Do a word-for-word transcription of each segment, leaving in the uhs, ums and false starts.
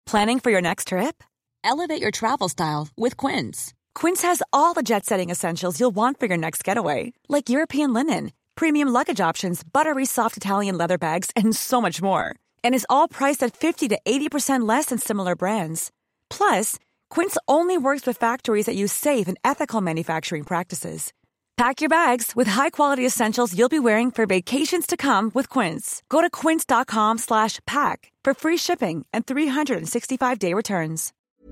Planning for your next trip? Elevate your travel style with Quince. Quince has all the jet-setting essentials you'll want for your next getaway, like European linen, premium luggage options, buttery soft Italian leather bags, and so much more. And is all priced at fifty to eighty percent less than similar brands. Plus, Quince only works with factories that use safe and ethical manufacturing practices. Pack your bags with high-quality essentials you'll be wearing for vacations to come with Quince. Go to quince.com slash pack for free shipping and three sixty-five day returns.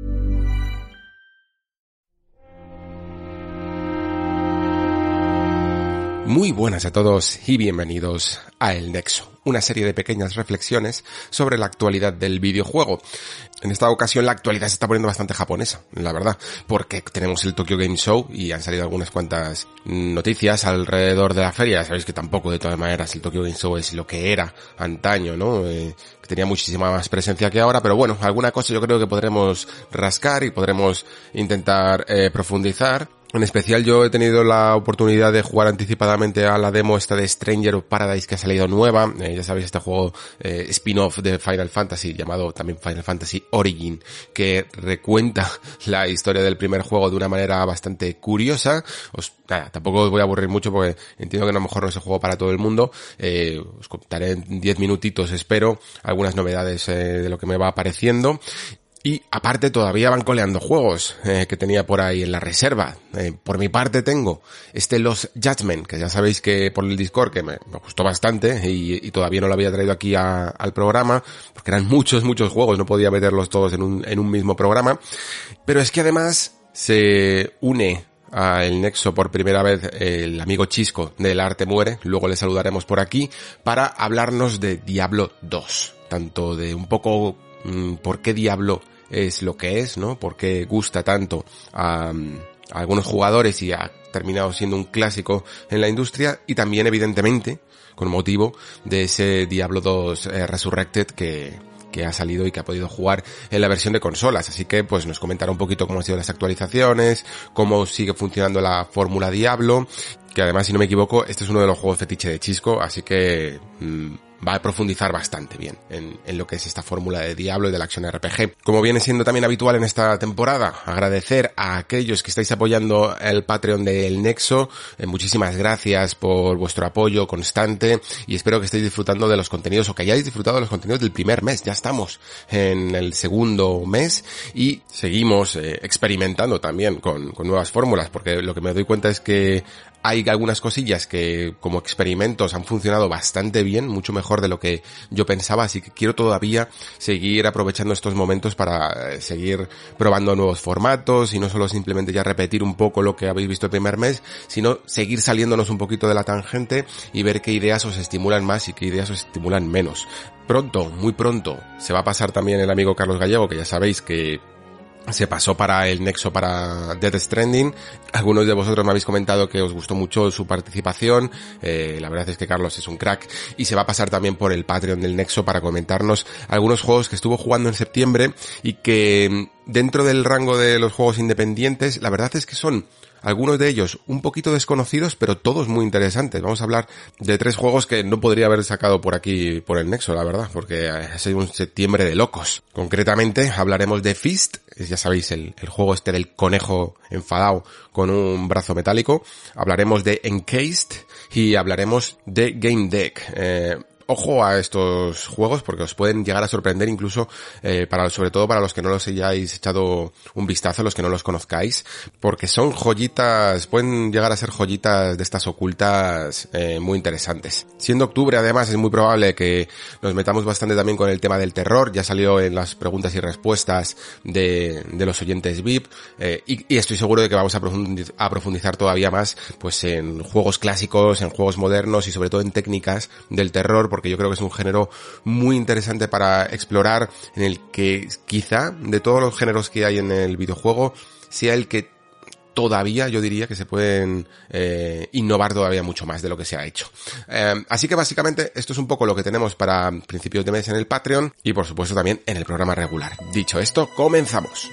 Muy buenas a todos y bienvenidos a El Nexo, una serie de pequeñas reflexiones sobre la actualidad del videojuego. En esta ocasión la actualidad se está poniendo bastante japonesa, la verdad, porque tenemos el Tokyo Game Show y han salido algunas cuantas noticias alrededor de la feria. Sabéis que tampoco, de todas maneras, el Tokyo Game Show es lo que era antaño, ¿no? Eh, que tenía muchísima más presencia que ahora, pero bueno, alguna cosa yo creo que podremos rascar y podremos intentar eh, profundizar. En especial yo he tenido la oportunidad de jugar anticipadamente a la demo esta de Stranger of Paradise que ha salido nueva. Eh, ya sabéis, este juego eh, spin-off de Final Fantasy, llamado también Final Fantasy Origin, que recuenta la historia del primer juego de una manera bastante curiosa. Os, nada, tampoco os voy a aburrir mucho porque entiendo que a lo mejor no es el juego para todo el mundo. Eh, os contaré en diez minutitos, espero, algunas novedades eh, de lo que me va apareciendo. Y aparte todavía van coleando juegos eh, que tenía por ahí en la reserva. Eh, por mi parte tengo este Lost Judgment, que ya sabéis que por el Discord que me, me gustó bastante y, y todavía no lo había traído aquí a, al programa, porque eran muchos, muchos juegos, no podía meterlos todos en un, en un mismo programa. Pero es que además se une a El Nexo por primera vez el amigo Chisco del Arte Muere, luego le saludaremos por aquí, para hablarnos de Diablo dos. Tanto de un poco mmm, por qué Diablo es lo que es, ¿no? Porque gusta tanto a, a algunos jugadores y ha terminado siendo un clásico en la industria, y también evidentemente con motivo de ese Diablo dos eh, Resurrected que que ha salido y que ha podido jugar en la versión de consolas. Así que pues nos comentará un poquito cómo han sido las actualizaciones, cómo sigue funcionando la fórmula Diablo, que además, si no me equivoco, este es uno de los juegos fetiche de Chisco, así que mmm, va a profundizar bastante bien en, en lo que es esta fórmula de Diablo y de la acción R P G. Como viene siendo también habitual en esta temporada, agradecer a aquellos que estáis apoyando el Patreon del Nexo. Eh, muchísimas gracias por vuestro apoyo constante y espero que estéis disfrutando de los contenidos o que hayáis disfrutado de los contenidos del primer mes. Ya estamos en el segundo mes y seguimos eh, experimentando también con, con nuevas fórmulas, porque lo que me doy cuenta es que hay algunas cosillas que como experimentos han funcionado bastante bien, mucho mejor de lo que yo pensaba, así que quiero todavía seguir aprovechando estos momentos para seguir probando nuevos formatos y no solo simplemente ya repetir un poco lo que habéis visto el primer mes, sino seguir saliéndonos un poquito de la tangente y ver qué ideas os estimulan más y qué ideas os estimulan menos. Pronto, muy pronto, se va a pasar también el amigo Carlos Gallego, que ya sabéis que se pasó para el Nexo para Death Stranding. Algunos de vosotros me habéis comentado que os gustó mucho su participación. Eh, la verdad es que Carlos es un crack y se va a pasar también por el Patreon del Nexo para comentarnos algunos juegos que estuvo jugando en septiembre y que dentro del rango de los juegos independientes, la verdad es que son algunos de ellos un poquito desconocidos, pero todos muy interesantes. Vamos a hablar de tres juegos que no podría haber sacado por aquí, por el Nexo, la verdad, porque ha sido un septiembre de locos. Concretamente, hablaremos de Fist, ya sabéis, el, el juego este del conejo enfadado con un brazo metálico. Hablaremos de Encased y hablaremos de Game Deck. Eh, Ojo a estos juegos porque os pueden llegar a sorprender incluso, eh, para sobre todo para los que no los hayáis echado un vistazo, los que no los conozcáis, porque son joyitas, pueden llegar a ser joyitas de estas ocultas eh, muy interesantes. Siendo octubre, además, es muy probable que nos metamos bastante también con el tema del terror. Ya salió en las preguntas y respuestas de, de los oyentes V I P, eh, y, y estoy seguro de que vamos a profundizar, a profundizar todavía más pues en juegos clásicos, en juegos modernos y sobre todo en técnicas del terror, porque yo creo que es un género muy interesante para explorar, en el que quizá de todos los géneros que hay en el videojuego sea el que todavía yo diría que se pueden eh, innovar todavía mucho más de lo que se ha hecho. Eh, así que básicamente esto es un poco lo que tenemos para principios de mes en el Patreon y por supuesto también en el programa regular. Dicho esto, comenzamos.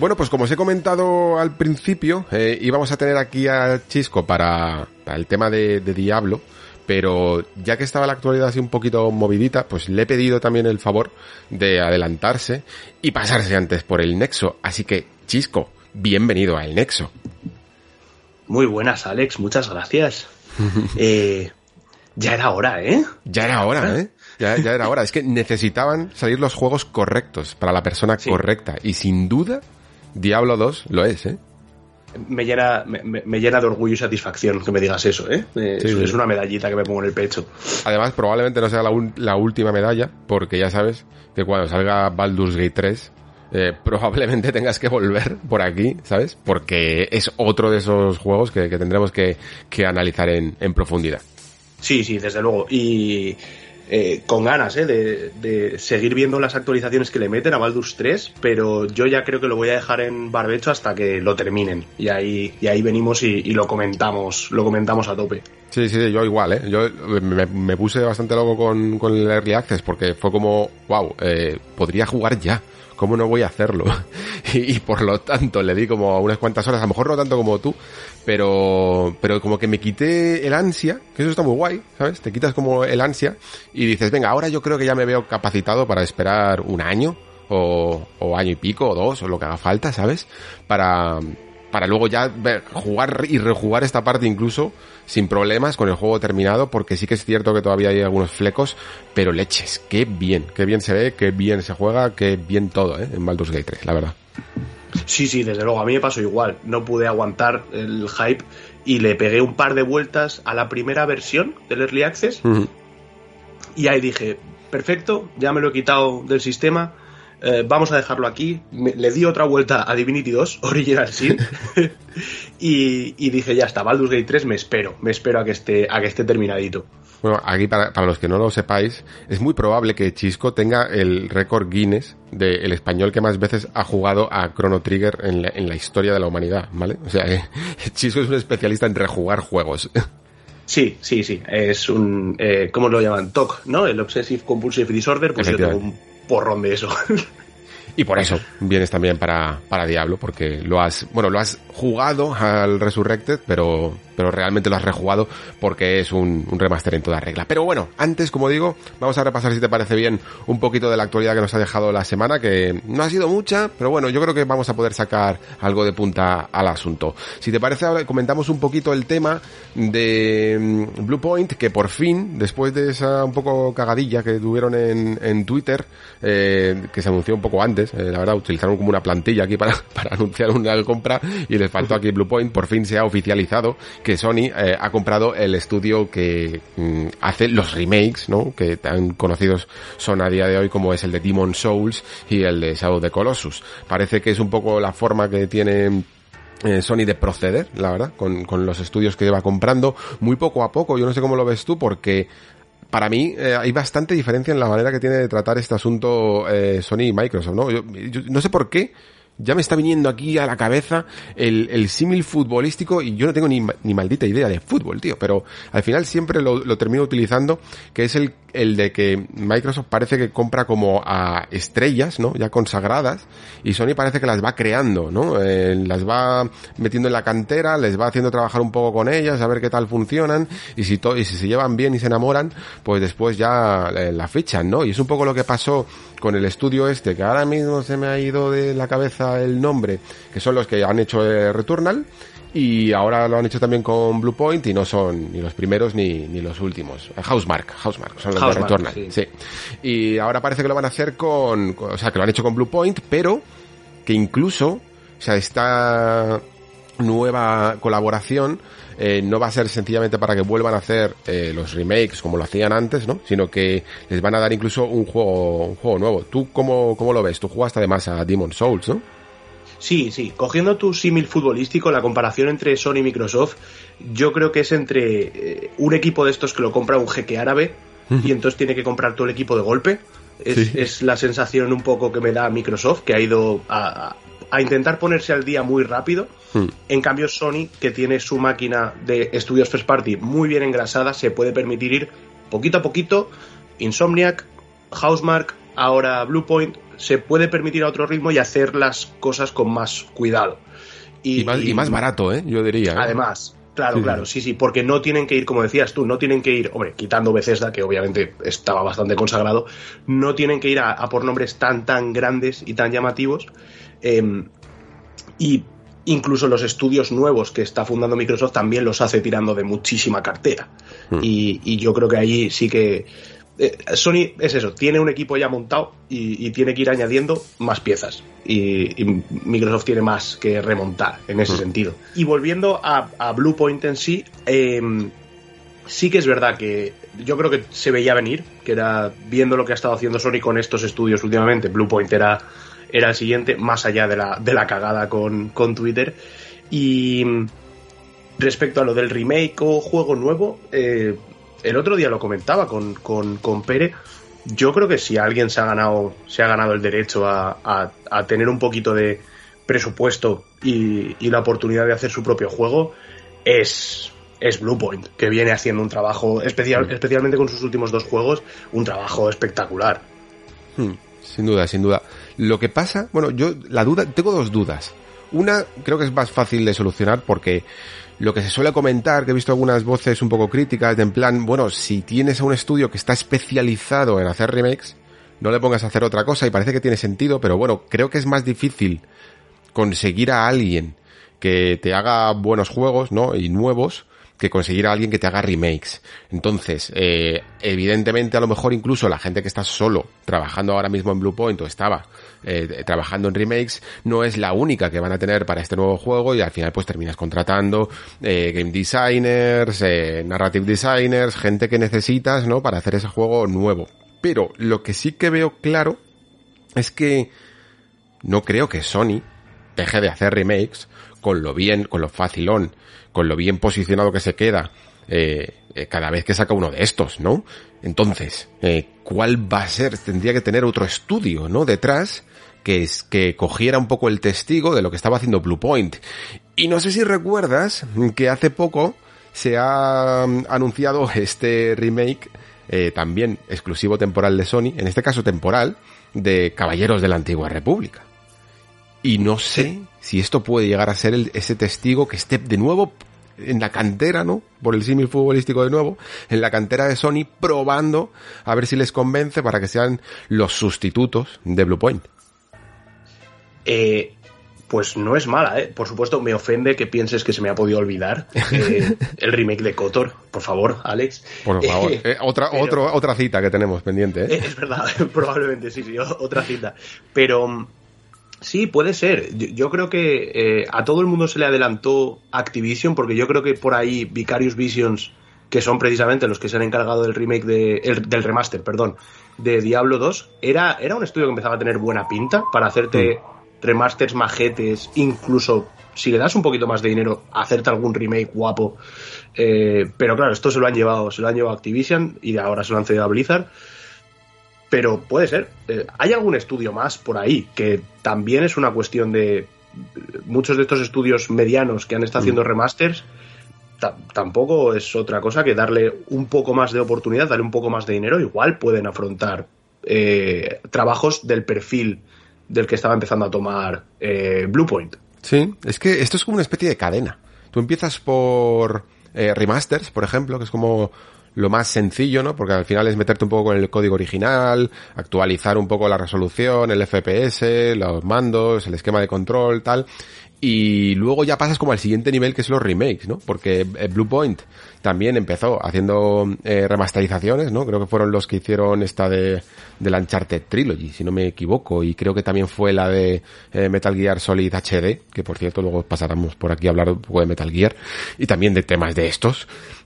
Bueno, pues como os he comentado al principio, eh, íbamos a tener aquí a Chisco para, para el tema de, de Diablo, pero ya que estaba la actualidad así un poquito movidita, pues le he pedido también el favor de adelantarse y pasarse antes por el Nexo. Así que, Chisco, bienvenido al Nexo. Muy buenas, Alex, muchas gracias. eh, ya era hora, ¿eh? Ya era hora, ¿eh? Ya, ya era hora. Es que necesitaban salir los juegos correctos para la persona sí. correcta. Y sin duda, Diablo dos lo es, ¿eh? Me llena, me, me llena de orgullo y satisfacción que me digas eso, ¿eh? eh sí, es, sí. es una medallita que me pongo en el pecho. Además, probablemente no sea la, un, la última medalla, porque ya sabes que cuando salga Baldur's Gate tres, eh, probablemente tengas que volver por aquí, ¿sabes? Porque es otro de esos juegos que, que tendremos que, que analizar en, en profundidad. Sí, sí, desde luego. Y... Eh, con ganas eh, de, de seguir viendo las actualizaciones que le meten a Baldur's tres, pero yo ya creo que lo voy a dejar en barbecho hasta que lo terminen y ahí, y ahí venimos y, y lo comentamos lo comentamos a tope. Sí, sí, yo igual, ¿eh? Yo me, me puse bastante loco con, con el Early Access porque fue como, wow, eh, podría jugar ya. ¿Cómo no voy a hacerlo? y, y por lo tanto le di como unas cuantas horas, a lo mejor no tanto como tú, pero pero como que me quité el ansia, que eso está muy guay, ¿sabes? Te quitas como el ansia y dices, venga, ahora yo creo que ya me veo capacitado para esperar un año o, o año y pico o dos o lo que haga falta, ¿sabes? Para... para luego ya ver, jugar y rejugar esta parte incluso sin problemas con el juego terminado, porque sí que es cierto que todavía hay algunos flecos, pero leches, qué bien, qué bien se ve, qué bien se juega, qué bien todo, ¿eh? En Baldur's Gate tres, la verdad. Sí, sí, desde luego, a mí me pasó igual, no pude aguantar el hype y le pegué un par de vueltas a la primera versión del Early Access uh-huh. y ahí dije, perfecto, ya me lo he quitado del sistema. Eh, vamos a dejarlo aquí. Me, le di otra vuelta a Divinity dos, Original Sin, y, y dije, ya está, Baldur's Gate tres me espero, me espero a que esté, a que esté terminadito. Bueno, aquí para, para los que no lo sepáis, es muy probable que Chisco tenga el récord Guinness del español que más veces ha jugado a Chrono Trigger en la, en la historia de la humanidad, ¿vale? O sea, eh, Chisco es un especialista en rejugar juegos. Sí, sí, sí, es un, eh, ¿cómo lo llaman? T O C, ¿no? El Obsessive Compulsive Disorder, pues yo tengo un porrón de eso. Y por eso vienes también para, para Diablo, porque lo has, bueno, lo has jugado al Resurrected, pero, pero realmente lo has rejugado porque es un, un remaster en toda regla. Pero bueno, antes, como digo, vamos a repasar, si te parece bien, un poquito de la actualidad que nos ha dejado la semana, que no ha sido mucha, pero bueno, yo creo que vamos a poder sacar algo de punta al asunto. Si te parece, ahora comentamos un poquito el tema de Blue Point, que por fin, después de esa un poco cagadilla que tuvieron en, en Twitter, eh, que se anunció un poco antes, Eh, la verdad, utilizaron como una plantilla aquí para, para anunciar una compra y les faltó aquí Blue Point. Por fin se ha oficializado que Sony eh, ha comprado el estudio que mm, hace los remakes, ¿no? Que tan conocidos son a día de hoy, como es el de Demon's Souls y el de Shadow of the Colossus. Parece que es un poco la forma que tiene Eh, Sony de proceder, la verdad, con, con los estudios que lleva comprando muy poco a poco. Yo no sé cómo lo ves tú, porque para mí eh, hay bastante diferencia en la manera que tiene de tratar este asunto eh, Sony y Microsoft, ¿no? Yo, yo no sé por qué, ya me está viniendo aquí a la cabeza el, el símil futbolístico, y yo no tengo ni, ni maldita idea de fútbol, tío, pero al final siempre lo, lo termino utilizando, que es el, el de que Microsoft parece que compra como a estrellas, ¿no? Ya consagradas, y Sony parece que las va creando, ¿no? Eh, las va metiendo en la cantera, les va haciendo trabajar un poco con ellas, a ver qué tal funcionan, y si to- y si se llevan bien y se enamoran, pues después ya eh, la fichan, ¿no? Y es un poco lo que pasó con el estudio este, que ahora mismo se me ha ido de la cabeza el nombre, que son los que han hecho eh, Returnal, y ahora lo han hecho también con Blue Point, y no son ni los primeros ni, ni los últimos. Housemarque, Housemarque, son los Housemarque, de Returnal, sí. sí. Y ahora parece que lo van a hacer con, con, o sea, que lo han hecho con Blue Point, pero que incluso, o sea, esta nueva colaboración eh, no va a ser sencillamente para que vuelvan a hacer eh, los remakes como lo hacían antes, ¿no? Sino que les van a dar incluso un juego, un juego nuevo. ¿Tú cómo, cómo lo ves? Tú jugaste además a Demon's Souls, ¿no? Sí, sí. Cogiendo tu símil futbolístico, la comparación entre Sony y Microsoft, yo creo que es entre eh, un equipo de estos que lo compra un jeque árabe y entonces tiene que comprar todo el equipo de golpe. Es, sí. es la sensación un poco que me da Microsoft, que ha ido a, a intentar ponerse al día muy rápido. Hmm. En cambio, Sony, que tiene su máquina de estudios first party muy bien engrasada, se puede permitir ir poquito a poquito. Insomniac, Housemarque, ahora Blue Point, se puede permitir a otro ritmo y hacer las cosas con más cuidado. Y, y, más, y más barato, ¿eh? Yo diría. ¿eh? Además, claro, sí, claro, sí, sí, porque no tienen que ir, como decías tú, no tienen que ir, hombre, quitando Bethesda, que obviamente estaba bastante consagrado, no tienen que ir a, a por nombres tan, tan grandes y tan llamativos. Eh, y incluso los estudios nuevos que está fundando Microsoft también los hace tirando de muchísima cartera. Mm. Y, y yo creo que ahí sí que... Eh, Sony es eso, tiene un equipo ya montado y, y tiene que ir añadiendo más piezas. Y, y Microsoft tiene más que remontar en ese mm. sentido. Y volviendo a, a Bluepoint en sí, eh, sí que es verdad que yo creo que se veía venir, que era, viendo lo que ha estado haciendo Sony con estos estudios últimamente, Bluepoint era... era el siguiente, más allá de la, de la cagada con, con Twitter. Y respecto a lo del remake o juego nuevo, eh, el otro día lo comentaba con, con, con Pere. Yo creo que si alguien se ha ganado, se ha ganado el derecho a, a, a tener un poquito de presupuesto y, y la oportunidad de hacer su propio juego, es, es Bluepoint, que viene haciendo un trabajo, especial, especialmente con sus últimos dos juegos, un trabajo espectacular. Hmm. Sin duda, sin duda. Lo que pasa, bueno, yo la duda, tengo dos dudas. Una, creo que es más fácil de solucionar porque lo que se suele comentar, que he visto algunas voces un poco críticas, de en plan, bueno, si tienes a un estudio que está especializado en hacer remakes, no le pongas a hacer otra cosa y parece que tiene sentido, pero bueno, creo que es más difícil conseguir a alguien que te haga buenos juegos, ¿no? Y nuevos, que conseguir a alguien que te haga remakes. Entonces, eh, evidentemente a lo mejor incluso la gente que está solo trabajando ahora mismo en Bluepoint o estaba eh, trabajando en remakes no es la única que van a tener para este nuevo juego y al final pues terminas contratando eh, game designers, eh, narrative designers, gente que necesitas, ¿no? Para hacer ese juego nuevo. Pero lo que sí que veo claro es que no creo que Sony deje de hacer remakes con lo bien, con lo facilón, con lo bien posicionado que se queda eh, eh, cada vez que saca uno de estos, ¿no? Entonces, eh, ¿cuál va a ser? Tendría que tener otro estudio, ¿no? Detrás, que es que cogiera un poco el testigo de lo que estaba haciendo Bluepoint. Y no sé si recuerdas que hace poco se ha anunciado este remake, eh, también exclusivo temporal de Sony, en este caso temporal, de Caballeros de la Antigua República. Y no sé si esto puede llegar a ser el, ese testigo que esté de nuevo en la cantera, ¿no? Por el símil futbolístico de nuevo, en la cantera de Sony, probando a ver si les convence para que sean los sustitutos de Bluepoint. Eh, pues no es mala, ¿eh? Por supuesto, me ofende que pienses que se me ha podido olvidar eh, el remake de KOTOR. Por favor, Alex. Por favor. Eh, eh, otra, pero, otro, otra cita que tenemos pendiente, ¿eh? Es verdad, probablemente sí, sí, otra cita. Pero... sí, puede ser. Yo, yo creo que eh, a todo el mundo se le adelantó Activision, porque yo creo que por ahí Vicarious Visions, que son precisamente los que se han encargado del remake de, el, del remaster, perdón, de Diablo dos, era, era un estudio que empezaba a tener buena pinta para hacerte mm. remasters majetes, incluso si le das un poquito más de dinero, hacerte algún remake guapo. Eh, pero claro, esto se lo han llevado, se lo han llevado a Activision y ahora se lo han cedido a Blizzard. Pero puede ser. Eh, ¿hay algún estudio más por ahí? Que también es una cuestión de... muchos de estos estudios medianos que han estado haciendo remasters, t- tampoco es otra cosa que darle un poco más de oportunidad, darle un poco más de dinero. Igual pueden afrontar eh, trabajos del perfil del que estaba empezando a tomar eh, Bluepoint. Sí, es que esto es como una especie de cadena. Tú empiezas por eh, remasters, por ejemplo, que es como... lo más sencillo, ¿no? Porque al final es meterte un poco con el código original, actualizar un poco la resolución, el F P S, los mandos, el esquema de control, tal. Y luego ya pasas como al siguiente nivel, que es los remakes, ¿no? Porque Bluepoint también empezó haciendo eh, remasterizaciones, ¿no? Creo que fueron los que hicieron esta de, de la Uncharted Trilogy, si no me equivoco. Y creo que también fue la de eh, Metal Gear Solid H D, que por cierto luego pasáramos por aquí a hablar un poco de Metal Gear. Y también de temas de estos.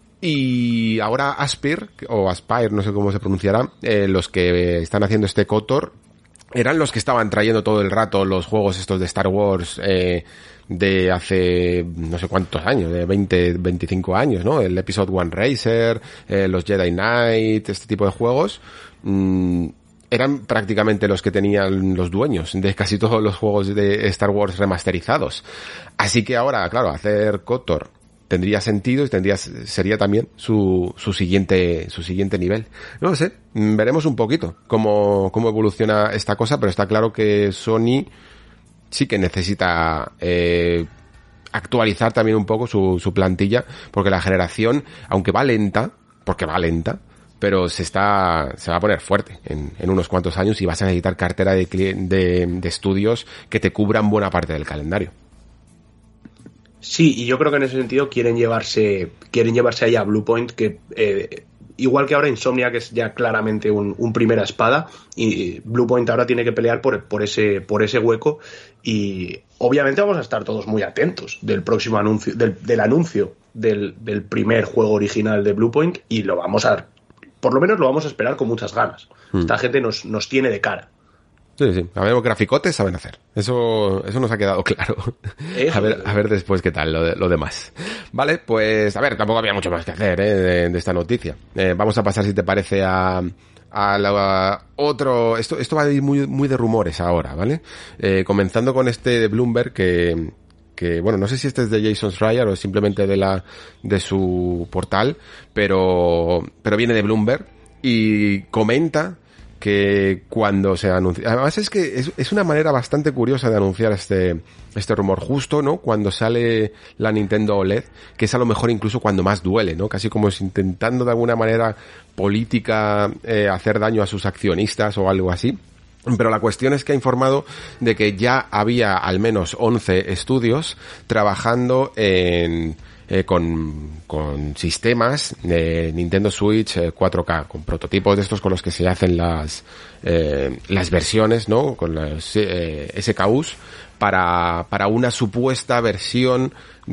Y ahora Aspyr, o Aspyr, no sé cómo se pronunciará, eh, los que están haciendo este KOTOR, eran los que estaban trayendo todo el rato los juegos estos de Star Wars eh, de hace no sé cuántos años, de veinte, veinticinco años, ¿no? El Episode One Racer, eh, los Jedi Knight, este tipo de juegos. Mmm, eran prácticamente los que tenían los dueños de casi todos los juegos de Star Wars remasterizados. Así que ahora, claro, hacer KOTOR tendría sentido y tendría, sería también su, su siguiente, su siguiente nivel. No lo sé, veremos un poquito cómo, cómo evoluciona esta cosa, pero está claro que Sony sí que necesita, eh, actualizar también un poco su, su plantilla, porque la generación, aunque va lenta, porque va lenta, pero se está, se va a poner fuerte en, en unos cuantos años y vas a necesitar cartera de, de, de estudios que te cubran buena parte del calendario. Sí, y yo creo que en ese sentido quieren llevarse, quieren llevarse ahí a Bluepoint, que eh, igual que ahora Insomnia, que es ya claramente un, un primera espada, y Bluepoint ahora tiene que pelear por, por ese, por ese hueco, y obviamente vamos a estar todos muy atentos del próximo anuncio, del, del anuncio del, del primer juego original de Bluepoint, y lo vamos a, por lo menos lo vamos a esperar con muchas ganas. Hmm. Esta gente nos, nos tiene de cara. Sí, sí. A ver, graficotes saben hacer. Eso, eso nos ha quedado claro. Eso, a ver, a ver después qué tal lo, de, lo demás. Vale, pues, a ver, tampoco había mucho más que hacer, ¿eh? de, de esta noticia. Eh, vamos a pasar, si te parece, a, a la, otro, esto, esto va a ir muy, muy de rumores ahora, ¿vale? Eh, comenzando con este de Bloomberg que, que, bueno, no sé si este es de Jason Schreier o es simplemente de la, de su portal, pero, pero viene de Bloomberg y comenta que cuando se anuncia, además es que es, es una manera bastante curiosa de anunciar este este rumor justo, ¿no? Cuando sale la Nintendo O L E D, que es a lo mejor incluso cuando más duele, ¿no? Casi como es intentando de alguna manera política eh, hacer daño a sus accionistas o algo así. Pero la cuestión es que ha informado de que ya había al menos once estudios trabajando en Eh, con, con sistemas de Nintendo Switch eh, cuatro K, con prototipos de estos con los que se hacen las eh, las versiones, ¿no? Con las eh, S K Us para para una supuesta versión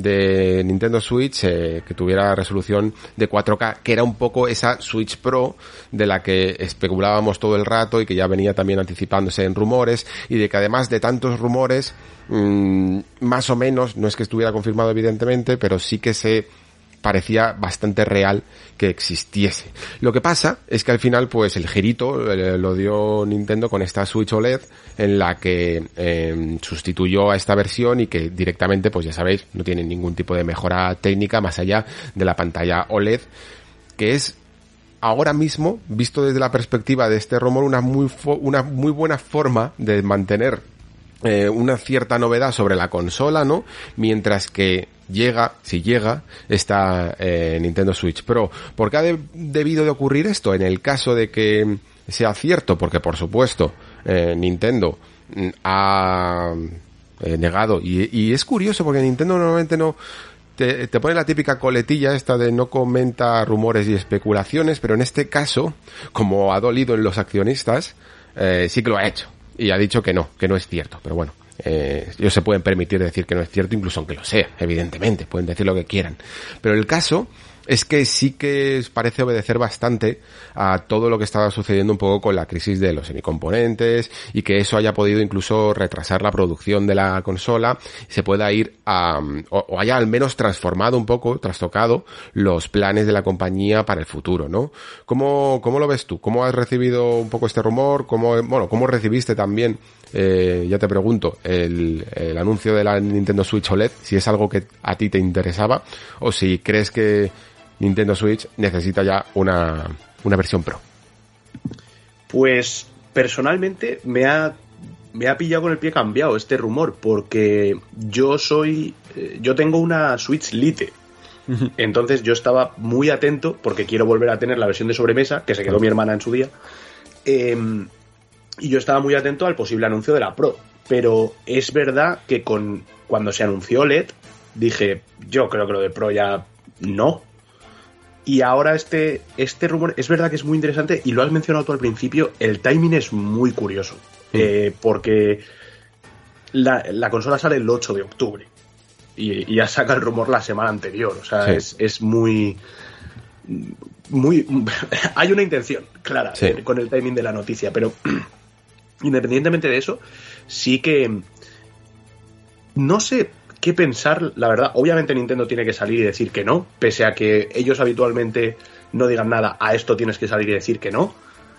de Nintendo Switch eh, que tuviera resolución de cuatro K, que era un poco esa Switch Pro de la que especulábamos todo el rato y que ya venía también anticipándose en rumores, y de que además de tantos rumores, mmm, más o menos, no es que estuviera confirmado evidentemente, pero sí que se parecía bastante real que existiese. Lo que pasa es que al final, pues el girito eh, lo dio Nintendo con esta Switch O L E D en la que eh, sustituyó a esta versión y que directamente, pues ya sabéis, no tiene ningún tipo de mejora técnica más allá de la pantalla O L E D, que es ahora mismo, visto desde la perspectiva de este rumor, una muy fo- una muy buena forma de mantener eh, una cierta novedad sobre la consola, ¿no? Mientras que llega, si llega, esta eh, Nintendo Switch Pro. ¿Por qué ha de- debido de ocurrir esto? En el caso de que sea cierto, porque por supuesto eh, Nintendo mm, ha eh, negado, y, y es curioso porque Nintendo normalmente no te, te pone la típica coletilla esta de no comenta rumores y especulaciones, pero en este caso, como ha dolido en los accionistas, eh, sí que lo ha hecho y ha dicho que no, que no es cierto, pero bueno. Eh, ellos se pueden permitir decir que no es cierto, incluso aunque lo sea, evidentemente, pueden decir lo que quieran. Pero el caso es que sí que parece obedecer bastante a todo lo que estaba sucediendo un poco con la crisis de los semicomponentes, y que eso haya podido incluso retrasar la producción de la consola, se pueda ir a, o, o haya al menos transformado un poco, trastocado los planes de la compañía para el futuro, ¿no? ¿Cómo, cómo lo ves tú? ¿Cómo has recibido un poco este rumor? ¿Cómo, bueno, cómo recibiste también, eh, ya te pregunto, el, el anuncio de la Nintendo Switch O L E D? Si es algo que a ti te interesaba, o si crees que Nintendo Switch necesita ya una, una versión Pro. Pues personalmente me ha, me ha pillado con el pie cambiado este rumor, porque yo soy, eh, yo tengo una Switch Lite. Entonces yo estaba muy atento, porque quiero volver a tener la versión de sobremesa, que se quedó mi hermana en su día, eh, y yo estaba muy atento al posible anuncio de la Pro. Pero es verdad que con cuando se anunció O L E D, dije, yo creo que lo de Pro ya no. Y ahora este, este rumor, es verdad que es muy interesante, y lo has mencionado tú al principio, el timing es muy curioso, mm. eh, porque la, la consola sale el ocho de octubre, y, y ya saca el rumor la semana anterior, o sea, sí. es, es muy... muy hay una intención clara, sí, eh, con el timing de la noticia, pero independientemente de eso, sí que no sé qué pensar, la verdad. Obviamente Nintendo tiene que salir y decir que no, pese a que ellos habitualmente no digan nada, a esto tienes que salir y decir que no.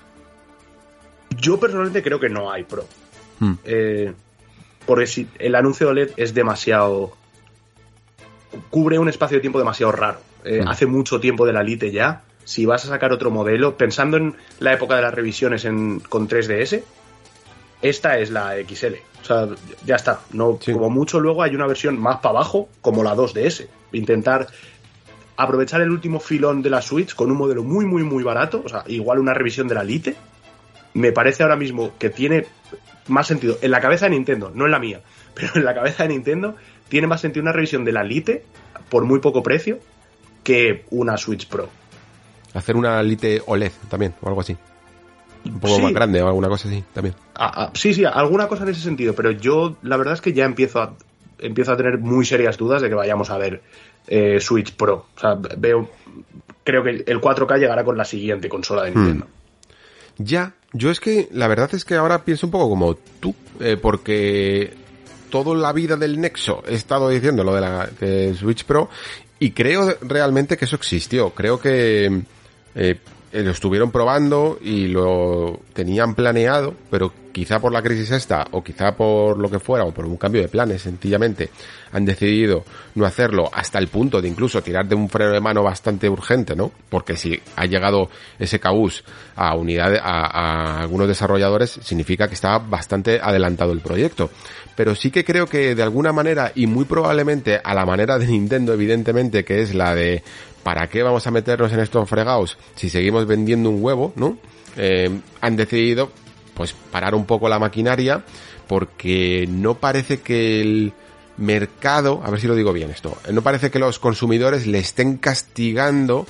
Yo personalmente creo que no hay Pro, hmm. eh, porque si el anuncio de O L E D es demasiado cubre un espacio de tiempo demasiado raro. Eh, mm. Hace mucho tiempo de la Lite ya. Si vas a sacar otro modelo, pensando en la época de las revisiones en, con tres D S, esta es la X L. O sea, ya está. No, sí. Como mucho luego hay una versión más para abajo, como la dos D S. Intentar aprovechar el último filón de la Switch con un modelo muy, muy, muy barato. O sea, igual una revisión de la Lite. Me parece ahora mismo que tiene más sentido. En la cabeza de Nintendo, no en la mía, pero en la cabeza de Nintendo tiene más sentido una revisión de la Lite por muy poco precio que una Switch Pro. Hacer una Lite O L E D también, o algo así. Un poco sí. más grande o alguna cosa así también. Ah, ah, sí, sí, alguna cosa en ese sentido, pero yo la verdad es que ya empiezo a, empiezo a tener muy serias dudas de que vayamos a ver eh, Switch Pro. O sea, veo, creo que el cuatro K llegará con la siguiente consola de Nintendo. Hmm. Ya, yo es que la verdad es que ahora pienso un poco como tú, eh, porque toda la vida del Nexo he estado diciendo lo de la de Switch Pro y creo realmente que eso existió. Creo que eh, lo estuvieron probando y lo tenían planeado, pero quizá por la crisis esta, o quizá por lo que fuera, o por un cambio de planes, sencillamente, han decidido no hacerlo hasta el punto de incluso tirar de un freno de mano bastante urgente, ¿no? Porque si ha llegado ese caos a unidades, a, a algunos desarrolladores, significa que estaba bastante adelantado el proyecto. Pero sí que creo que de alguna manera, y muy probablemente a la manera de Nintendo, evidentemente, que es la de ¿para qué vamos a meternos en estos fregados si seguimos vendiendo un huevo, ¿no? Eh, han decidido pues parar un poco la maquinaria porque no parece que el mercado, a ver si lo digo bien esto, no parece que los consumidores le estén castigando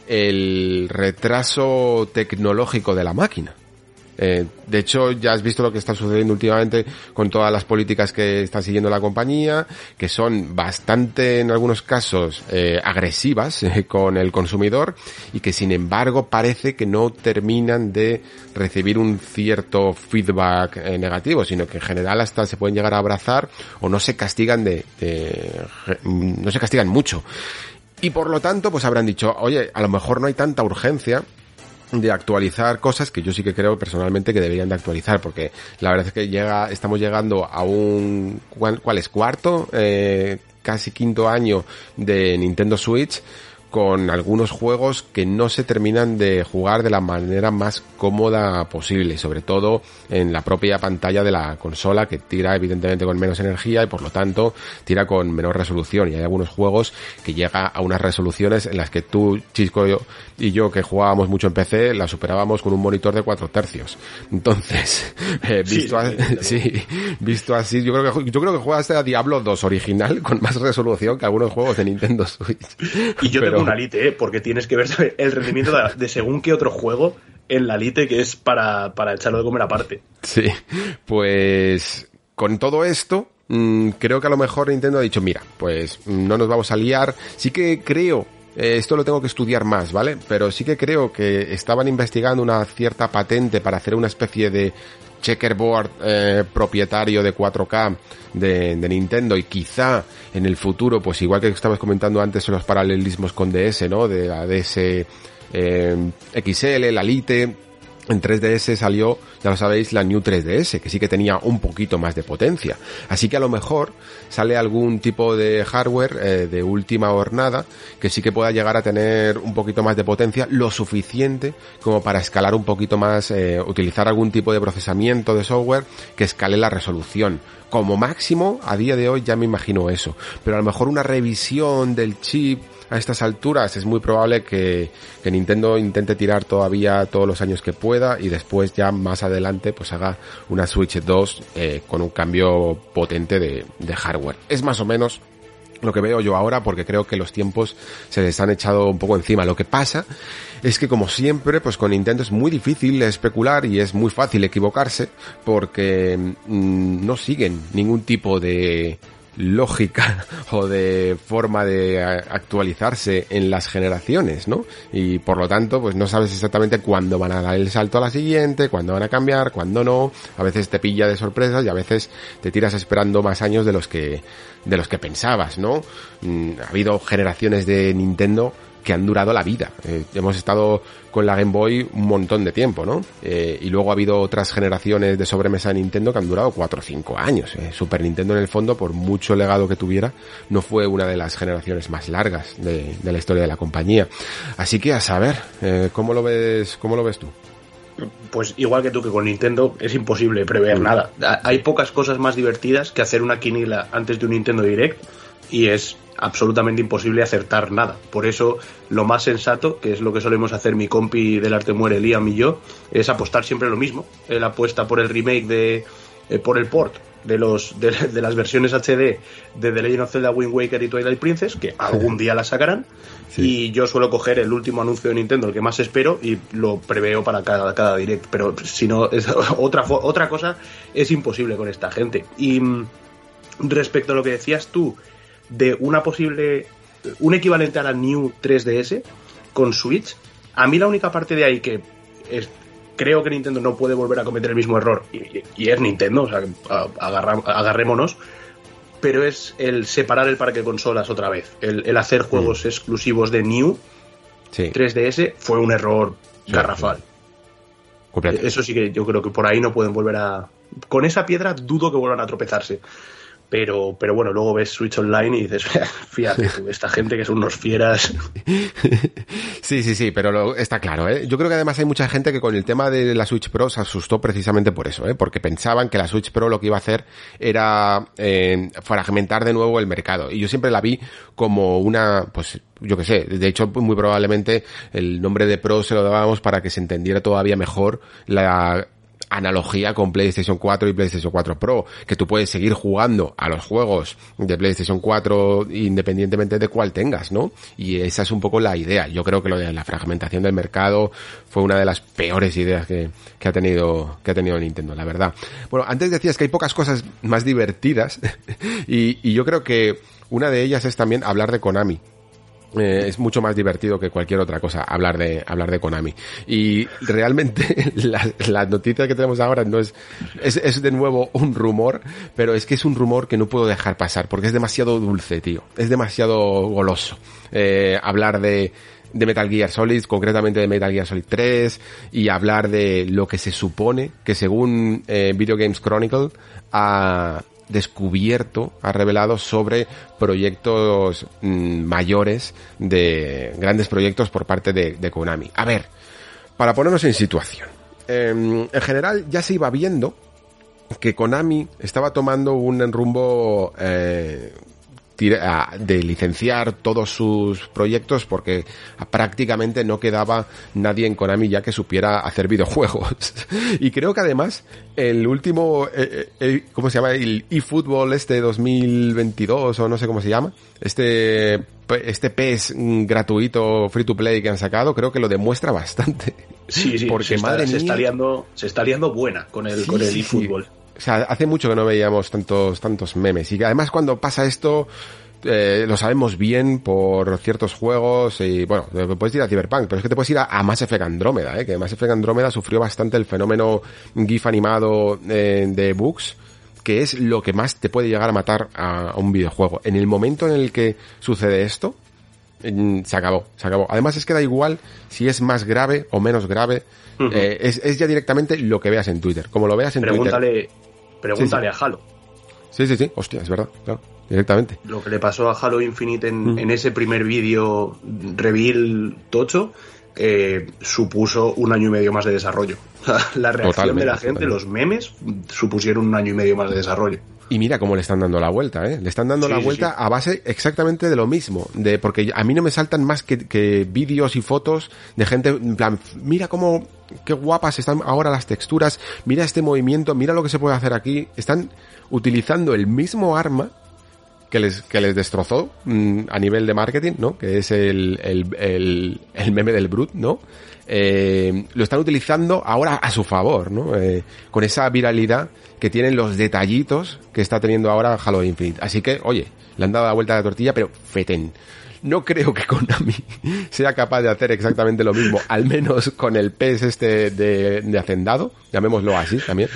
el retraso tecnológico de la máquina. Eh, de hecho, ya has visto lo que está sucediendo últimamente con todas las políticas que está siguiendo la compañía, que son bastante, en algunos casos, eh, agresivas eh, con el consumidor y que, sin embargo, parece que no terminan de recibir un cierto feedback eh, negativo, sino que en general hasta se pueden llegar a abrazar o no se castigan de, de no se castigan mucho. Y por lo tanto, pues habrán dicho, oye, a lo mejor no hay tanta urgencia de actualizar cosas que yo sí que creo personalmente que deberían de actualizar, porque la verdad es que llega, estamos llegando a un, ¿cuál, cuál es? Cuarto, eh, casi quinto año de Nintendo Switch, con algunos juegos que no se terminan de jugar de la manera más cómoda posible, sobre todo en la propia pantalla de la consola, que tira evidentemente con menos energía y por lo tanto tira con menor resolución, y hay algunos juegos que llega a unas resoluciones en las que tú, Chisco yo, y yo, que jugábamos mucho en P C, la superábamos con un monitor de cuatro tercios. Entonces, eh, visto, sí, a, sí, visto así, yo creo que yo creo que jugaste a Diablo dos original con más resolución que algunos juegos de Nintendo Switch. Y yo Pero... tengo una Lite, ¿eh? Porque tienes que ver el rendimiento de, de según qué otro juego en la Lite, que es para, para echarlo de comer aparte. Sí, pues con todo esto, mmm, creo que a lo mejor Nintendo ha dicho, mira, pues no nos vamos a liar. Sí que creo, eh, esto lo tengo que estudiar más, ¿vale? Pero sí que creo que estaban investigando una cierta patente para hacer una especie de checkerboard eh, propietario de cuatro K de, de Nintendo, y quizá en el futuro, pues igual que estabas comentando antes los paralelismos con D S, ¿no? De la D S eh, X L, la Lite. En tres D S salió, ya lo sabéis, la New tres D S, que sí que tenía un poquito más de potencia. Así que a lo mejor sale algún tipo de hardware eh, de última hornada que sí que pueda llegar a tener un poquito más de potencia, lo suficiente como para escalar un poquito más, eh, utilizar algún tipo de procesamiento de software que escale la resolución. Como máximo, a día de hoy ya me imagino eso. Pero a lo mejor una revisión del chip a estas alturas es muy probable que, que Nintendo intente tirar todavía todos los años que pueda y después ya más adelante pues haga una Switch dos eh, con un cambio potente de, de hardware. Es más o menos lo que veo yo ahora, porque creo que los tiempos se les han echado un poco encima. Lo que pasa es que, como siempre, pues con Nintendo es muy difícil especular y es muy fácil equivocarse, porque mmm, no siguen ningún tipo de lógica o de forma de actualizarse en las generaciones, ¿no? Y por lo tanto, pues no sabes exactamente cuándo van a dar el salto a la siguiente, cuándo van a cambiar, cuándo no. A veces te pilla de sorpresas y a veces te tiras esperando más años de los que de los que pensabas, ¿no? Ha habido generaciones de Nintendo que han durado la vida. Eh, hemos estado con la Game Boy un montón de tiempo, ¿no? Eh, y luego ha habido otras generaciones de sobremesa de Nintendo que han durado cuatro o cinco años. Eh. Super Nintendo, en el fondo, por mucho legado que tuviera, no fue una de las generaciones más largas de, de la historia de la compañía. Así que a saber, eh, ¿cómo lo ves, cómo lo ves tú? Pues igual que tú, que con Nintendo es imposible prever nada. Hay pocas cosas más divertidas que hacer una quiniela antes de un Nintendo Direct, y es absolutamente imposible acertar nada. Por eso lo más sensato, que es lo que solemos hacer mi compi del arte muere, Liam y yo, es apostar siempre lo mismo. Él apuesta por el remake de eh, por el port de los de, de las versiones H D de The Legend of Zelda Wind Waker y Twilight Princess, que algún día la sacarán. Sí. Y yo suelo coger el último anuncio de Nintendo, el que más espero, y lo preveo para cada, cada direct. Pero si no, es, otra, otra cosa es imposible con esta gente. Y respecto a lo que decías tú de una posible, un equivalente a la New tres D S con Switch, a mí la única parte de ahí que es, creo que Nintendo no puede volver a cometer el mismo error, y, y es Nintendo, o sea, agarra, agarrémonos, pero es el separar el parque de consolas otra vez, el, el hacer juegos mm. exclusivos de New sí. tres D S fue un error sí, garrafal. Sí. Eso sí que yo creo que por ahí no pueden volver a... Con esa piedra dudo que vuelvan a tropezarse. Pero, pero bueno, luego ves Switch Online y dices, fíjate, esta gente que son unos fieras. Sí, sí, sí, pero lo, está claro, ¿eh? Yo creo que además hay mucha gente que con el tema de la Switch Pro se asustó precisamente por eso, ¿eh? Porque pensaban que la Switch Pro lo que iba a hacer era eh, fragmentar de nuevo el mercado. Y yo siempre la vi como una, pues, yo qué sé, de hecho muy probablemente el nombre de Pro se lo dábamos para que se entendiera todavía mejor la analogía con PlayStation cuatro y PlayStation cuatro Pro, que tú puedes seguir jugando a los juegos de PlayStation cuatro independientemente de cuál tengas, ¿no? Y esa es un poco la idea. Yo creo que lo de la fragmentación del mercado fue una de las peores ideas que, que ha tenido que ha tenido Nintendo, la verdad. Bueno, antes decías que hay pocas cosas más divertidas y, y yo creo que una de ellas es también hablar de Konami. Eh, es mucho más divertido que cualquier otra cosa hablar de hablar de Konami, y realmente la, la noticia que tenemos ahora no es, es es de nuevo un rumor, pero es que es un rumor que no puedo dejar pasar porque es demasiado dulce, tío, es demasiado goloso eh, hablar de de Metal Gear Solid, concretamente de Metal Gear Solid tres, y hablar de lo que se supone que según eh, Video Games Chronicle ha descubierto, ha revelado sobre proyectos mmm, mayores, de grandes proyectos por parte de, de Konami. A ver, para ponernos en situación, eh, en general ya se iba viendo que Konami estaba tomando un rumbo eh, de licenciar todos sus proyectos porque prácticamente no quedaba nadie en Konami ya que supiera hacer videojuegos. Y creo que además el último, eh, eh, ¿cómo se llama? El eFootball este dos mil veintidós o no sé cómo se llama, este este P E S gratuito free to play que han sacado, creo que lo demuestra bastante. Sí, sí, porque se está, madre se mía, está liando, se está liando buena con el sí, con el eFootball. Sí. O sea, hace mucho que no veíamos tantos tantos memes, y que además cuando pasa esto eh, lo sabemos bien por ciertos juegos, y bueno, puedes ir a Cyberpunk, pero es que te puedes ir a, a Mass Effect Andrómeda, eh, que Mass Effect Andrómeda sufrió bastante el fenómeno GIF animado eh, de bugs, que es lo que más te puede llegar a matar a, a un videojuego. En el momento en el que sucede esto, se acabó, se acabó. Además es que da igual si es más grave o menos grave, uh-huh. eh, es, es ya directamente lo que veas en Twitter. Como lo veas en pregúntale, Twitter. Pregúntale sí, sí. a Halo. Sí, sí, sí, hostia, es verdad, claro, directamente. Lo que le pasó a Halo Infinite en, uh-huh. en ese primer vídeo reveal tocho, eh, supuso un año y medio más de desarrollo. La reacción totalmente, de la gente, totalmente. Los memes, supusieron un año y medio más de desarrollo. Y mira cómo le están dando la vuelta, ¿eh? Le están dando sí, la vuelta sí. a base exactamente de lo mismo. De, porque a mí no me saltan más que, que vídeos y fotos de gente, en plan, mira cómo, qué guapas están ahora las texturas, mira este movimiento, mira lo que se puede hacer aquí. Están utilizando el mismo arma que les, que les destrozó mmm, a nivel de marketing, ¿no? Que es el, el, el, el meme del Brute, ¿no? Eh, lo están utilizando ahora a su favor, ¿no? Eh, con esa viralidad que tienen los detallitos que está teniendo ahora Halo Infinite. Así que, oye, le han dado la vuelta a la tortilla, pero feten. No creo que Konami sea capaz de hacer exactamente lo mismo, al menos con el P E S este de, de Hacendado, llamémoslo así también.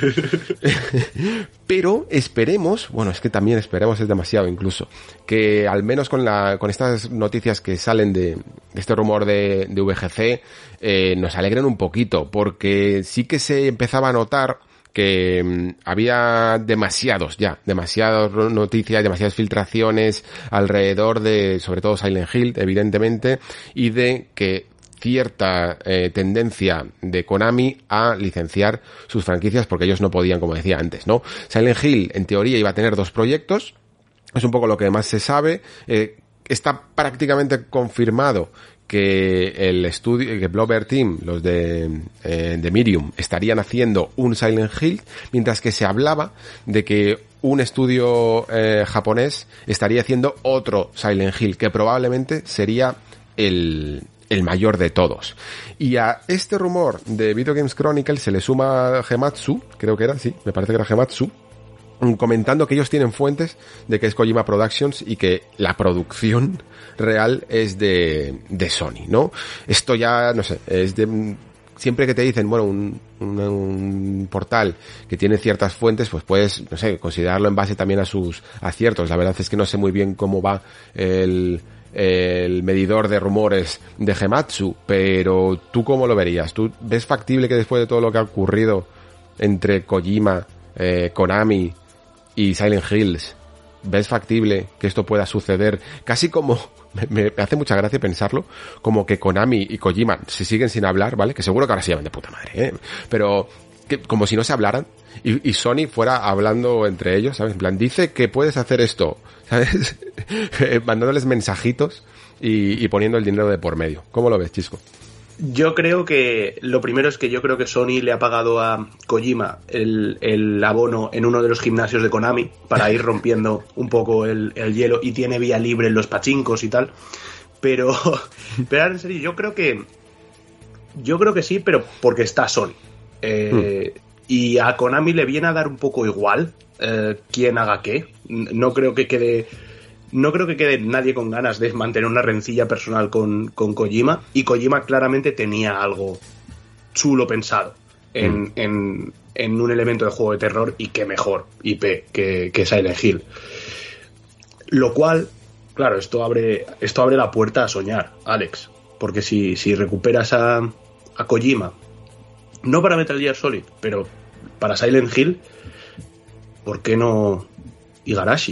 Pero esperemos, bueno, es que también esperemos es demasiado incluso, que al menos con la con estas noticias que salen de, este rumor de, de V G C eh, nos alegren un poquito, porque sí que se empezaba a notar que mmm, había demasiados ya, demasiadas noticias, demasiadas filtraciones alrededor de, sobre todo Silent Hill, evidentemente, y de que cierta eh, tendencia de Konami a licenciar sus franquicias porque ellos no podían, como decía antes, ¿no? Silent Hill, en teoría, iba a tener dos proyectos, es un poco lo que más se sabe, eh, está prácticamente confirmado que el estudio, que Bloober Team, los de, eh, de Medium, estarían haciendo un Silent Hill, mientras que se hablaba de que un estudio eh, japonés estaría haciendo otro Silent Hill, que probablemente sería el, el mayor de todos. Y a este rumor de Video Games Chronicle se le suma Gematsu, creo que era, sí, me parece que era Gematsu, comentando que ellos tienen fuentes de que es Kojima Productions y que la producción real es de, de Sony, ¿no? Esto ya, no sé, es de... Siempre que te dicen, bueno, un, un, un portal que tiene ciertas fuentes, pues puedes, no sé, considerarlo en base también a sus aciertos. La verdad es que no sé muy bien cómo va el, el medidor de rumores de Gematsu, pero ¿tú cómo lo verías? ¿Tú ves factible que después de todo lo que ha ocurrido entre Kojima, eh, Konami y Silent Hills, ves factible que esto pueda suceder? Casi como, me, me hace mucha gracia pensarlo, como que Konami y Kojima se siguen sin hablar, ¿vale? Que seguro que ahora se llaman de puta madre, ¿eh? Pero que, como si no se hablaran y, y Sony fuera hablando entre ellos, ¿sabes? En plan, dice que puedes hacer esto, ¿sabes? Mandándoles mensajitos y, y poniendo el dinero de por medio. ¿Cómo lo ves, Chisco? Yo creo que lo primero es que yo creo que Sony le ha pagado a Kojima el, el abono en uno de los gimnasios de Konami para ir rompiendo un poco el, el hielo, y tiene vía libre en los pachincos y tal. Pero, pero en serio, yo creo que yo creo que sí, pero porque está Sony. Eh, mm. Y a Konami le viene a dar un poco igual eh, quién haga qué. No creo que quede... No creo que quede nadie con ganas de mantener una rencilla personal con, con Kojima, y Kojima claramente tenía algo chulo pensado en, mm. en, en un elemento de juego de terror, y qué mejor I P que, que Silent Hill. Lo cual, claro, esto abre, esto abre la puerta a soñar, Alex, porque si, si recuperas a, a Kojima, no para Metal Gear Solid, pero para Silent Hill, ¿por qué no Igarashi?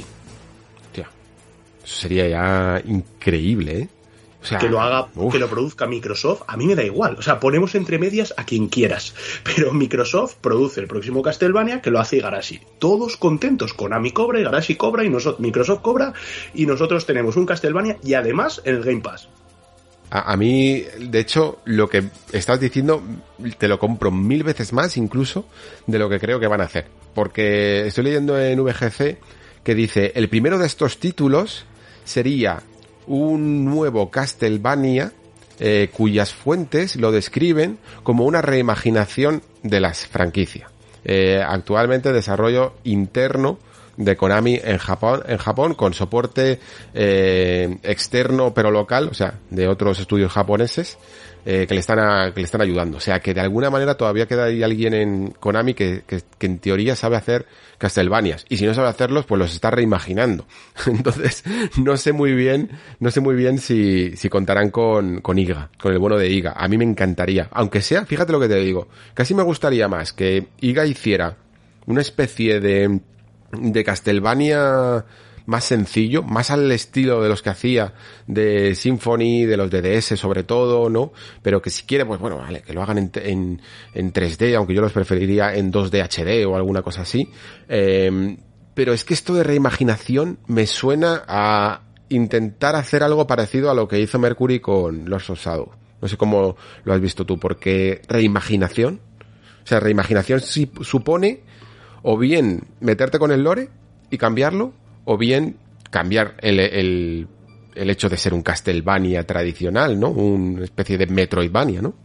Eso sería ya increíble, ¿eh? O sea, que lo haga, uf. que lo produzca Microsoft, a mí me da igual. O sea, ponemos entre medias a quien quieras, pero Microsoft produce el próximo Castlevania, que lo hace Igarashi. Todos contentos. Konami cobra, Igarashi cobra, y nosotros, Microsoft cobra, y nosotros tenemos un Castlevania, y además en el Game Pass. A, a mí, de hecho, lo que estás diciendo te lo compro mil veces más incluso de lo que creo que van a hacer. Porque estoy leyendo en V G C que dice, el primero de estos títulos sería un nuevo Castlevania eh, cuyas fuentes lo describen como una reimaginación de las franquicias. Eh, actualmente desarrollo interno de Konami en Japón, en Japón con soporte eh, externo pero local, o sea, de otros estudios japoneses eh, que le están a, que le están ayudando. O sea, que de alguna manera todavía queda ahí alguien en Konami que, que, que en teoría sabe hacer Castlevanias, y si no sabe hacerlos, pues los está reimaginando. Entonces, no sé muy bien, no sé muy bien si, si contarán con, con Iga, con el bueno de Iga. A mí me encantaría, aunque sea, fíjate lo que te digo, casi me gustaría más que Iga hiciera una especie de, de Castlevania más sencillo, más al estilo de los que hacía de Symphony, de los de D S sobre todo, ¿no? Pero que si quiere, pues bueno, vale, que lo hagan en, en, en tres D, aunque yo los preferiría en dos D H D o alguna cosa así. Eh, pero es que esto de reimaginación me suena a intentar hacer algo parecido a lo que hizo Mercury con Lords of Shadow. No sé cómo lo has visto tú, porque reimaginación, o sea, reimaginación sí supone o bien meterte con el lore y cambiarlo, o bien cambiar el, el, el hecho de ser un Castlevania tradicional, ¿no? Una especie de Metroidvania, ¿no?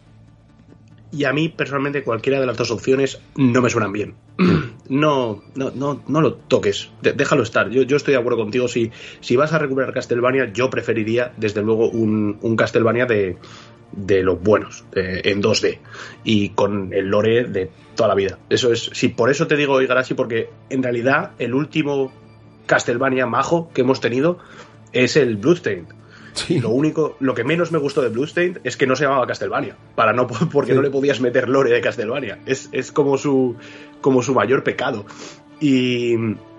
Y a mí, personalmente, cualquiera de las dos opciones no me suenan bien. No, no, no, no lo toques. De, déjalo estar. Yo, yo estoy de acuerdo contigo. Si, si vas a recuperar Castlevania, yo preferiría, desde luego, un, un Castlevania de, de los buenos, de, en dos D. Y con el lore de toda la vida. Eso es. Sí, por eso te digo Igarashi, porque en realidad el último Castlevania majo que hemos tenido es el Bloodstained, Sí. Lo único, lo que menos me gustó de Bloodstained es que no se llamaba Castlevania, para no, porque sí. no le podías meter lore de Castlevania. Es, es como su, como su mayor pecado. Y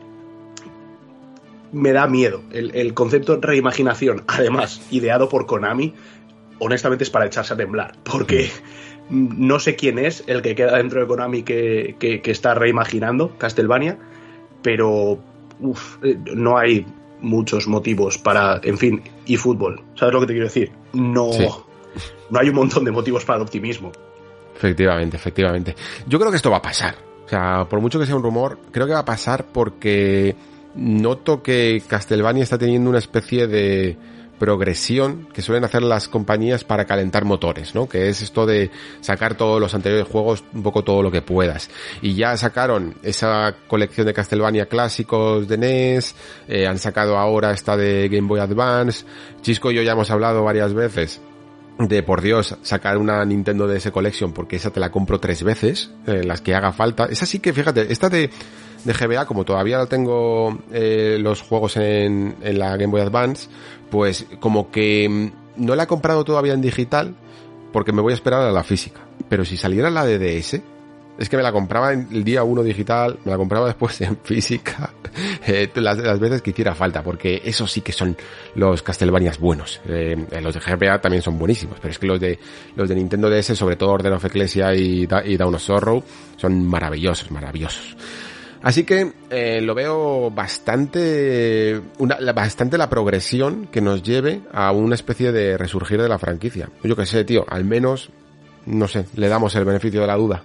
me da miedo. El, el concepto de reimaginación, además, ideado por Konami, honestamente es para echarse a temblar, porque no sé quién es el que queda dentro de Konami que, que, que está reimaginando Castlevania, pero uf, no hay muchos motivos para, en fin, y fútbol, ¿sabes lo que te quiero decir? No, sí. no hay un montón de motivos para el optimismo. Efectivamente, efectivamente. Yo creo que esto va a pasar. O sea, por mucho que sea un rumor, creo que va a pasar porque noto que Castlevania está teniendo una especie de progresión que suelen hacer las compañías para calentar motores, ¿no? Que es esto de sacar todos los anteriores juegos, un poco todo lo que puedas. Y ya sacaron esa colección de Castlevania clásicos de N E S, eh, han sacado ahora esta de Game Boy Advance. Chisco y yo ya hemos hablado varias veces de, por Dios, sacar una Nintendo D S Collection, porque esa te la compro tres veces, eh, las que haga falta. Esa sí que, fíjate, esta de de G B A, como todavía tengo eh, los juegos en, en la Game Boy Advance, pues como que no la he comprado todavía en digital porque me voy a esperar a la física. Pero si saliera la de D S, es que me la compraba en el día uno digital, me la compraba después en física, eh, las, las veces que hiciera falta, porque esos sí que son los Castlevanias buenos. Eh, los de G B A también son buenísimos, pero es que los de los de Nintendo D S, sobre todo Order of Ecclesia y, y Dawn of Sorrow, son maravillosos, maravillosos. Así que eh, lo veo bastante una, bastante la progresión que nos lleve a una especie de resurgir de la franquicia. Yo qué sé, tío, al menos, no sé, le damos el beneficio de la duda.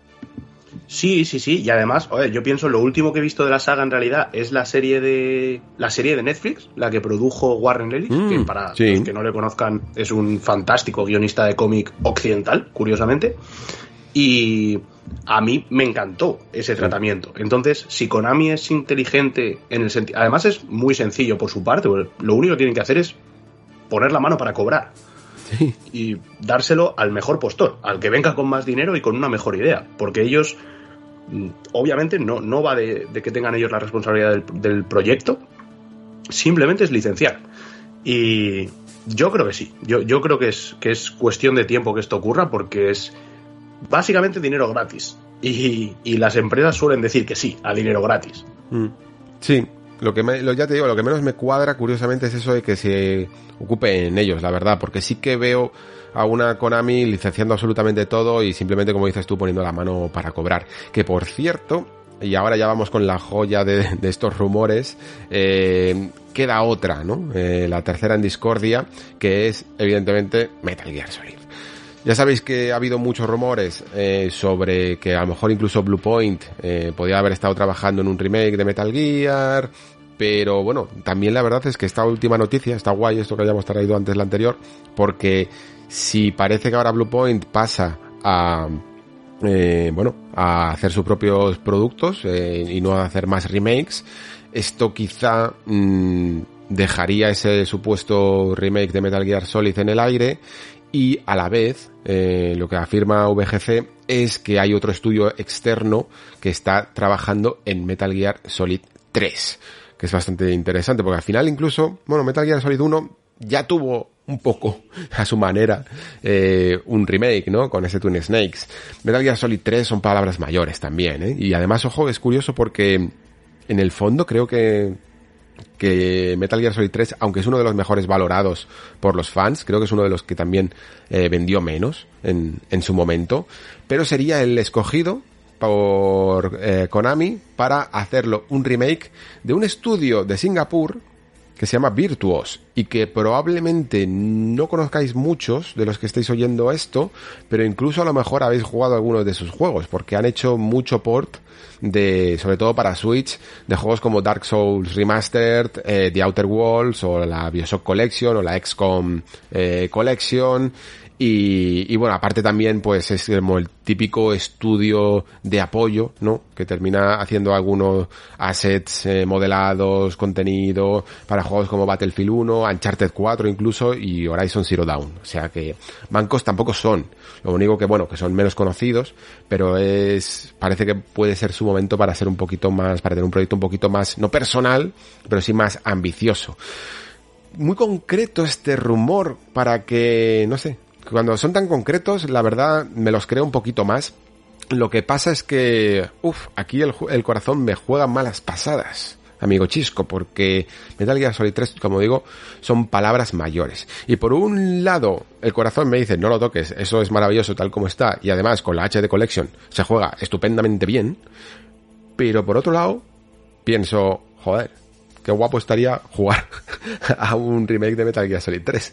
Sí, sí, sí, y además, oye, yo pienso, lo último que he visto de la saga en realidad es la serie de la serie de Netflix, la que produjo Warren Ellis, mm, que para sí. los que no le conozcan es un fantástico guionista de cómic occidental, curiosamente. Y a mí me encantó ese sí. tratamiento. Entonces, si Konami es inteligente en el sentido... Además es muy sencillo por su parte. Lo único que tienen que hacer es poner la mano para cobrar. Sí. Y dárselo al mejor postor, al que venga con más dinero y con una mejor idea. Porque ellos, obviamente, no, no va de, de que tengan ellos la responsabilidad del, del proyecto. Simplemente es licenciar. Y yo creo que sí. Yo, yo creo que es, que es cuestión de tiempo que esto ocurra, porque es... básicamente dinero gratis y, y las empresas suelen decir que sí a dinero gratis. Sí, lo que me, lo, ya te digo, lo que menos me cuadra curiosamente es eso de que se ocupe en ellos, la verdad, porque sí que veo a una Konami licenciando absolutamente todo y simplemente, como dices tú, poniendo la mano para cobrar. Que por cierto, y ahora ya vamos con la joya de, de estos rumores, eh, queda otra, ¿no? Eh, la tercera en discordia, que es evidentemente Metal Gear Solid. Ya sabéis que ha habido muchos rumores eh, sobre que a lo mejor incluso Bluepoint eh, podía haber estado trabajando en un remake de Metal Gear, pero bueno, también la verdad es que esta última noticia, está guay esto que hayamos traído antes la anterior, porque si parece que ahora Bluepoint pasa a... Eh, bueno, a hacer sus propios productos eh, y no a hacer más remakes, esto quizá mmm, dejaría ese supuesto remake de Metal Gear Solid en el aire. Y a la vez, eh, lo que afirma V G C es que hay otro estudio externo que está trabajando en Metal Gear Solid tres, que es bastante interesante, porque al final incluso, bueno, Metal Gear Solid uno ya tuvo un poco a su manera eh, un remake, ¿no? Con ese Twin Snakes. Metal Gear Solid tres son palabras mayores también, ¿eh? Y además, ojo, es curioso porque en el fondo creo que que Metal Gear Solid tres, aunque es uno de los mejores valorados por los fans, creo que es uno de los que también eh, vendió menos en, en su momento, pero sería el escogido por eh, Konami para hacerlo un remake de un estudio de Singapur que se llama Virtuos y que probablemente no conozcáis muchos de los que estáis oyendo esto, pero incluso a lo mejor habéis jugado algunos de sus juegos, porque han hecho mucho port de, sobre todo para Switch, de juegos como Dark Souls Remastered, eh, The Outer Worlds o la BioShock Collection o la X COM eh, Collection. Y, y bueno, aparte también pues es como el típico estudio de apoyo, ¿no? Que termina haciendo algunos assets eh, modelados, contenido para juegos como Battlefield uno, Uncharted cuatro incluso y Horizon Zero Dawn. O sea que mancos tampoco son. Lo único que bueno, que son menos conocidos, pero es, parece que puede ser su momento para ser un poquito más, para tener un proyecto un poquito más, no personal, pero sí más ambicioso. muy concreto este rumor para que, no sé, cuando son tan concretos, la verdad me los creo un poquito más. Lo que pasa es que, uff, aquí el, el corazón me juega malas pasadas, amigo Chisco, porque Metal Gear Solid tres, como digo, son palabras mayores. Y por un lado, el corazón me dice, no lo toques, eso es maravilloso tal como está, y además con la H D Collection se juega estupendamente bien. Pero por otro lado, pienso, joder, qué guapo estaría jugar a un remake de Metal Gear Solid tres.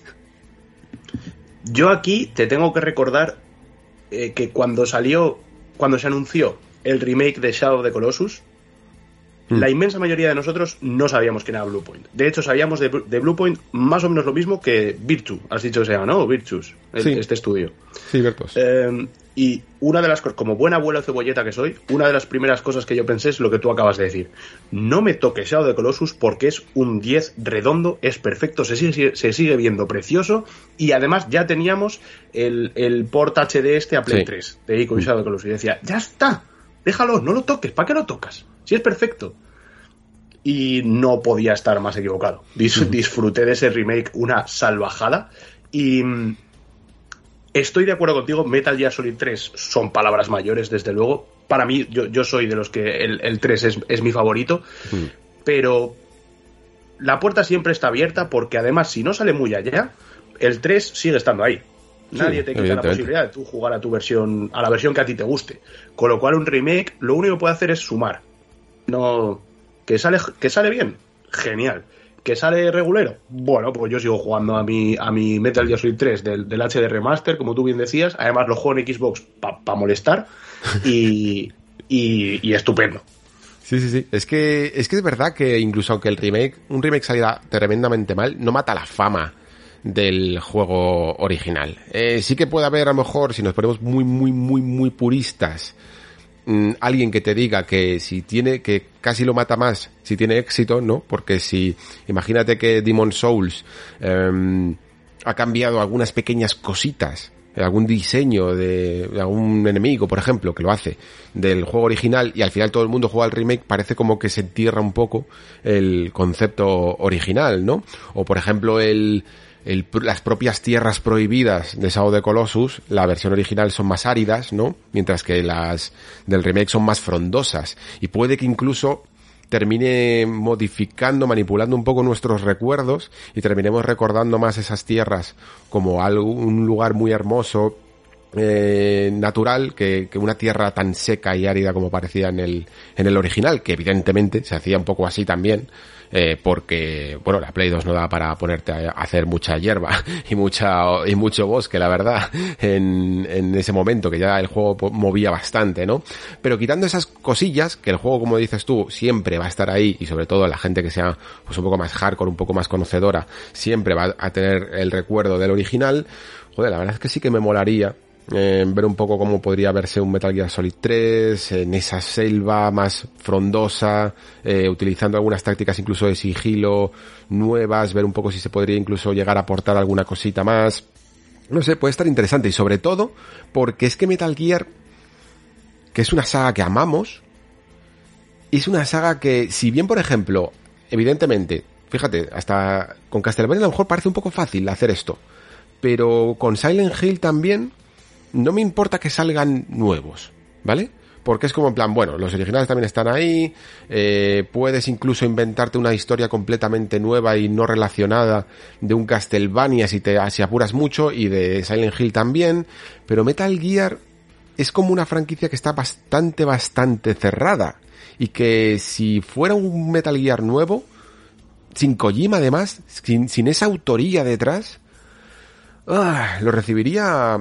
Yo aquí te tengo que recordar eh, que cuando salió, cuando se anunció el remake de Shadow of the Colossus, mm. la inmensa mayoría de nosotros no sabíamos quién era Bluepoint. De hecho, sabíamos de, de Bluepoint más o menos lo mismo que Virtue, has dicho que se llama, ¿no? Virtus, el, sí. este estudio. Sí, Virtus. Eh, y una de las cosas, como buen abuelo cebolleta que soy, una de las primeras cosas que yo pensé es lo que tú acabas de decir. No me toques Shadow of the Colossus porque es un diez redondo, es perfecto, se sigue, se sigue viendo precioso, y además ya teníamos el, el port H D este a Play sí. tres de Ico y Shadow of the Colossus, y decía, ya está, déjalo, no lo toques, ¿para qué lo tocas? Si es perfecto. Y no podía estar más equivocado. Dis- disfruté de ese remake una salvajada, y estoy de acuerdo contigo, Metal Gear Solid tres son palabras mayores, desde luego. Para mí, yo, yo soy de los que el, el tres es, es mi favorito, mm. pero la puerta siempre está abierta, porque además, si no sale muy allá, el tres sigue estando ahí. Nadie sí, te quita la posibilidad de tú jugar a tu versión, a la versión que a ti te guste. Con lo cual, un remake lo único que puede hacer es sumar. No, que sale, que sale bien, genial. ¿Que sale regulero? Bueno, pues yo sigo jugando a mi, a mi Metal Gear Solid tres del, del H D Remaster, como tú bien decías. Además lo juego en Xbox para pa molestar y, y, y estupendo. Sí, sí, sí. Es que, es que es verdad que incluso aunque el remake, un remake saliera tremendamente mal, no mata la fama del juego original. Eh, sí que puede haber, a lo mejor, si nos ponemos muy, muy, muy, muy puristas, alguien que te diga que si tiene, que casi lo mata más si tiene éxito, ¿no? Porque si, imagínate que Demon's Souls eh, ha cambiado algunas pequeñas cositas, algún diseño de, de algún enemigo, por ejemplo, que lo hace del juego original, y al final todo el mundo juega al remake, parece como que se entierra un poco el concepto original, ¿no? O por ejemplo el El, las propias tierras prohibidas de Shadow of the Colossus, la versión original son más áridas, ¿no? Mientras que las del remake son más frondosas. Y puede que incluso termine modificando, manipulando un poco nuestros recuerdos y terminemos recordando más esas tierras como algo, un lugar muy hermoso, eh, natural, que, que una tierra tan seca y árida como parecía en el, en el original, que evidentemente se hacía un poco así también. Eh, porque, bueno, la Play dos no da para ponerte a hacer mucha hierba y mucha y mucho bosque, la verdad, en, en ese momento, que ya el juego movía bastante, ¿no? Pero quitando esas cosillas, que el juego, como dices tú, siempre va a estar ahí, y sobre todo la gente que sea pues un poco más hardcore, un poco más conocedora, siempre va a tener el recuerdo del original. Joder, la verdad es que sí que me molaría Eh, ver un poco cómo podría verse un Metal Gear Solid tres en esa selva más frondosa, eh, utilizando algunas tácticas incluso de sigilo nuevas, ver un poco si se podría incluso llegar a aportar alguna cosita más. No sé, puede estar interesante, y sobre todo porque es que Metal Gear, que es una saga que amamos, es una saga que, si bien por ejemplo, evidentemente, fíjate, hasta con Castlevania a lo mejor parece un poco fácil hacer esto, pero con Silent Hill también no me importa que salgan nuevos, ¿vale? Porque es como en plan, bueno, los originales también están ahí, eh, puedes incluso inventarte una historia completamente nueva y no relacionada de un Castlevania si te si apuras mucho, y de Silent Hill también, pero Metal Gear es como una franquicia que está bastante, bastante cerrada, y que si fuera un Metal Gear nuevo, sin Kojima además, sin, sin esa autoría detrás, Ah, lo recibiría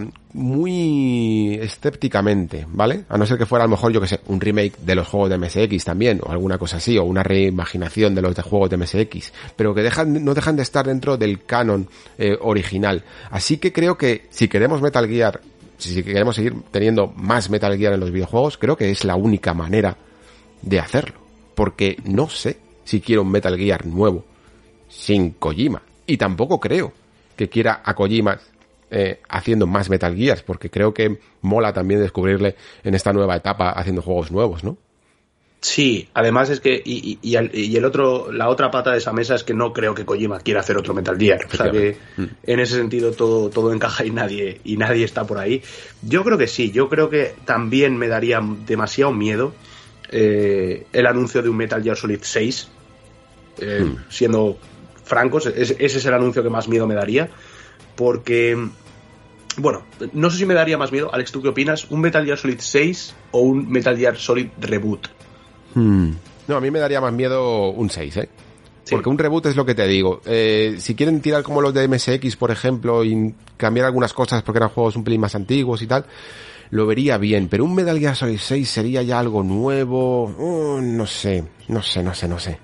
muy escépticamente, ¿vale? A no ser que fuera a lo mejor, yo que sé, un remake de los juegos de M S X también, o alguna cosa así, o una reimaginación de los de juegos de M S X, pero que dejan, no dejan de estar dentro del canon eh, original. Así que creo que si queremos Metal Gear, si queremos seguir teniendo más Metal Gear en los videojuegos, creo que es la única manera de hacerlo, porque no sé si quiero un Metal Gear nuevo sin Kojima, y tampoco creo que quiera a Kojima eh, haciendo más Metal Gears, porque creo que mola también descubrirle en esta nueva etapa haciendo juegos nuevos, ¿no? Sí, además es que y, y, y el otro, la otra pata de esa mesa es que no creo que Kojima quiera hacer otro Metal Gear. O sea que en ese sentido todo, todo encaja y nadie, y nadie está por ahí. Yo creo que sí, yo creo que también me daría demasiado miedo eh, el anuncio de un Metal Gear Solid seis. Eh, hmm. Siendo francos, ese, ese es el anuncio que más miedo me daría. Porque, bueno, no sé si me daría más miedo, Alex, ¿tú qué opinas? ¿Un Metal Gear Solid seis o un Metal Gear Solid Reboot? Hmm. No, a mí me daría más miedo un seis, ¿eh? Sí. Porque un reboot es lo que te digo. Eh, si quieren tirar como los de M S X, por ejemplo, y cambiar algunas cosas porque eran juegos un pelín más antiguos y tal, lo vería bien. Pero un Metal Gear Solid seis sería ya algo nuevo. Uh, no sé, no sé, no sé, no sé.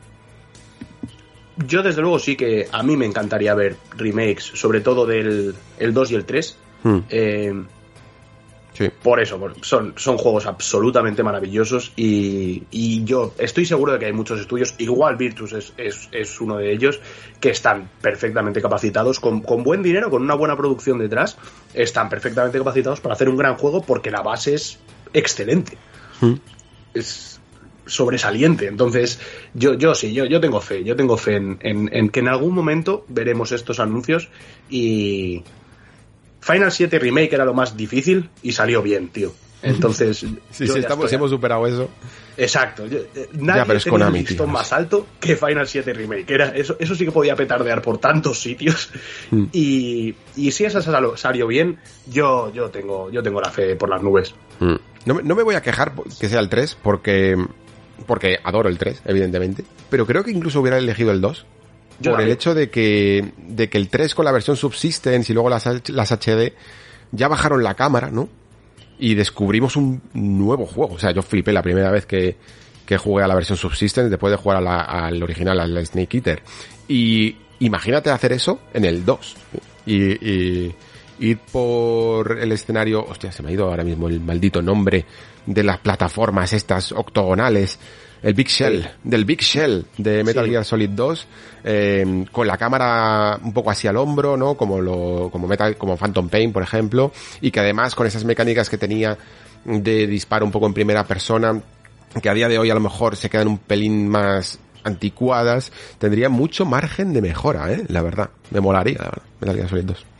Yo desde luego sí que a mí me encantaría ver remakes, sobre todo del el dos y el tres. Hmm. Eh... Sí. Por eso, son, son juegos absolutamente maravillosos y, y yo estoy seguro de que hay muchos estudios, igual Virtus es, es, es uno de ellos, que están perfectamente capacitados, con, con buen dinero, con una buena producción detrás, están perfectamente capacitados para hacer un gran juego porque la base es excelente. ¿Mm? Es sobresaliente. Entonces, yo, yo sí, yo, yo tengo fe, yo tengo fe en, en, en que en algún momento veremos estos anuncios y... Final siete Remake era lo más difícil y salió bien, tío. Entonces... sí, sí, estamos, si hemos superado eso. Exacto. Yo, eh, nadie ya, tenía un listón más alto que Final siete Remake. Era, eso, eso sí que podía petardear por tantos sitios. Mm. Y, y si esa salió bien, yo, yo, tengo, yo tengo la fe por las nubes. Mm. No, no me voy a quejar que sea el tres, porque, porque adoro el tres, evidentemente. Pero creo que incluso hubiera elegido el dos. Yo por también. El hecho de que, de que el tres con la versión Subsistence y luego las, las H D ya bajaron la cámara, ¿no? Y descubrimos un nuevo juego. O sea, yo flipé la primera vez que, que jugué a la versión Subsistence después de jugar a la, al original, al Snake Eater. Y imagínate hacer eso en el dos. Y, y ir por el escenario... Hostia, se me ha ido ahora mismo el maldito nombre de las plataformas estas octogonales. El Big Shell, sí. del Big Shell de Metal sí. Gear Solid dos, eh, con la cámara un poco hacia el hombro, ¿no? Como lo, como Metal, como Phantom Pain, por ejemplo, y que además con esas mecánicas que tenía de disparo un poco en primera persona, que a día de hoy a lo mejor se quedan un pelín más anticuadas, tendría mucho margen de mejora, ¿eh? La verdad, me molaría, la verdad, Metal Gear Solid dos.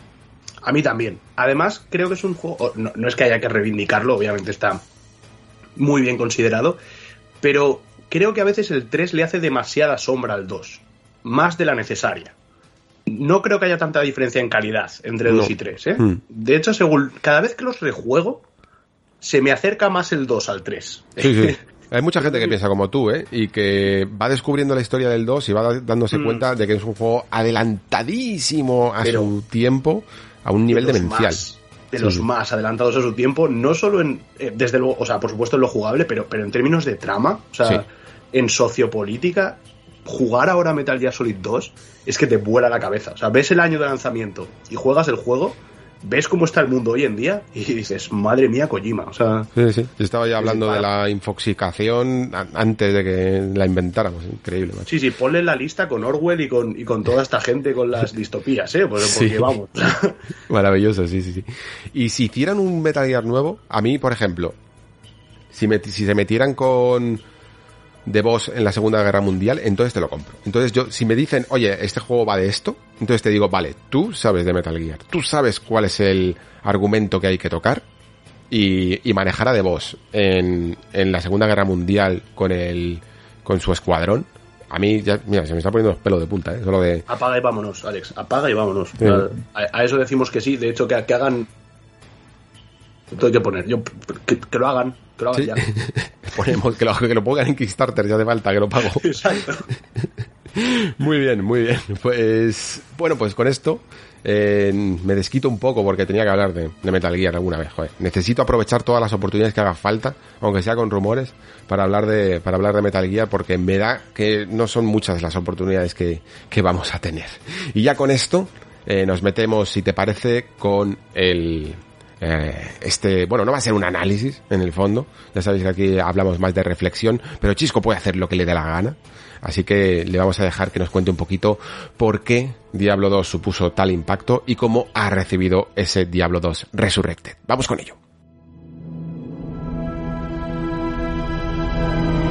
A mí también. Además, creo que es un juego, no, no es que haya que reivindicarlo, obviamente está muy bien considerado, pero creo que a veces el tres le hace demasiada sombra al dos, más de la necesaria. No creo que haya tanta diferencia en calidad entre no. dos y tres, ¿eh? Mm. De hecho, según cada vez que los rejuego, se me acerca más el dos al tres. Sí, sí. Hay mucha gente que piensa como tú, ¿eh? Y que va descubriendo la historia del dos y va dándose mm. cuenta de que es un juego adelantadísimo a pero, su tiempo, a un nivel demencial. Más. De los sí. más adelantados a su tiempo, no solo en, eh, desde luego, o sea, por supuesto en lo jugable, pero, pero en términos de trama, o sea, sí. en sociopolítica, jugar ahora Metal Gear Solid dos es que te vuela la cabeza. O sea, ves el año de lanzamiento y juegas el juego, ves cómo está el mundo hoy en día y dices, madre mía, Kojima, o sea... Sí, sí, yo estaba ya hablando de la infoxicación antes de que la inventáramos, increíble, macho. Sí, sí, ponle la lista con Orwell y con, y con toda esta gente con las distopías, ¿eh? Porque, sí. porque vamos... Maravilloso, sí, sí, sí. Y si hicieran un Metal Gear nuevo, a mí, por ejemplo, si, me, si se metieran con... de boss en la Segunda Guerra Mundial, entonces te lo compro. Entonces yo, si me dicen, oye, este juego va de esto, entonces te digo, vale, tú sabes de Metal Gear, tú sabes cuál es el argumento que hay que tocar y, y manejar a de boss en, en la Segunda Guerra Mundial con el, con su escuadrón. A mí ya, mira, se me está poniendo los pelos de punta, ¿eh? Solo de... Apaga y vámonos, Alex, apaga y vámonos. Sí. A, a eso decimos que sí, de hecho que, que hagan... Tengo que poner, yo, que, que lo hagan, que lo hagan ¿sí? ya. Ponemos que lo, que lo pongan en Kickstarter, ya hace falta que lo pago. Exacto. Muy bien, muy bien. Pues, bueno, pues con esto eh, me desquito un poco porque tenía que hablar de, de Metal Gear alguna vez, joder. Necesito aprovechar todas las oportunidades que haga falta, aunque sea con rumores, para hablar de, para hablar de Metal Gear, porque me da que no son muchas las oportunidades que, que vamos a tener. Y ya con esto, eh, nos metemos, si te parece, con el... Eh, este, bueno, no va a ser un análisis en el fondo, ya sabéis que aquí hablamos más de reflexión, pero Chisco puede hacer lo que le dé la gana, así que le vamos a dejar que nos cuente un poquito por qué Diablo dos supuso tal impacto y cómo ha recibido ese Diablo dos Resurrected. Vamos con ello.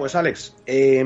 Pues Alex, eh,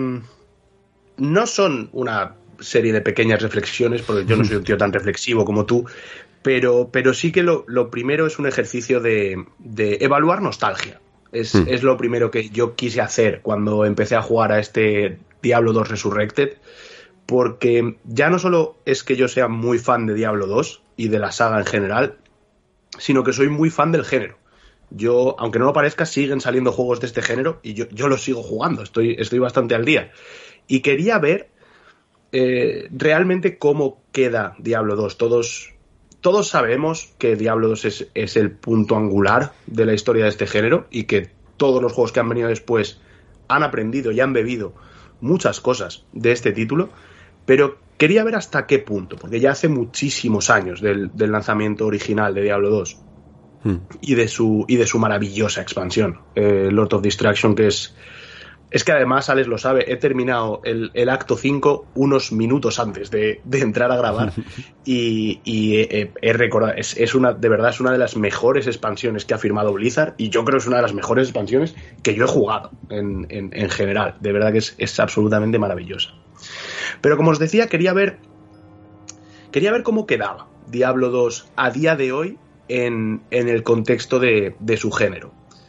no son una serie de pequeñas reflexiones, porque yo no soy un tío tan reflexivo como tú, pero, pero sí que lo, lo primero es un ejercicio de, de evaluar nostalgia. Es, mm. es lo primero que yo quise hacer cuando empecé a jugar a este Diablo dos Resurrected, porque ya no solo es que yo sea muy fan de Diablo dos y de la saga en general, sino que soy muy fan del género. Yo, aunque no lo parezca, siguen saliendo juegos de este género y yo, yo los sigo jugando, estoy, estoy bastante al día. Y quería ver eh, realmente cómo queda Diablo dos. Todos, todos sabemos que Diablo dos es, es el punto angular de la historia de este género y que todos los juegos que han venido después han aprendido y han bebido muchas cosas de este título, pero quería ver hasta qué punto, porque ya hace muchísimos años del, del lanzamiento original de Diablo dos. Y de su y de su maravillosa expansión, eh, Lord of Destruction, que es es que además, Alex lo sabe, he terminado el, el acto cinco unos minutos antes de, de entrar a grabar y, y he, he recordado, es, es una, de verdad es una de las mejores expansiones que ha firmado Blizzard y yo creo que es una de las mejores expansiones que yo he jugado en, en, en general, de verdad que es, es absolutamente maravillosa. Pero como os decía, quería ver quería ver cómo quedaba Diablo dos a día de hoy En, en el contexto de, de su género.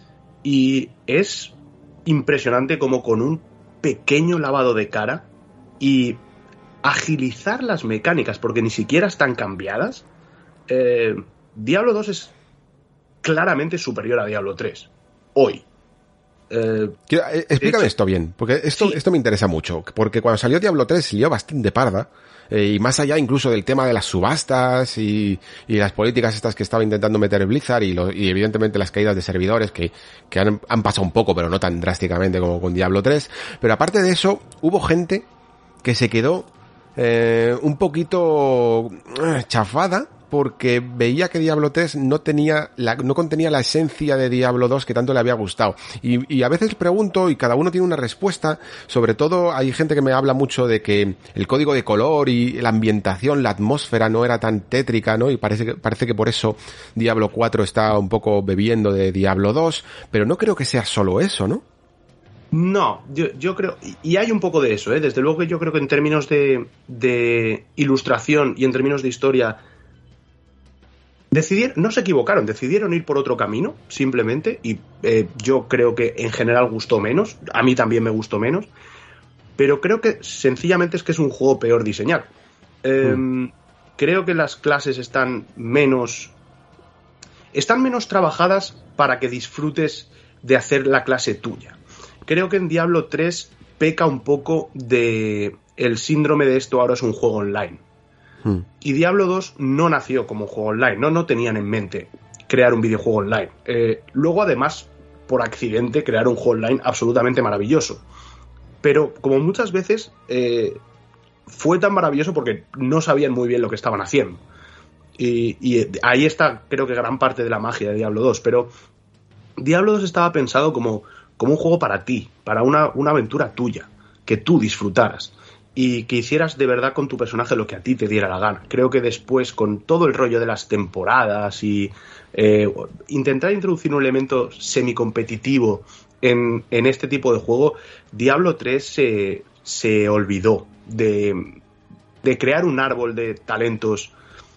Y es impresionante como con un pequeño lavado de cara y agilizar las mecánicas, porque ni siquiera están cambiadas, eh, Diablo dos es claramente superior a Diablo tres. Hoy. Eh, Quiero, eh, explícame hecho, esto bien, porque esto, sí. esto me interesa mucho, porque cuando salió Diablo tres salió bastante parda, eh, y más allá incluso del tema de las subastas y, y las políticas estas que estaba intentando meter Blizzard y, lo, y evidentemente las caídas de servidores que, que han, han pasado un poco, pero no tan drásticamente como con Diablo tres, pero aparte de eso, hubo gente que se quedó eh, un poquito eh, chafada, porque veía que Diablo tres no tenía la, no contenía la esencia de Diablo dos que tanto le había gustado. Y, y a veces pregunto, y cada uno tiene una respuesta, sobre todo hay gente que me habla mucho de que el código de color y la ambientación, la atmósfera no era tan tétrica, ¿no? Y parece que, parece que por eso Diablo cuatro está un poco bebiendo de Diablo dos, pero no creo que sea solo eso, ¿no? No, yo, yo creo, y hay un poco de eso, ¿eh? Desde luego que yo creo que en términos de, de ilustración y en términos de historia, Decidir, no se equivocaron, decidieron ir por otro camino, simplemente, y eh, yo creo que en general gustó menos, a mí también me gustó menos, pero creo que sencillamente es que es un juego peor diseñado. Eh, mm. Creo que las clases están menos, están menos trabajadas para que disfrutes de hacer la clase tuya. Creo que en Diablo tres peca un poco de el síndrome de esto ahora es un juego online. Y Diablo dos no nació como un juego online, no, no tenían en mente crear un videojuego online. Eh, luego, además, por accidente, crearon un juego online absolutamente maravilloso. Pero, como muchas veces, eh, fue tan maravilloso porque no sabían muy bien lo que estaban haciendo. Y, y ahí está, creo que, gran parte de la magia de Diablo dos. Pero Diablo dos estaba pensado como, como un juego para ti, para una, una aventura tuya, que tú disfrutaras. Y que hicieras de verdad con tu personaje lo que a ti te diera la gana. Creo que después, con todo el rollo de las temporadas y eh, intentar introducir un elemento semicompetitivo en, en este tipo de juego, Diablo tres se, se olvidó de, de crear un árbol de talentos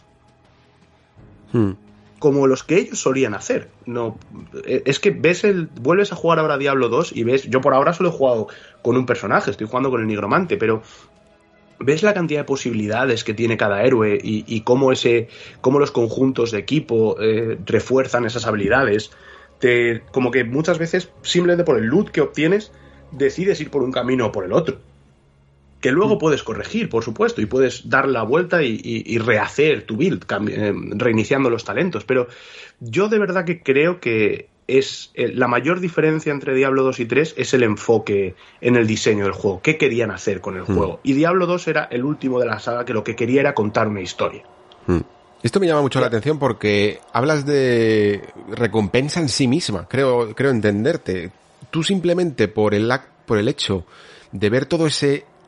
hmm. como los que ellos solían hacer. No, es que ves el, vuelves a jugar ahora Diablo dos y ves, yo por ahora solo he jugado con un personaje, estoy jugando con el nigromante, pero ves la cantidad de posibilidades que tiene cada héroe y, y cómo ese, cómo los conjuntos de equipo eh, refuerzan esas habilidades. Te, como que muchas veces, simplemente por el loot que obtienes, decides ir por un camino o por el otro. Que luego mm. puedes corregir, por supuesto, y puedes dar la vuelta y, y, y rehacer tu build, eh, reiniciando los talentos. Pero yo de verdad que creo que es eh, la mayor diferencia entre Diablo dos y tres es el enfoque en el diseño del juego. ¿Qué querían hacer con el mm. juego? Y Diablo dos era el último de la saga que lo que quería era contar una historia. Mm. Esto me llama mucho la atención porque hablas de recompensa en sí misma. Creo, creo entenderte. Tú simplemente por el, por el hecho de ver todo ese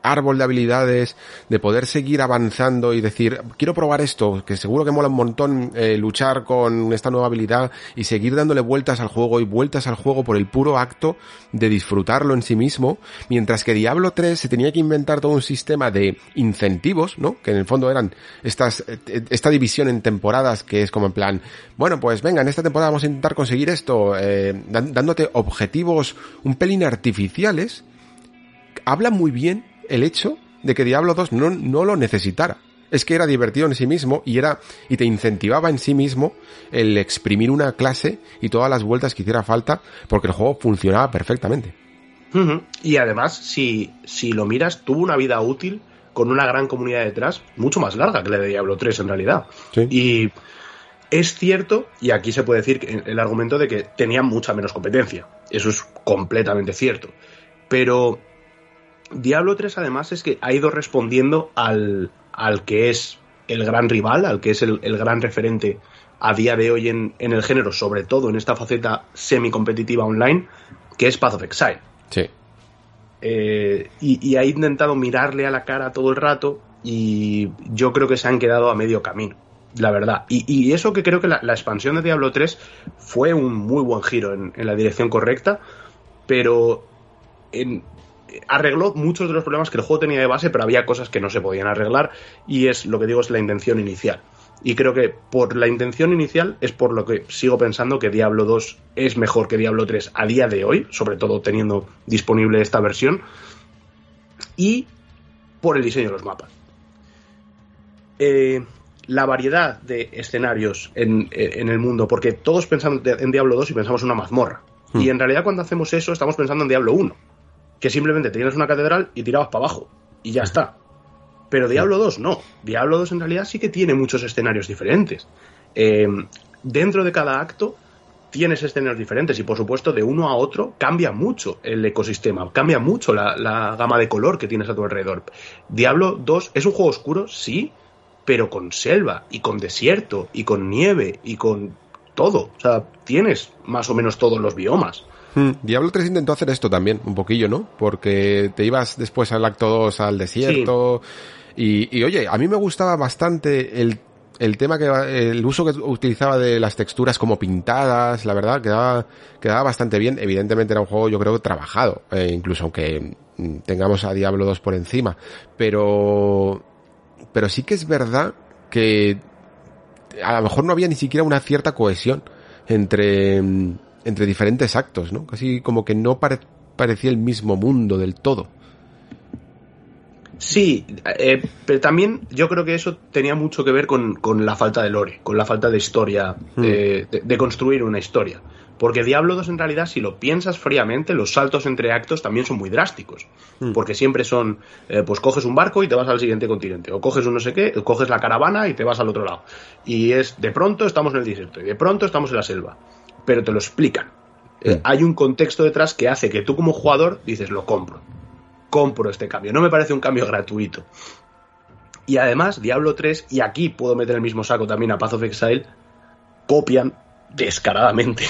árbol de habilidades, de poder seguir avanzando y decir, quiero probar esto, que seguro que mola un montón eh, luchar con esta nueva habilidad y seguir dándole vueltas al juego y vueltas al juego por el puro acto de disfrutarlo en sí mismo, mientras que Diablo tres se tenía que inventar todo un sistema de incentivos, ¿no? Que en el fondo eran estas esta división en temporadas, que es como en plan, bueno, pues venga, en esta temporada vamos a intentar conseguir esto, eh, dándote objetivos un pelín artificiales. Habla muy bien el hecho de que Diablo dos no, no lo necesitara. Es que era divertido en sí mismo y era y te incentivaba en sí mismo el exprimir una clase y todas las vueltas que hiciera falta, porque el juego funcionaba perfectamente. Uh-huh. Y además, si, si lo miras, tuvo una vida útil con una gran comunidad detrás, mucho más larga que la de Diablo tres en realidad. Sí. Y es cierto, y aquí se puede decir que el argumento de que tenía mucha menos competencia. Eso es completamente cierto. Pero Diablo tres además es que ha ido respondiendo al, al que es el gran rival, al que es el, el gran referente a día de hoy en, en el género, sobre todo en esta faceta semi-competitiva online, que es Path of Exile. Sí. Eh, y, y ha intentado mirarle a la cara todo el rato y yo creo que se han quedado a medio camino, la verdad. Y, y eso que creo que la, la expansión de Diablo tres fue un muy buen giro en, en la dirección correcta, pero en... arregló muchos de los problemas que el juego tenía de base, pero había cosas que no se podían arreglar, y es lo que digo, es la intención inicial. Y creo que por la intención inicial es por lo que sigo pensando que Diablo dos es mejor que Diablo tres a día de hoy, sobre todo teniendo disponible esta versión, y por el diseño de los mapas. Eh, la variedad de escenarios en, en el mundo, porque todos pensamos en Diablo dos y pensamos en una mazmorra, hmm. y en realidad cuando hacemos eso estamos pensando en Diablo uno, que simplemente tienes una catedral y tirabas para abajo, y ya está. Pero Diablo dos no. Diablo dos en realidad sí que tiene muchos escenarios diferentes. Eh, dentro de cada acto tienes escenarios diferentes y, por supuesto, de uno a otro cambia mucho el ecosistema, cambia mucho la, la gama de color que tienes a tu alrededor. Diablo dos es un juego oscuro, sí, pero con selva y con desierto y con nieve y con todo. O sea, tienes más o menos todos los biomas. Hmm. Diablo tres intentó hacer esto también, un poquillo, ¿no? Porque te ibas después al acto dos al desierto... Sí. Y, y oye, a mí me gustaba bastante el, el tema que, el uso que utilizaba de las texturas como pintadas, la verdad, quedaba, quedaba bastante bien. Evidentemente era un juego, yo creo, trabajado, eh, incluso aunque tengamos a Diablo dos por encima. Pero, pero sí que es verdad que a lo mejor no había ni siquiera una cierta cohesión entre, entre diferentes actos, ¿no? Casi como que no pare, parecía el mismo mundo del todo. Sí, eh, pero también yo creo que eso tenía mucho que ver con, con la falta de lore, con la falta de historia, mm. eh, de, de construir una historia. Porque Diablo dos en realidad, si lo piensas fríamente, los saltos entre actos también son muy drásticos. Mm. Porque siempre son, eh, pues coges un barco y te vas al siguiente continente. O coges un no sé qué, o coges la caravana y te vas al otro lado. Y es, de pronto estamos en el desierto y de pronto estamos en la selva. Pero te lo explican. Mm. Eh, hay un contexto detrás que hace que tú como jugador dices, lo compro. compro este cambio, no me parece un cambio gratuito. Y además Diablo tres, y aquí puedo meter el mismo saco también a Path of Exile, copian descaradamente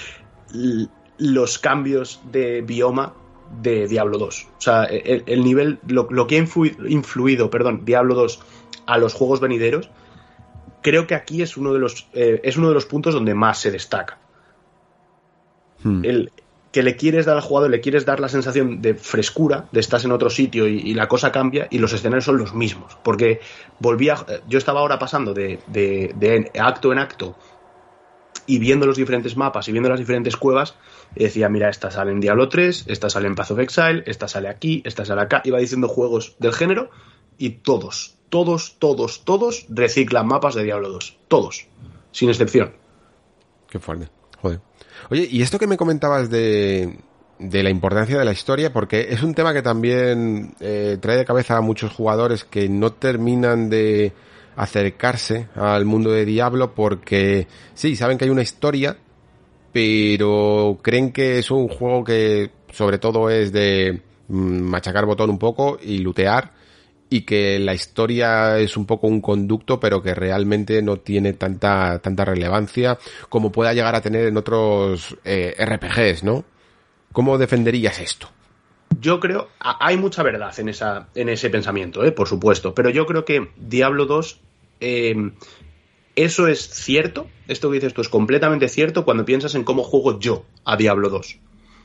los cambios de bioma de Diablo dos. O sea, el, el nivel, lo, lo que ha influido, influido, perdón, Diablo dos a los juegos venideros, creo que aquí es uno de los eh, es uno de los puntos donde más se destaca. Hmm. El que le quieres dar al jugador, le quieres dar la sensación de frescura, de estás en otro sitio y, y la cosa cambia y los escenarios son los mismos. Porque volvía, yo estaba ahora pasando de, de, de acto en acto y viendo los diferentes mapas y viendo las diferentes cuevas, y decía, mira, esta sale en Diablo tres, esta sale en Path of Exile, esta sale aquí, esta sale acá. Iba diciendo juegos del género y todos, todos, todos, todos reciclan mapas de Diablo dos. Todos, sin excepción. Qué fuerte, joder. Oye, y esto que me comentabas de, de la importancia de la historia, porque es un tema que también eh, trae de cabeza a muchos jugadores que no terminan de acercarse al mundo de Diablo porque sí, saben que hay una historia, pero creen que es un juego que sobre todo es de machacar botón un poco y lootear, y que la historia es un poco un conducto, pero que realmente no tiene tanta tanta relevancia como pueda llegar a tener en otros eh, R P Gs, ¿no? ¿Cómo defenderías esto? Yo creo, hay mucha verdad en esa en ese pensamiento, ¿eh? Por supuesto, pero yo creo que Diablo dos, eh, eso es cierto, esto que dices tú es completamente cierto cuando piensas en cómo juego yo a Diablo dos.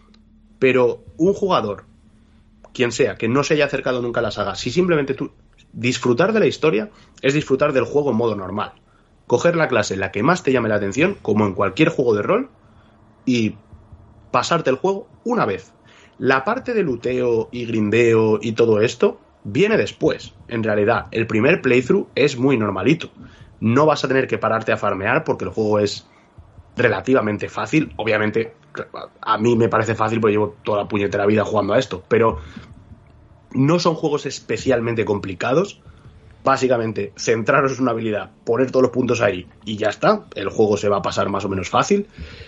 Pero un jugador, quien sea, que no se haya acercado nunca a la saga, si simplemente tú disfrutar de la historia es disfrutar del juego en modo normal. Coger la clase en la que más te llame la atención, como en cualquier juego de rol, y pasarte el juego una vez. La parte de luteo y grindeo y todo esto viene después. En realidad, el primer playthrough es muy normalito. No vas a tener que pararte a farmear porque el juego es relativamente fácil. Obviamente, a mí me parece fácil porque llevo toda la puñetera vida jugando a esto, pero no son juegos especialmente complicados. Básicamente, centraros en una habilidad, poner todos los puntos ahí y ya está. El juego se va a pasar más o menos fácil.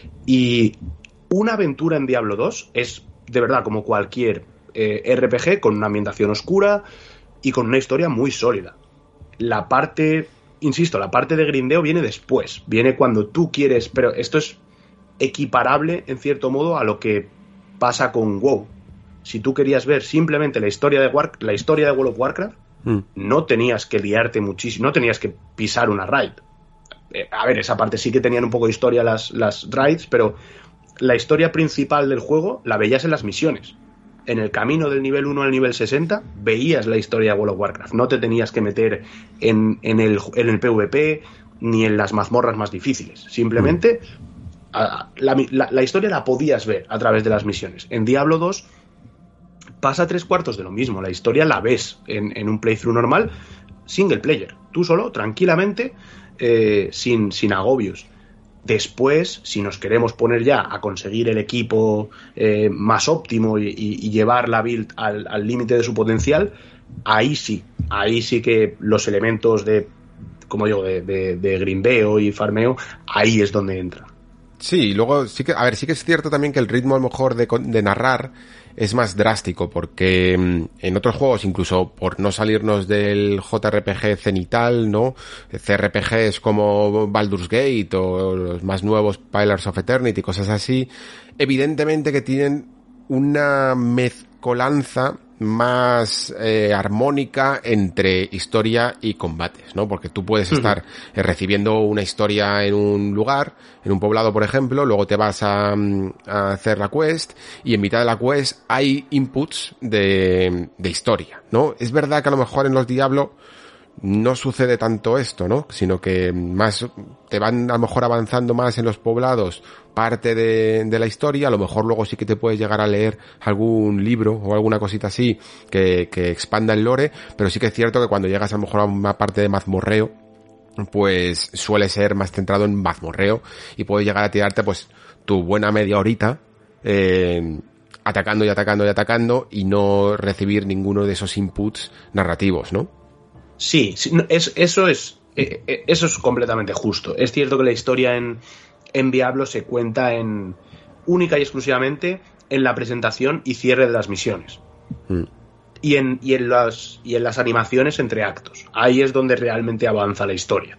Y una aventura en Diablo dos es, de verdad, como cualquier eh, R P G, con una ambientación oscura y con una historia muy sólida. La parte, insisto, la parte de grindeo viene después. Viene cuando tú quieres, pero esto es equiparable, en cierto modo, a lo que pasa con WoW. Si tú querías ver simplemente la historia de, War, la historia de World of Warcraft, mm. no tenías que liarte muchísimo, no tenías que pisar una raid. Eh, a ver, esa parte sí que tenían un poco de historia las, las raids, pero la historia principal del juego la veías en las misiones. En el camino del nivel uno al nivel sesenta veías la historia de World of Warcraft. No te tenías que meter en, en, el, en el PvP ni en las mazmorras más difíciles. Simplemente mm. a, la, la, la historia la podías ver a través de las misiones. En Diablo dos pasa tres cuartos de lo mismo. La historia la ves en, en un playthrough normal, single player. Tú solo, tranquilamente, eh, sin, sin agobios. Después, si nos queremos poner ya a conseguir el equipo eh, más óptimo y, y, y llevar la build al límite de su potencial, ahí sí, ahí sí que los elementos de, como digo, de, de, de grindeo y farmeo, ahí es donde entra. Sí, y luego sí que, a ver, sí que es cierto también que el ritmo a lo mejor de, de narrar es más drástico, porque en otros juegos, incluso por no salirnos del J R P G cenital, ¿no? C R P Gs como Baldur's Gate o los más nuevos Pillars of Eternity, cosas así, evidentemente que tienen una mezcolanza más eh, armónica entre historia y combates, ¿no? Porque tú puedes estar eh, recibiendo una historia en un lugar, en un poblado, por ejemplo, luego te vas a, a hacer la quest y en mitad de la quest hay inputs de, de historia, ¿no? Es verdad que a lo mejor en los Diablo no sucede tanto esto, ¿no? Sino que más te van a lo mejor avanzando más en los poblados parte de, de la historia. A lo mejor luego sí que te puedes llegar a leer algún libro o alguna cosita así que, que expanda el lore, pero sí que es cierto que cuando llegas a lo mejor a una parte de mazmorreo, pues suele ser más centrado en mazmorreo y puedes llegar a tirarte pues tu buena media horita eh, atacando y atacando y atacando y no recibir ninguno de esos inputs narrativos, ¿no? Sí, sí, es, eso es eh, eso es completamente justo. Es cierto que la historia en, en Diablo se cuenta en única y exclusivamente en la presentación y cierre de las misiones. Mm. Y en, y en las y en las animaciones entre actos. Ahí es donde realmente avanza la historia.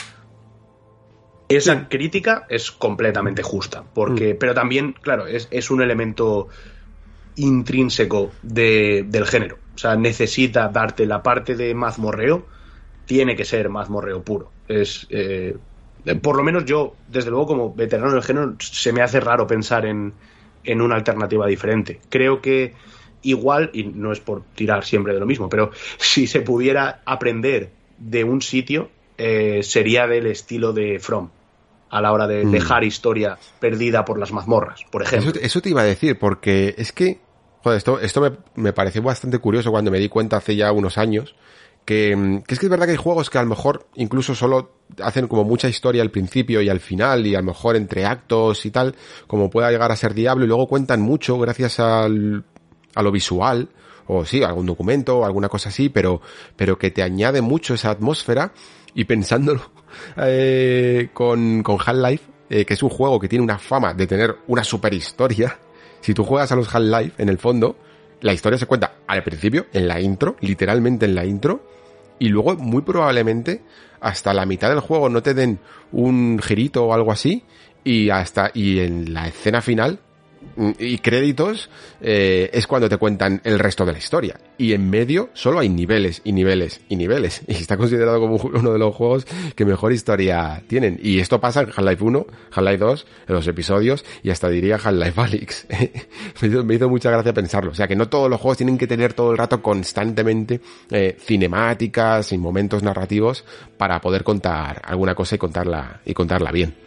Esa sí. crítica es completamente justa, porque, mm. pero también, claro, es, es un elemento intrínseco de, del género. O sea, necesita darte la parte de mazmorreo, tiene que ser mazmorreo puro. Es, eh, por lo menos yo, desde luego, como veterano del género, se me hace raro pensar en, en una alternativa diferente. Creo que igual, y no es por tirar siempre de lo mismo, pero si se pudiera aprender de un sitio, eh, sería del estilo de From, a la hora de mm. dejar historia perdida por las mazmorras, por ejemplo. Eso, eso te iba a decir, porque es que joder, esto, esto me, me pareció bastante curioso cuando me di cuenta hace ya unos años que, que es que es verdad que hay juegos que a lo mejor incluso solo hacen como mucha historia al principio y al final y a lo mejor entre actos y tal, como pueda llegar a ser Diablo, y luego cuentan mucho gracias al, a lo visual, o sí, algún documento o alguna cosa así, pero, pero que te añade mucho esa atmósfera. Y pensándolo eh, con, con Half-Life, eh, que es un juego que tiene una fama de tener una super historia. Si tú juegas a los Half-Life, en el fondo, la historia se cuenta al principio, en la intro, literalmente en la intro, y luego, muy probablemente, hasta la mitad del juego no te den un girito o algo así, y hasta y en la escena final y créditos eh, es cuando te cuentan el resto de la historia. Y en medio solo hay niveles y niveles y niveles. Y está considerado como uno de los juegos que mejor historia tienen. Y esto pasa en Half-Life uno, Half-Life dos, en los episodios, y hasta diría Half-Life Alyx. me, hizo, me hizo mucha gracia pensarlo. O sea, que no todos los juegos tienen que tener todo el rato constantemente eh, cinemáticas y momentos narrativos para poder contar alguna cosa y contarla, y contarla bien.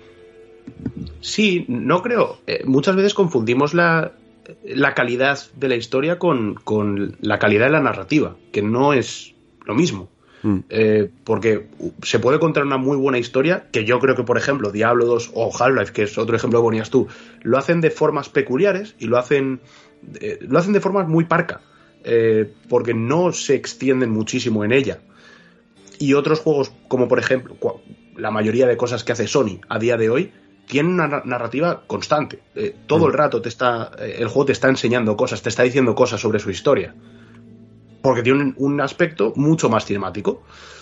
Sí, no creo. Eh, muchas veces confundimos la, la calidad de la historia con, con la calidad de la narrativa, que no es lo mismo. Mm. Eh, porque se puede contar una muy buena historia, que yo creo que, por ejemplo, Diablo dos o Half-Life, que es otro ejemplo que ponías tú, lo hacen de formas peculiares y lo hacen, eh, lo hacen de formas muy parca, eh, porque no se extienden muchísimo en ella. Y otros juegos, como por ejemplo, la mayoría de cosas que hace Sony a día de hoy, tiene una narrativa constante. Eh, todo mm. el rato te está, eh, el juego te está enseñando cosas, te está diciendo cosas sobre su historia. Porque tiene un, un aspecto mucho más cinemático.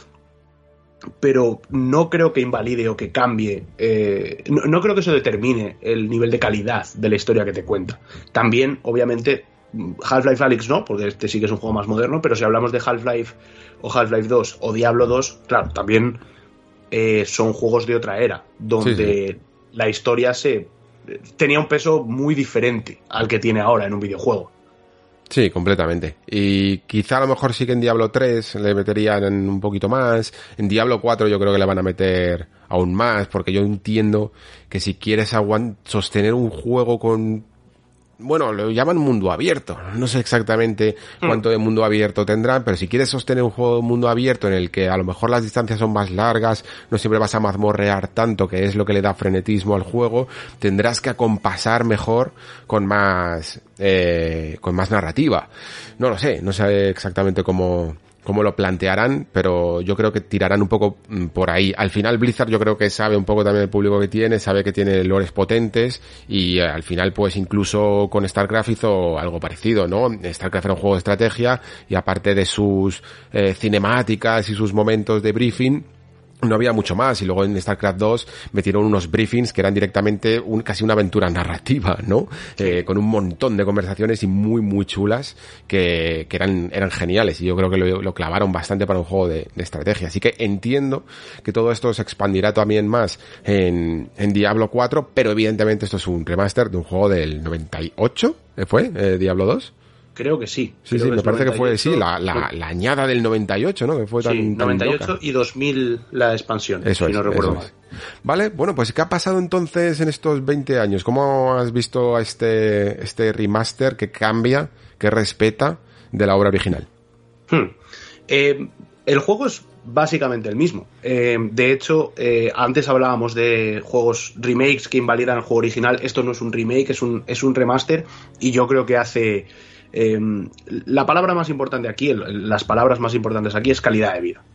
Pero no creo que invalide o que cambie. Eh, no, no creo que eso determine el nivel de calidad de la historia que te cuenta. También, obviamente, Half-Life Alyx no, porque este sí que es un juego más moderno, pero si hablamos de Half-Life o Half-Life dos o Diablo dos, claro, también eh, son juegos de otra era, donde... Sí, sí. La historia se tenía un peso muy diferente al que tiene ahora en un videojuego. Sí, completamente. Y quizá a lo mejor sí que en Diablo tres le meterían en un poquito más. En Diablo cuatro yo creo que le van a meter aún más, porque yo entiendo que si quieres aguant- sostener un juego con... Bueno, lo llaman mundo abierto. No sé exactamente cuánto de mundo abierto tendrán, pero si quieres sostener un juego de mundo abierto en el que a lo mejor las distancias son más largas, no siempre vas a mazmorrear tanto, que es lo que le da frenetismo al juego, tendrás que acompasar mejor con más, eh, con más narrativa. No lo sé, no sé exactamente cómo... cómo lo plantearán, pero yo creo que tirarán un poco por ahí. Al final Blizzard yo creo que sabe un poco también el público que tiene, sabe que tiene lores potentes y al final pues incluso con StarCraft hizo algo parecido, ¿no? StarCraft era un juego de estrategia y aparte de sus eh, cinemáticas y sus momentos de briefing, no había mucho más, y luego en StarCraft dos metieron unos briefings que eran directamente un, casi una aventura narrativa, ¿no? Sí. Eh, con un montón de conversaciones y muy muy chulas que, que eran, eran geniales, y yo creo que lo, lo clavaron bastante para un juego de, de estrategia. Así que entiendo que todo esto se expandirá también más en, en Diablo cuatro, pero evidentemente esto es un remaster de un juego del noventa y ocho, ¿fue? Eh, Diablo dos. Creo que sí. Sí, sí, me parece noventa y ocho, que fue, sí, la, la, la añada del noventa y ocho, ¿no? Que fue tan, sí, noventa y ocho tan loca. Y dos mil la expansión, eso si es, no recuerdo mal. Es. Vale, bueno, pues ¿qué ha pasado entonces en estos veinte años? ¿Cómo has visto a este, este remaster que cambia, que respeta de la obra original? Hmm. Eh, el juego es básicamente el mismo. Eh, de hecho, eh, antes hablábamos de juegos remakes que invalidan el juego original. Esto no es un remake, es un, es un remaster, y yo creo que hace... Eh, la palabra más importante aquí, el, las palabras más importantes aquí es calidad de vida.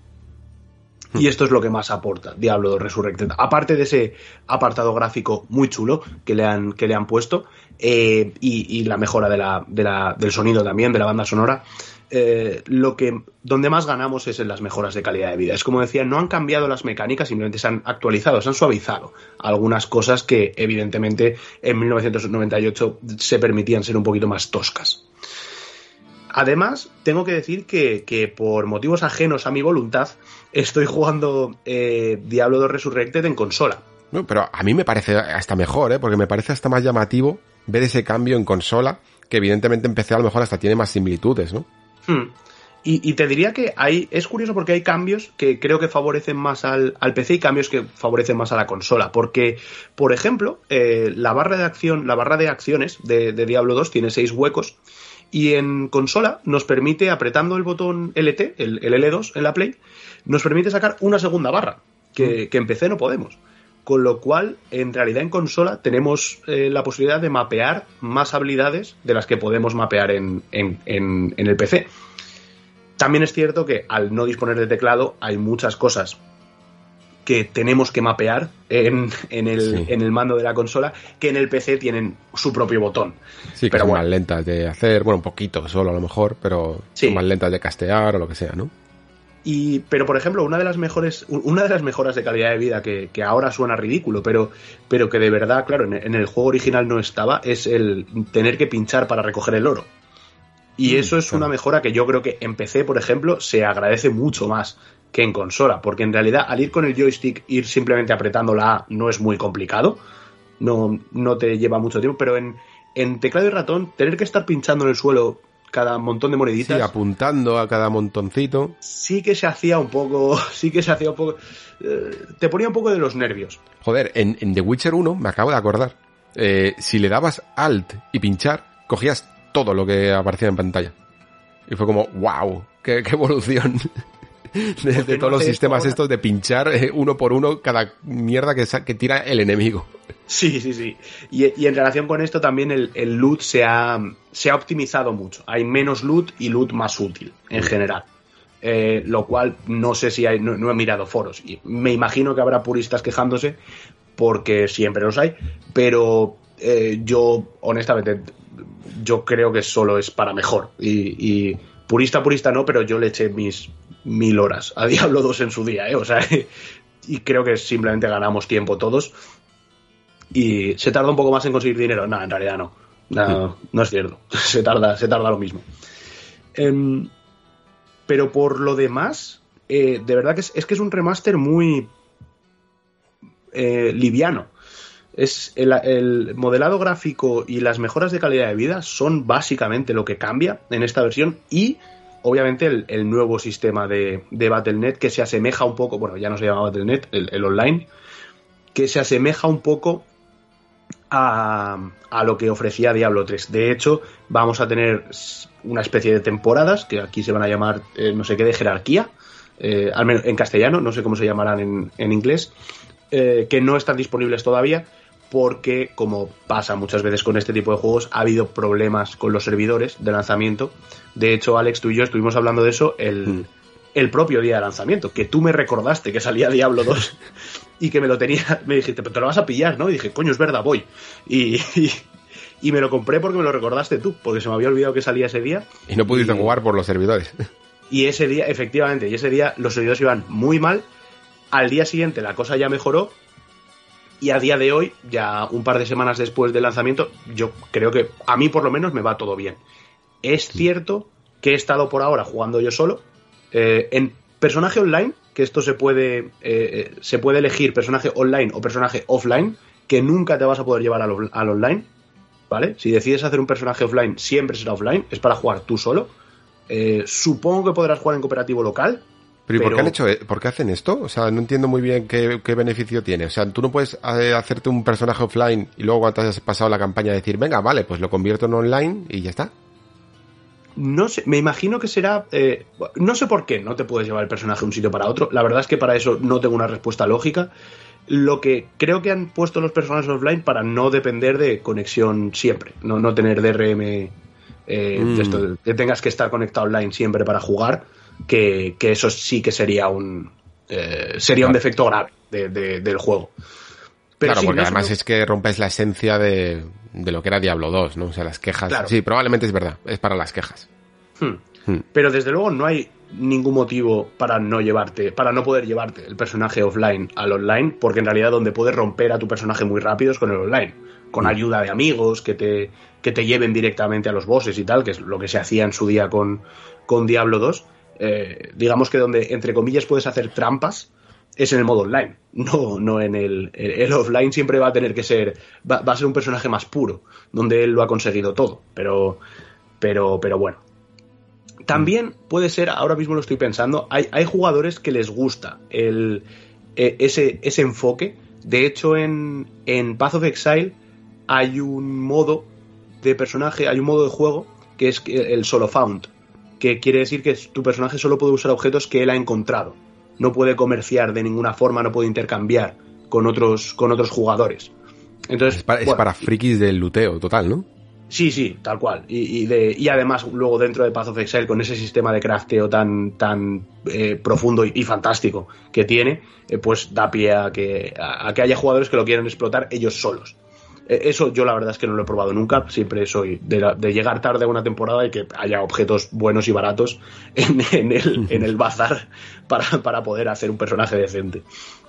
Y esto es lo que más aporta Diablo dos Resurrected. Aparte de ese apartado gráfico muy chulo que le han, que le han puesto, eh, y, y la mejora de la, de la, del sonido también, de la banda sonora, eh, lo que, donde más ganamos es en las mejoras de calidad de vida. Es como decía, no han cambiado las mecánicas, simplemente se han actualizado, se han suavizado algunas cosas que evidentemente en mil novecientos noventa y ocho se permitían ser un poquito más toscas. Además, tengo que decir que, que por motivos ajenos a mi voluntad estoy jugando eh, Diablo dos Resurrected en consola. No, pero a mí me parece hasta mejor, ¿eh? Porque me parece hasta más llamativo ver ese cambio en consola, que evidentemente en P C a lo mejor hasta tiene más similitudes, ¿no? Hmm. Y, y te diría que hay, es curioso porque hay cambios que creo que favorecen más al, al P C y cambios que favorecen más a la consola. Porque, por ejemplo, eh, la barra de acción, la barra de acciones de, de Diablo dos tiene seis huecos. Y en consola nos permite, apretando el botón L T, el, el L dos en la Play, nos permite sacar una segunda barra, que, que en P C no podemos. Con lo cual, en realidad en consola tenemos eh, la posibilidad de mapear más habilidades de las que podemos mapear en, en, en, en el P C. También es cierto que al no disponer de teclado hay muchas cosas que tenemos que mapear en, en, el, sí. en el mando de la consola, que en el P C tienen su propio botón. Sí, que pero son bueno. más lentas de hacer, bueno, un poquito solo a lo mejor, pero sí. son más lentas de castear o lo que sea, ¿no? Y, pero, por ejemplo, una de las mejores, una de las mejoras de calidad de vida que, que ahora suena ridículo, pero, pero que de verdad, claro, en, en el juego original no estaba, es el tener que pinchar para recoger el oro. Y mm, eso es claro. Una mejora que yo creo que en P C, por ejemplo, se agradece mucho más que en consola, porque en realidad al ir con el joystick, ir simplemente apretando la A no es muy complicado, no, no te lleva mucho tiempo, pero en, en teclado y ratón, tener que estar pinchando en el suelo cada montón de moneditas. Sí, apuntando a cada montoncito. Sí que se hacía un poco, sí que se hacía un poco, eh, te ponía un poco de los nervios. Joder, en, en The Witcher uno, me acabo de acordar, eh, si le dabas Alt y pinchar, cogías todo lo que aparecía en pantalla. Y fue como, wow, qué, qué evolución. De, de todos no los sistemas estos de pinchar eh, uno por uno cada mierda que, que tira el enemigo. Sí, sí, sí. Y, y en relación con esto también el, el loot se ha, se ha optimizado mucho. Hay menos loot y loot más útil en general. Eh, lo cual no sé si hay, no, no he mirado foros. Y me imagino que habrá puristas quejándose porque siempre los hay. Pero eh, yo, honestamente, yo creo que solo es para mejor. Y, y purista, purista no, pero yo le eché mis mil horas a Diablo dos en su día, ¿eh? O sea, y creo que simplemente ganamos tiempo todos. Y se tarda un poco más en conseguir dinero. No, en realidad no. No, no es cierto. Se tarda, se tarda lo mismo. Eh, pero por lo demás, eh, de verdad que es, es que es un remaster muy eh, liviano. Es el, el modelado gráfico y las mejoras de calidad de vida son básicamente lo que cambia en esta versión, y obviamente el, el nuevo sistema de, de Battle punto net, que se asemeja un poco, bueno, ya no se llama Battle punto net, el, el online, que se asemeja un poco a, a lo que ofrecía Diablo tres. De hecho, vamos a tener una especie de temporadas, que aquí se van a llamar eh, no sé qué, de jerarquía, eh, al menos en castellano, no sé cómo se llamarán en, en inglés, eh, que no están disponibles todavía, porque, como pasa muchas veces con este tipo de juegos, ha habido problemas con los servidores de lanzamiento. De hecho, Alex, tú y yo estuvimos hablando de eso el, mm. el propio día de lanzamiento, que tú me recordaste que salía Diablo dos y que me lo tenía, me dijiste, pero te lo vas a pillar, ¿no? Y dije, coño, es verdad, voy. Y, y, y me lo compré porque me lo recordaste tú, porque se me había olvidado que salía ese día. Y no pudiste y, jugar por los servidores. Y ese día, efectivamente, y ese día los servidores iban muy mal. Al día siguiente la cosa ya mejoró. Y a día de hoy, ya un par de semanas después del lanzamiento, yo creo que a mí por lo menos me va todo bien. Es cierto que he estado por ahora jugando yo solo. Eh, en personaje online, que esto se puede, eh, se puede elegir personaje online o personaje offline, que nunca te vas a poder llevar al, al online, ¿vale? Si decides hacer un personaje offline, siempre será offline, es para jugar tú solo. Eh, supongo que podrás jugar en cooperativo local. Pero ¿y por qué han hecho, por qué hacen esto? O sea, no entiendo muy bien qué, qué beneficio tiene. O sea, tú no puedes eh, hacerte un personaje offline y luego cuando hayas pasado la campaña decir, venga, vale, pues lo convierto en online y ya está. No sé, me imagino que será... Eh, no sé por qué no te puedes llevar el personaje de un sitio para otro. La verdad es que para eso no tengo una respuesta lógica. Lo que creo que han puesto los personajes offline para no depender de conexión siempre. No, no tener D R M... Eh, mm. de esto, que tengas que estar conectado online siempre para jugar. Que, que eso sí que sería un eh, sería claro. un defecto grave de, de, del juego. Pero claro, sí, porque no además solo... es que rompes la esencia de, de lo que era Diablo dos, ¿no? O sea, las quejas... Claro. Sí, probablemente es verdad, es para las quejas. Hmm. Hmm. Pero desde luego no hay ningún motivo para no llevarte, para no poder llevarte el personaje offline al online, porque en realidad donde puedes romper a tu personaje muy rápido es con el online, con hmm. ayuda de amigos que te, que te lleven directamente a los bosses y tal, que es lo que se hacía en su día con, con Diablo dos. Eh, digamos que donde, entre comillas, puedes hacer trampas es en el modo online, no, no en el, el, el offline. Siempre va a tener que ser, va, va a ser un personaje más puro, donde él lo ha conseguido todo, pero, pero, pero bueno. También puede ser, ahora mismo lo estoy pensando, hay, hay jugadores que les gusta el, ese, ese enfoque. De hecho, en, en Path of Exile hay un modo de personaje, hay un modo de juego que es el Solo Found, que quiere decir que tu personaje solo puede usar objetos que él ha encontrado. No puede comerciar de ninguna forma, no puede intercambiar con otros, con otros jugadores. Entonces, es para, bueno, es para frikis del luteo total, ¿no? Sí, sí, tal cual. Y, y, de, y además, luego dentro de Path of Exile, con ese sistema de crafteo tan, tan eh, profundo y, y fantástico que tiene, eh, pues da pie a que, a, a que haya jugadores que lo quieran explotar ellos solos. Eso yo la verdad es que no lo he probado nunca, siempre soy de, la, de llegar tarde a una temporada y que haya objetos buenos y baratos en, en, el, en el bazar para, para poder hacer un personaje decente.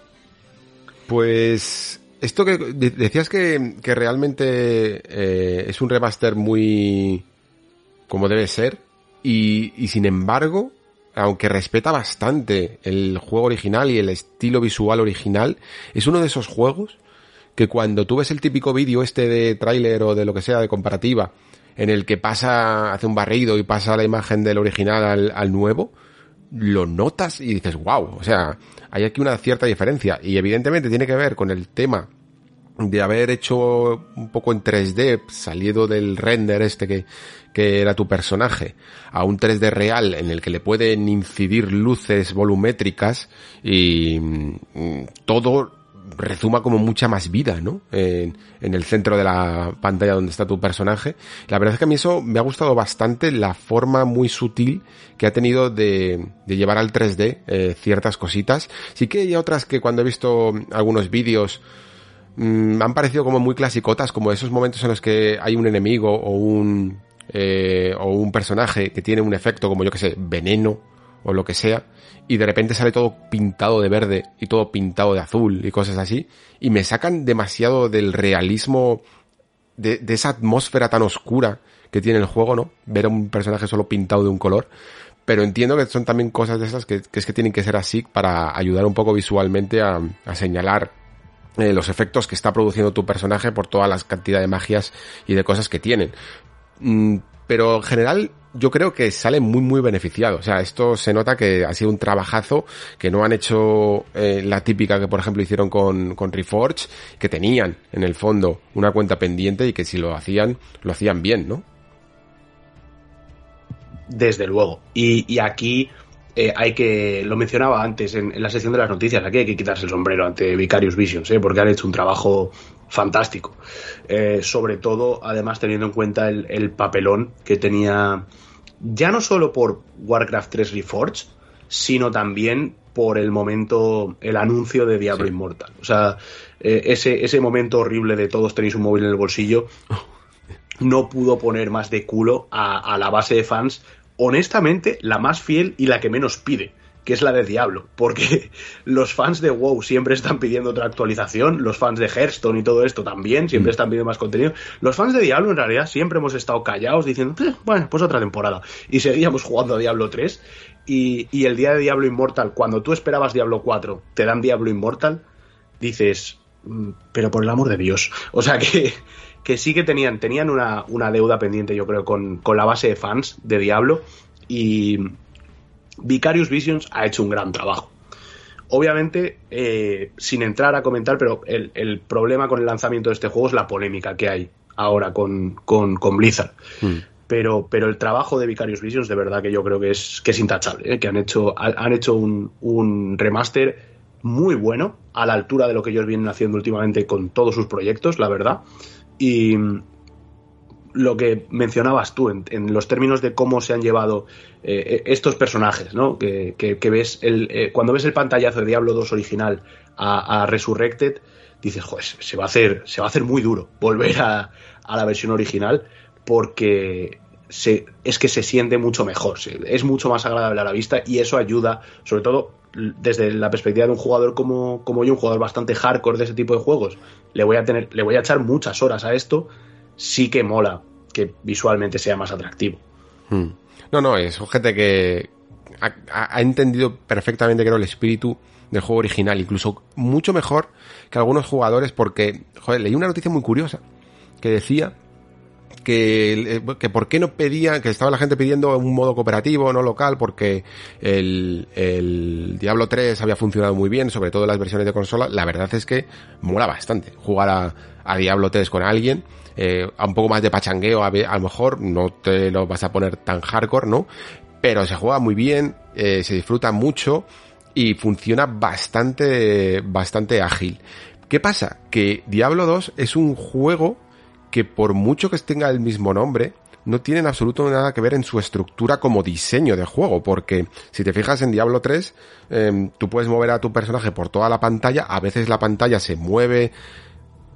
Pues esto que decías que, que realmente eh, es un remaster muy como debe ser y, y sin embargo, aunque respeta bastante el juego original y el estilo visual original, es uno de esos juegos que cuando tú ves el típico vídeo este de tráiler o de lo que sea de comparativa, en el que pasa, hace un barrido y pasa la imagen del original al, al nuevo, lo notas y dices, wow, o sea, hay aquí una cierta diferencia. Y evidentemente tiene que ver con el tema de haber hecho un poco en tres D, salido del render este que, que era tu personaje, a un tres D real en el que le pueden incidir luces volumétricas y mm, todo rezuma como mucha más vida, ¿no? En, en el centro de la pantalla donde está tu personaje. La verdad es que a mí eso me ha gustado bastante, la forma muy sutil que ha tenido de, de llevar al tres D eh, ciertas cositas. Sí que hay otras que cuando he visto algunos vídeos mmm, me han parecido como muy clasicotas, como esos momentos en los que hay un enemigo o un eh, o un personaje que tiene un efecto como yo que sé, veneno o lo que sea, y de repente sale todo pintado de verde y todo pintado de azul y cosas así, y me sacan demasiado del realismo de, de esa atmósfera tan oscura que tiene el juego, ¿no? Ver a un personaje solo pintado de un color, pero entiendo que son también cosas de esas que, que es que tienen que ser así para ayudar un poco visualmente a, a señalar eh, los efectos que está produciendo tu personaje por toda la cantidad de magias y de cosas que tienen. Mm, pero en general yo creo que sale muy muy beneficiado. O sea, esto se nota que ha sido un trabajazo, que no han hecho eh, la típica que por ejemplo hicieron con, con Reforged, que tenían en el fondo una cuenta pendiente y que si lo hacían, lo hacían bien, ¿no? Desde luego. Y, y aquí eh, hay que, lo mencionaba antes en, en la sección de las noticias, aquí hay que quitarse el sombrero ante Vicarious Visions, ¿eh? Porque han hecho un trabajo fantástico. Eh, sobre todo, además, teniendo en cuenta el, el papelón que tenía, ya no solo por Warcraft tres Reforged, sino también por el momento, el anuncio de Diablo sí. Immortal. O sea, eh, ese, ese momento horrible de todos tenéis un móvil en el bolsillo, no pudo poner más de culo a, a la base de fans, honestamente, la más fiel y la que menos pide, que es la de Diablo, porque los fans de WoW siempre están pidiendo otra actualización, los fans de Hearthstone y todo esto también siempre mm. están pidiendo más contenido. Los fans de Diablo en realidad siempre hemos estado callados diciendo, eh, bueno, pues otra temporada, y seguíamos jugando a Diablo tres, y, y el día de Diablo Immortal, cuando tú esperabas Diablo cuatro, te dan Diablo Immortal, dices, pero por el amor de Dios, o sea que, que sí que tenían, tenían una, una deuda pendiente, yo creo, con, con la base de fans de Diablo, y Vicarious Visions ha hecho un gran trabajo. Obviamente, eh, sin entrar a comentar, pero el, el problema con el lanzamiento de este juego es la polémica que hay ahora con, con, con Blizzard. Mm. Pero, pero el trabajo de Vicarious Visions, de verdad que yo creo que es, que es intachable, ¿eh? Que han hecho, han hecho un, un remaster muy bueno, a la altura de lo que ellos vienen haciendo últimamente con todos sus proyectos, la verdad. Y lo que mencionabas tú en, en los términos de cómo se han llevado eh, estos personajes, ¿no? Que, que, que ves el, eh, cuando ves el pantallazo de Diablo dos original a, a Resurrected, dices, joder, se va a hacer, se va a hacer muy duro volver a, a la versión original, porque se, es que se siente mucho mejor, se, es mucho más agradable a la vista, y eso ayuda, sobre todo desde la perspectiva de un jugador como, como yo, un jugador bastante hardcore de ese tipo de juegos. Le voy a tener, le voy a echar muchas horas a esto. Sí que mola que visualmente sea más atractivo. Hmm. No, no, es gente que ha, ha entendido perfectamente, creo, el espíritu del juego original, incluso mucho mejor que algunos jugadores, porque, joder, leí una noticia muy curiosa que decía que, que por qué no pedían, que estaba la gente pidiendo un modo cooperativo, no local, porque el, el Diablo tres había funcionado muy bien, sobre todo en las versiones de consola. La verdad es que mola bastante jugar a, a Diablo tres con alguien, eh, a un poco más de pachangueo, a, a lo mejor no te lo vas a poner tan hardcore, ¿no? Pero se juega muy bien, eh, se disfruta mucho y funciona bastante, bastante ágil. ¿Qué pasa? Que Diablo dos es un juego que por mucho que tenga el mismo nombre, no tienen absoluto nada que ver en su estructura como diseño de juego, porque si te fijas en Diablo tres, eh, tú puedes mover a tu personaje por toda la pantalla, a veces la pantalla se mueve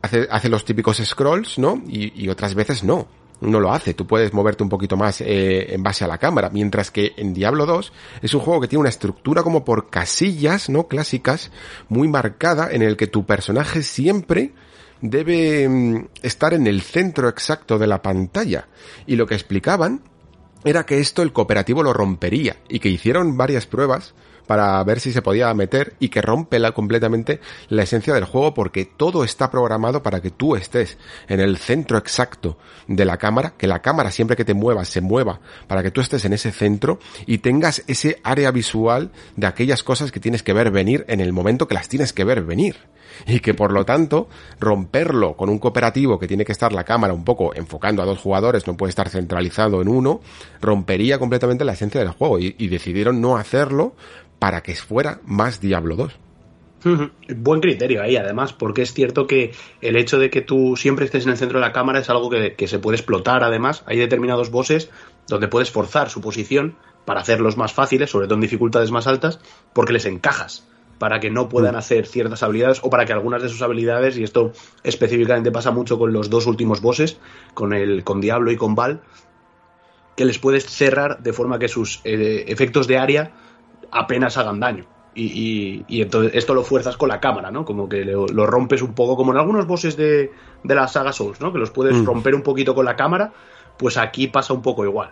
hace, hace los típicos scrolls, ¿no? Y, y otras veces no. No lo hace, tú puedes moverte un poquito más eh, en base a la cámara, mientras que en Diablo dos es un juego que tiene una estructura como por casillas, ¿no? Clásicas, muy marcada, en el que tu personaje siempre debe mm, estar en el centro exacto de la pantalla. Y lo que explicaban era que esto el cooperativo lo rompería, y que hicieron varias pruebas para ver si se podía meter, y que rompe la, completamente la esencia del juego, porque todo está programado para que tú estés en el centro exacto de la cámara, que la cámara siempre que te muevas se mueva para que tú estés en ese centro y tengas ese área visual de aquellas cosas que tienes que ver venir en el momento que las tienes que ver venir. Y que por lo tanto, romperlo con un cooperativo que tiene que estar la cámara un poco enfocando a dos jugadores, no puede estar centralizado en uno, rompería completamente la esencia del juego, y, y decidieron no hacerlo para que fuera más Diablo dos. Buen criterio ahí, además, porque es cierto que el hecho de que tú siempre estés en el centro de la cámara es algo que, que se puede explotar. Además, hay determinados bosses donde puedes forzar su posición para hacerlos más fáciles, sobre todo en dificultades más altas, porque les encajas para que no puedan hacer ciertas habilidades, o para que algunas de sus habilidades, y esto específicamente pasa mucho con los dos últimos bosses, con el con Diablo y con Val, que les puedes cerrar de forma que sus eh, efectos de área apenas hagan daño. Y, y, y entonces esto lo fuerzas con la cámara, ¿no? Como que lo, lo rompes un poco, como en algunos bosses de, de la saga Souls, ¿no? Que los puedes mm. romper un poquito con la cámara, pues aquí pasa un poco igual.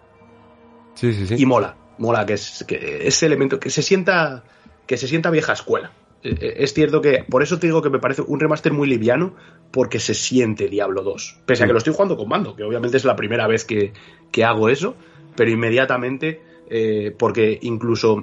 Sí, sí, sí. Y mola, mola que, es, que ese elemento, que se sienta que se sienta vieja escuela. Es cierto que, por eso te digo que me parece un remaster muy liviano, porque se siente Diablo dos. Pese a que lo estoy jugando con mando, que obviamente es la primera vez que, que hago eso, pero inmediatamente, eh, porque incluso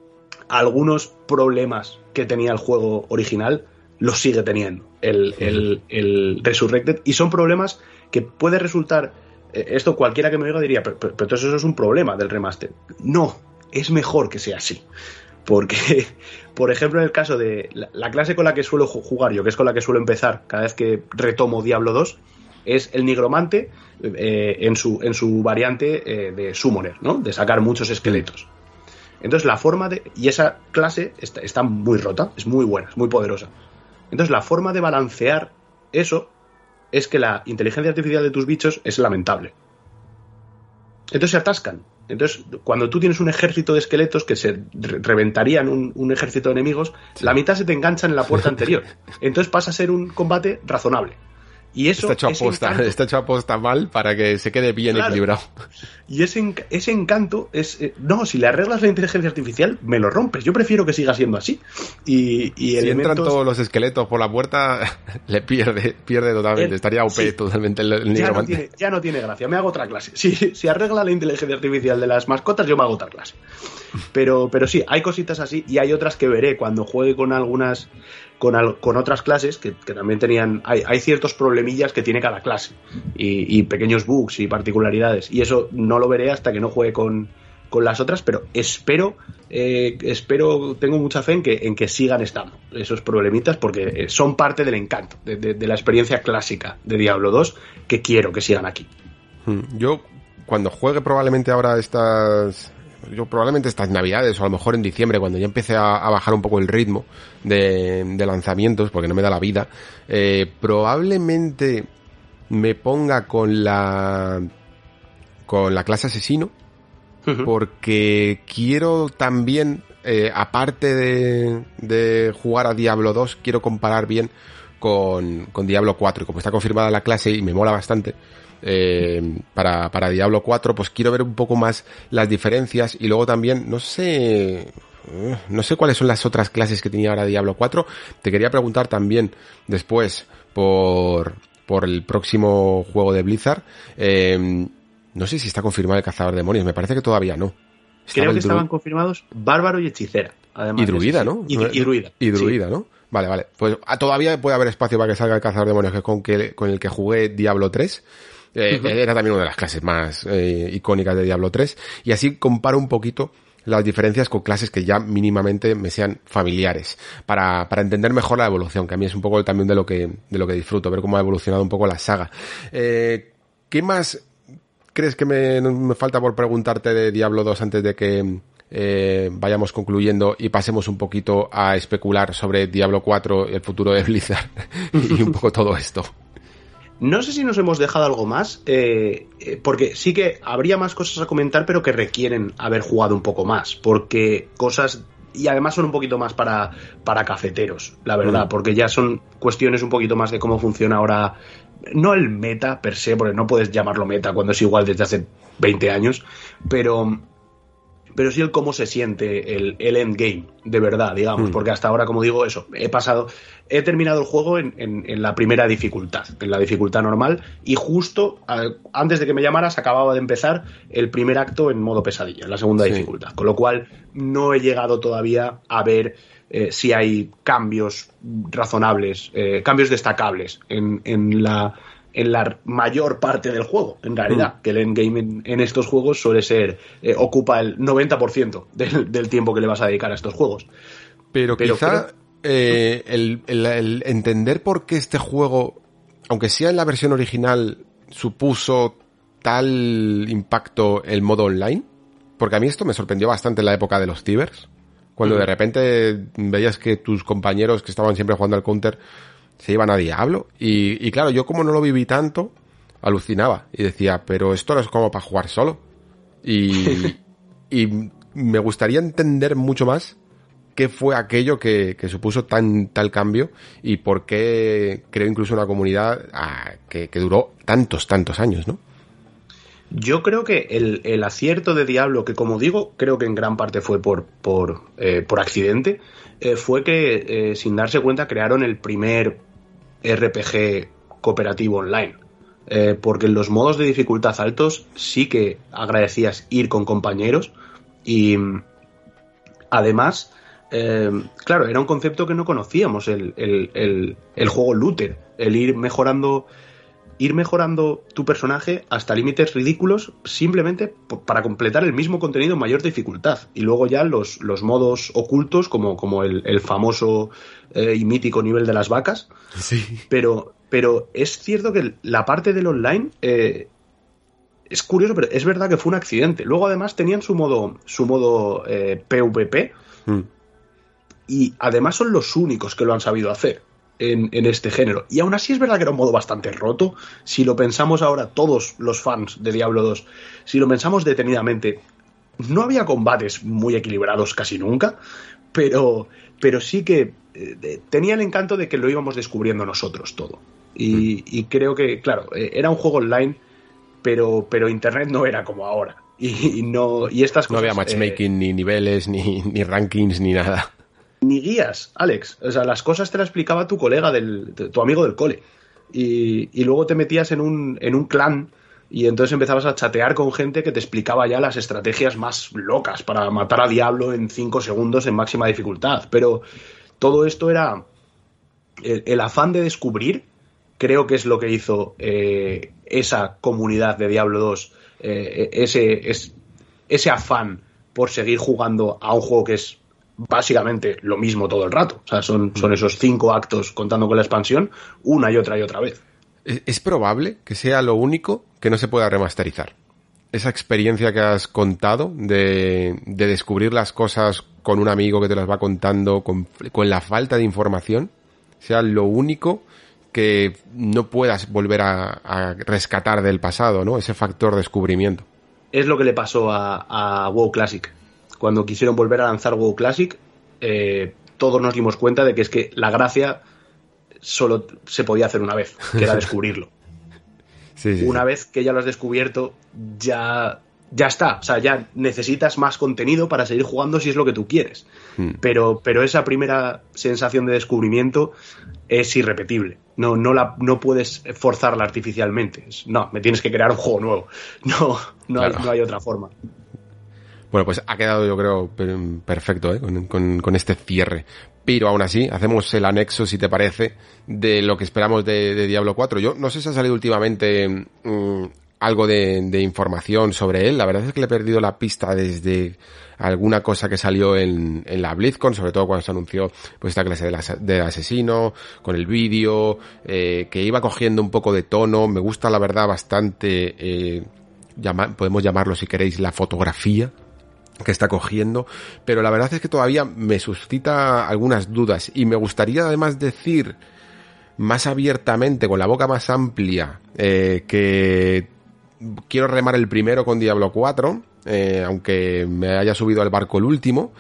algunos problemas que tenía el juego original los sigue teniendo el, el, el Resurrected, y son problemas que puede resultar, eh, esto cualquiera que me oiga diría, pero, pero, pero eso es un problema del remaster. No, es mejor que sea así. Porque, por ejemplo, en el caso de la, la clase con la que suelo jugar yo, que es con la que suelo empezar cada vez que retomo Diablo dos, es el nigromante eh, en, su, en su variante eh, de summoner, ¿no? De sacar muchos esqueletos. Entonces la forma de... Y esa clase está, está muy rota, es muy buena, es muy poderosa. Entonces la forma de balancear eso es que la inteligencia artificial de tus bichos es lamentable. Entonces se atascan. Entonces, cuando tú tienes un ejército de esqueletos que se re- reventarían un, un ejército de enemigos, sí, la mitad se te enganchan en la puerta anterior. Entonces pasa a ser un combate razonable. Y eso está hecho aposta, está hecho aposta mal para que se quede bien claro, equilibrado. Y ese, enc- ese encanto es... Eh, no, si le arreglas la inteligencia artificial, me lo rompes. Yo prefiero que siga siendo así. Y, y si elementos... entran todos los esqueletos por la puerta, le pierde pierde totalmente. El, Estaría O P sí, totalmente el, el ya, no tiene, ya no tiene gracia. Me hago otra clase. Si, si arregla la inteligencia artificial de las mascotas, yo me hago otra clase. Pero, pero sí, hay cositas así, y hay otras que veré cuando juegue con algunas... Con, al, con otras clases que, que también tenían... Hay, hay ciertos problemillas que tiene cada clase, y, y pequeños bugs y particularidades, y eso no lo veré hasta que no juegue con, con las otras, pero espero, eh, espero, tengo mucha fe en que, en que sigan estando esos problemitas, porque son parte del encanto, de, de, de la experiencia clásica de Diablo dos, que quiero que sigan aquí. Yo, cuando juegue probablemente ahora estas... Yo probablemente estas navidades, o a lo mejor en diciembre, cuando ya empiece a, a bajar un poco el ritmo de, de lanzamientos, porque no me da la vida, eh, probablemente me ponga con la con la clase asesino, uh-huh, porque quiero también, eh, aparte de, de jugar a Diablo dos, quiero comparar bien con, con Diablo cuatro, y como está confirmada la clase y me mola bastante, Eh, para, para Diablo cuatro, pues quiero ver un poco más las diferencias. Y luego también, no sé, no sé cuáles son las otras clases que tenía ahora Diablo cuatro. Te quería preguntar también después por, por el próximo juego de Blizzard. Eh, no sé si está confirmado el cazador de demonios, me parece que todavía no. Estaba Creo que estaban dru- confirmados Bárbaro y Hechicera, además. Y Druida, ¿no? Y, y Druida. Y Druida, sí, ¿no? Vale, vale. Pues todavía puede haber espacio para que salga el cazador de demonios, que es con, que, con el que jugué Diablo tres. Eh, uh-huh. Era también una de las clases más eh, icónicas de Diablo tres, y así comparo un poquito las diferencias con clases que ya mínimamente me sean familiares, para, para entender mejor la evolución, que a mí es un poco también de lo que, de lo que disfruto, ver cómo ha evolucionado un poco la saga. Eh, ¿qué más crees que me, me falta por preguntarte de Diablo dos antes de que eh, vayamos concluyendo y pasemos un poquito a especular sobre Diablo cuatro, el futuro de Blizzard y un poco todo esto. No sé si nos hemos dejado algo más, eh, eh, porque sí que habría más cosas a comentar, pero que requieren haber jugado un poco más, porque cosas... Y además son un poquito más para, para cafeteros, la verdad, mm. porque ya son cuestiones un poquito más de cómo funciona ahora, no el meta per se, porque no puedes llamarlo meta cuando es igual desde hace veinte años, pero... pero sí el cómo se siente el, el endgame, de verdad, digamos, mm. porque hasta ahora, como digo, eso, he pasado, he terminado el juego en, en, en la primera dificultad, en la dificultad normal, y justo a, antes de que me llamaras acababa de empezar el primer acto en modo pesadilla, en la segunda sí. dificultad, con lo cual no he llegado todavía a ver eh, si hay cambios razonables, eh, cambios destacables en, en la... en la mayor parte del juego, en realidad, mm. que el endgame en, en estos juegos suele ser, eh, ocupa el noventa por ciento del, del tiempo que le vas a dedicar a estos juegos. Pero, Pero quizá creo... eh, el, el, el entender por qué este juego, aunque sea en la versión original, supuso tal impacto el modo online, porque a mí esto me sorprendió bastante en la época de los cibers, cuando mm. de repente veías que tus compañeros que estaban siempre jugando al Counter se iban a Diablo, y, y claro, yo como no lo viví tanto, alucinaba, y decía, pero esto no es como para jugar solo, y, y me gustaría entender mucho más qué fue aquello que, que supuso tan tal cambio, y por qué creo incluso una comunidad ah, que, que duró tantos, tantos años, ¿no? Yo creo que el, el acierto de Diablo, que como digo, creo que en gran parte fue por, por, eh, por accidente, eh, fue que eh, sin darse cuenta crearon el primer R P G cooperativo online, eh, porque en los modos de dificultad altos sí que agradecías ir con compañeros y además, eh, claro, era un concepto que no conocíamos, el, el, el, el juego looter, el ir mejorando ir mejorando tu personaje hasta límites ridículos simplemente p- para completar el mismo contenido en mayor dificultad, y luego ya los, los modos ocultos como, como el, el famoso eh, y mítico nivel de las vacas. Sí. pero, pero es cierto que la parte del online eh, es curioso, pero es verdad que fue un accidente. Luego además tenían su modo su modo eh, PvP mm. y además son los únicos que lo han sabido hacer En, en este género, y aún así es verdad que era un modo bastante roto. Si lo pensamos ahora, todos los fans de Diablo dos, si lo pensamos detenidamente, no había combates muy equilibrados casi nunca, pero, pero sí que eh, tenía el encanto de que lo íbamos descubriendo nosotros todo, y, y creo que, claro, eh, era un juego online, pero, pero internet no era como ahora, y, y no y estas cosas, no había matchmaking, eh, ni niveles, ni, ni rankings, ni nada. Ni guías, Alex. O sea, las cosas te las explicaba tu colega, del, tu amigo del cole. Y, y luego te metías en un, en un clan y entonces empezabas a chatear con gente que te explicaba ya las estrategias más locas para matar a Diablo en cinco segundos en máxima dificultad. Pero todo esto era el, el afán de descubrir, creo que es lo que hizo eh, esa comunidad de Diablo dos, eh, ese, es, ese afán por seguir jugando a un juego que es básicamente lo mismo todo el rato. O sea, son, son esos cinco actos contando con la expansión, una y otra y otra vez. Es, es probable que sea lo único que no se pueda remasterizar. Esa experiencia que has contado de, de descubrir las cosas con un amigo que te las va contando, con, con la falta de información, sea lo único que no puedas volver a, a rescatar del pasado, ¿no? Ese factor descubrimiento. Es lo que le pasó a, a WoW Classic. Cuando quisieron volver a lanzar WoW Classic, eh, todos nos dimos cuenta de que es que la gracia solo se podía hacer una vez, que era descubrirlo. Sí, sí, una sí. vez que ya lo has descubierto, ya, ya está. O sea, ya necesitas más contenido para seguir jugando si es lo que tú quieres. Hmm. Pero, pero esa primera sensación de descubrimiento es irrepetible. No, no, la, no puedes forzarla artificialmente. No, me tienes que crear un juego nuevo. No, no, claro. hay, no hay otra forma. Bueno, pues ha quedado, yo creo, perfecto, ¿eh? con, con, con este cierre. Pero aún así, hacemos el anexo, si te parece, de lo que esperamos de, de Diablo cuatro. Yo no sé si ha salido últimamente mmm, algo de, de información sobre él. La verdad es que le he perdido la pista desde alguna cosa que salió en, en la BlizzCon, sobre todo cuando se anunció pues esta clase de, la, de asesino, con el vídeo, eh, que iba cogiendo un poco de tono. Me gusta, la verdad, bastante, eh, llama, podemos llamarlo, si queréis, la fotografía que está cogiendo, pero la verdad es que todavía me suscita algunas dudas y me gustaría además decir más abiertamente, con la boca más amplia, eh, que quiero remar el primero con Diablo cuatro, eh, aunque me haya subido al barco el último,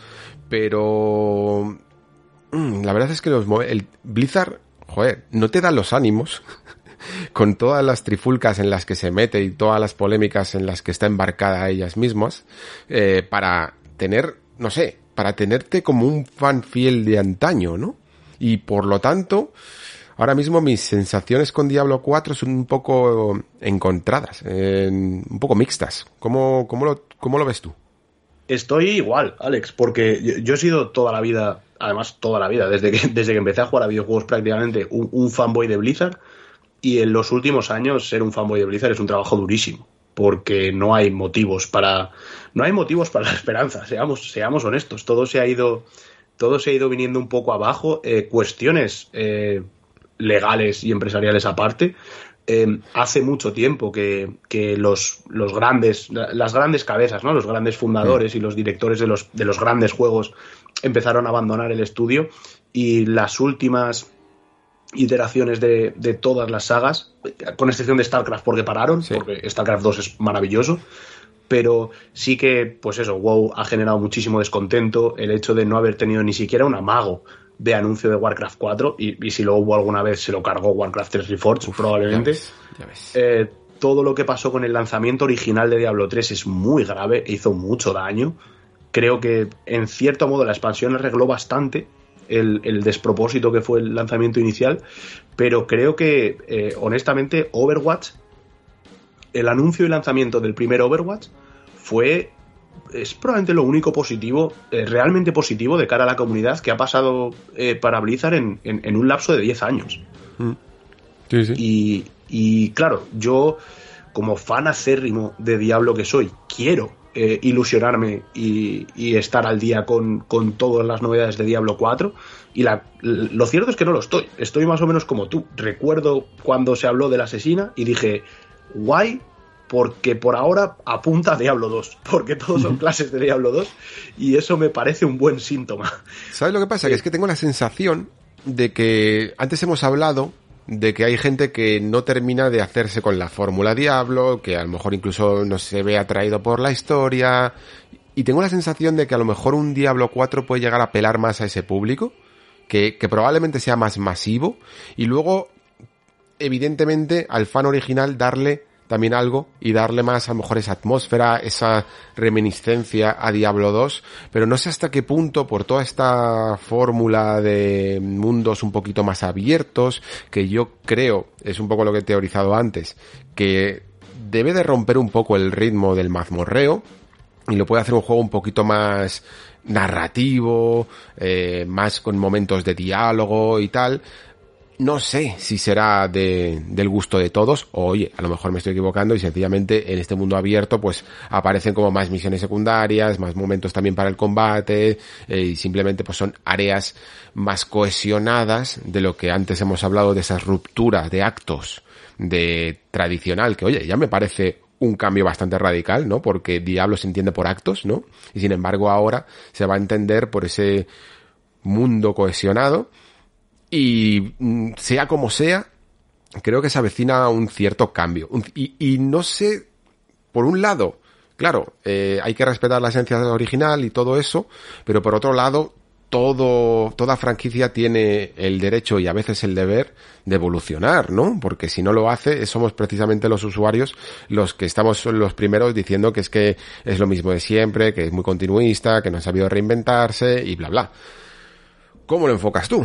pero mmm, la verdad es que los el Blizzard, joder, no te dan los ánimos con todas las trifulcas en las que se mete y todas las polémicas en las que está embarcada ellas mismas, eh, para tener, no sé, para tenerte como un fan fiel de antaño, ¿no? Y por lo tanto, ahora mismo mis sensaciones con Diablo cuatro son un poco encontradas, eh, un poco mixtas. ¿Cómo, cómo, lo, ¿Cómo lo ves tú? Estoy igual, Alex, porque yo, yo he sido toda la vida, además toda la vida, desde que, desde que empecé a jugar a videojuegos prácticamente, un, un fanboy de Blizzard. Y en los últimos años ser un fanboy de Blizzard es un trabajo durísimo, porque no hay motivos para no hay motivos para la esperanza, seamos seamos honestos, todo se ha ido todo se ha ido viniendo un poco abajo, eh, cuestiones eh, legales y empresariales aparte. Eh, hace mucho tiempo que, que los, los grandes las grandes cabezas, ¿no? Los grandes fundadores y los directores de los de los grandes juegos empezaron a abandonar el estudio, y las últimas iteraciones de, de todas las sagas, con excepción de StarCraft porque pararon, sí. Porque StarCraft dos es maravilloso, pero sí que, pues eso, WoW ha generado muchísimo descontento, el hecho de no haber tenido ni siquiera un amago de anuncio de Warcraft cuatro, y, y si lo hubo alguna vez se lo cargó Warcraft tres Reforged, Uf, probablemente. Ya ves, ya ves. Eh, todo lo que pasó con el lanzamiento original de Diablo tres es muy grave e hizo mucho daño. Creo que en cierto modo la expansión arregló bastante El, el despropósito que fue el lanzamiento inicial, pero creo que eh, honestamente Overwatch, el anuncio y lanzamiento del primer Overwatch fue es probablemente lo único positivo, eh, realmente positivo de cara a la comunidad que ha pasado eh, para Blizzard en, en, en un lapso de diez años. Mm. Sí, sí. Y, y claro, yo como fan acérrimo de Diablo que soy, quiero Eh, ilusionarme y, y estar al día con, con todas las novedades de Diablo cuatro, y la, lo cierto es que no lo estoy, estoy más o menos como tú. Recuerdo cuando se habló de la asesina y dije, guay, porque por ahora apunta a Diablo dos, porque todos son clases de Diablo dos, y eso me parece un buen síntoma. ¿Sabes lo que pasa? Eh, que es que tengo la sensación de que antes hemos hablado de que hay gente que no termina de hacerse con la fórmula Diablo, que a lo mejor incluso no se ve atraído por la historia, y tengo la sensación de que a lo mejor un Diablo cuatro puede llegar a apelar más a ese público, que, que probablemente sea más masivo, y luego, evidentemente, al fan original darle también algo y darle más a lo mejor esa atmósfera, esa reminiscencia a Diablo dos, pero no sé hasta qué punto, por toda esta fórmula de mundos un poquito más abiertos, que yo creo, es un poco lo que he teorizado antes, que debe de romper un poco el ritmo del mazmorreo y lo puede hacer un juego un poquito más narrativo, eh, más con momentos de diálogo y tal. No sé si será de, del gusto de todos, o oye, a lo mejor me estoy equivocando y sencillamente en este mundo abierto pues aparecen como más misiones secundarias, más momentos también para el combate, eh, y simplemente pues son áreas más cohesionadas de lo que antes hemos hablado, de esas rupturas de actos de tradicional, que oye, ya me parece un cambio bastante radical, ¿no? Porque Diablo se entiende por actos, ¿no? Y sin embargo ahora se va a entender por ese mundo cohesionado. Y sea como sea, creo que se avecina un cierto cambio. Y, y no sé, por un lado, claro, eh, hay que respetar la esencia original y todo eso, pero por otro lado, todo, toda franquicia tiene el derecho y a veces el deber de evolucionar, ¿no? Porque si no lo hace, somos precisamente los usuarios los que estamos los primeros diciendo que es que es lo mismo de siempre, que es muy continuista, que no ha sabido reinventarse y bla, bla. ¿Cómo lo enfocas tú?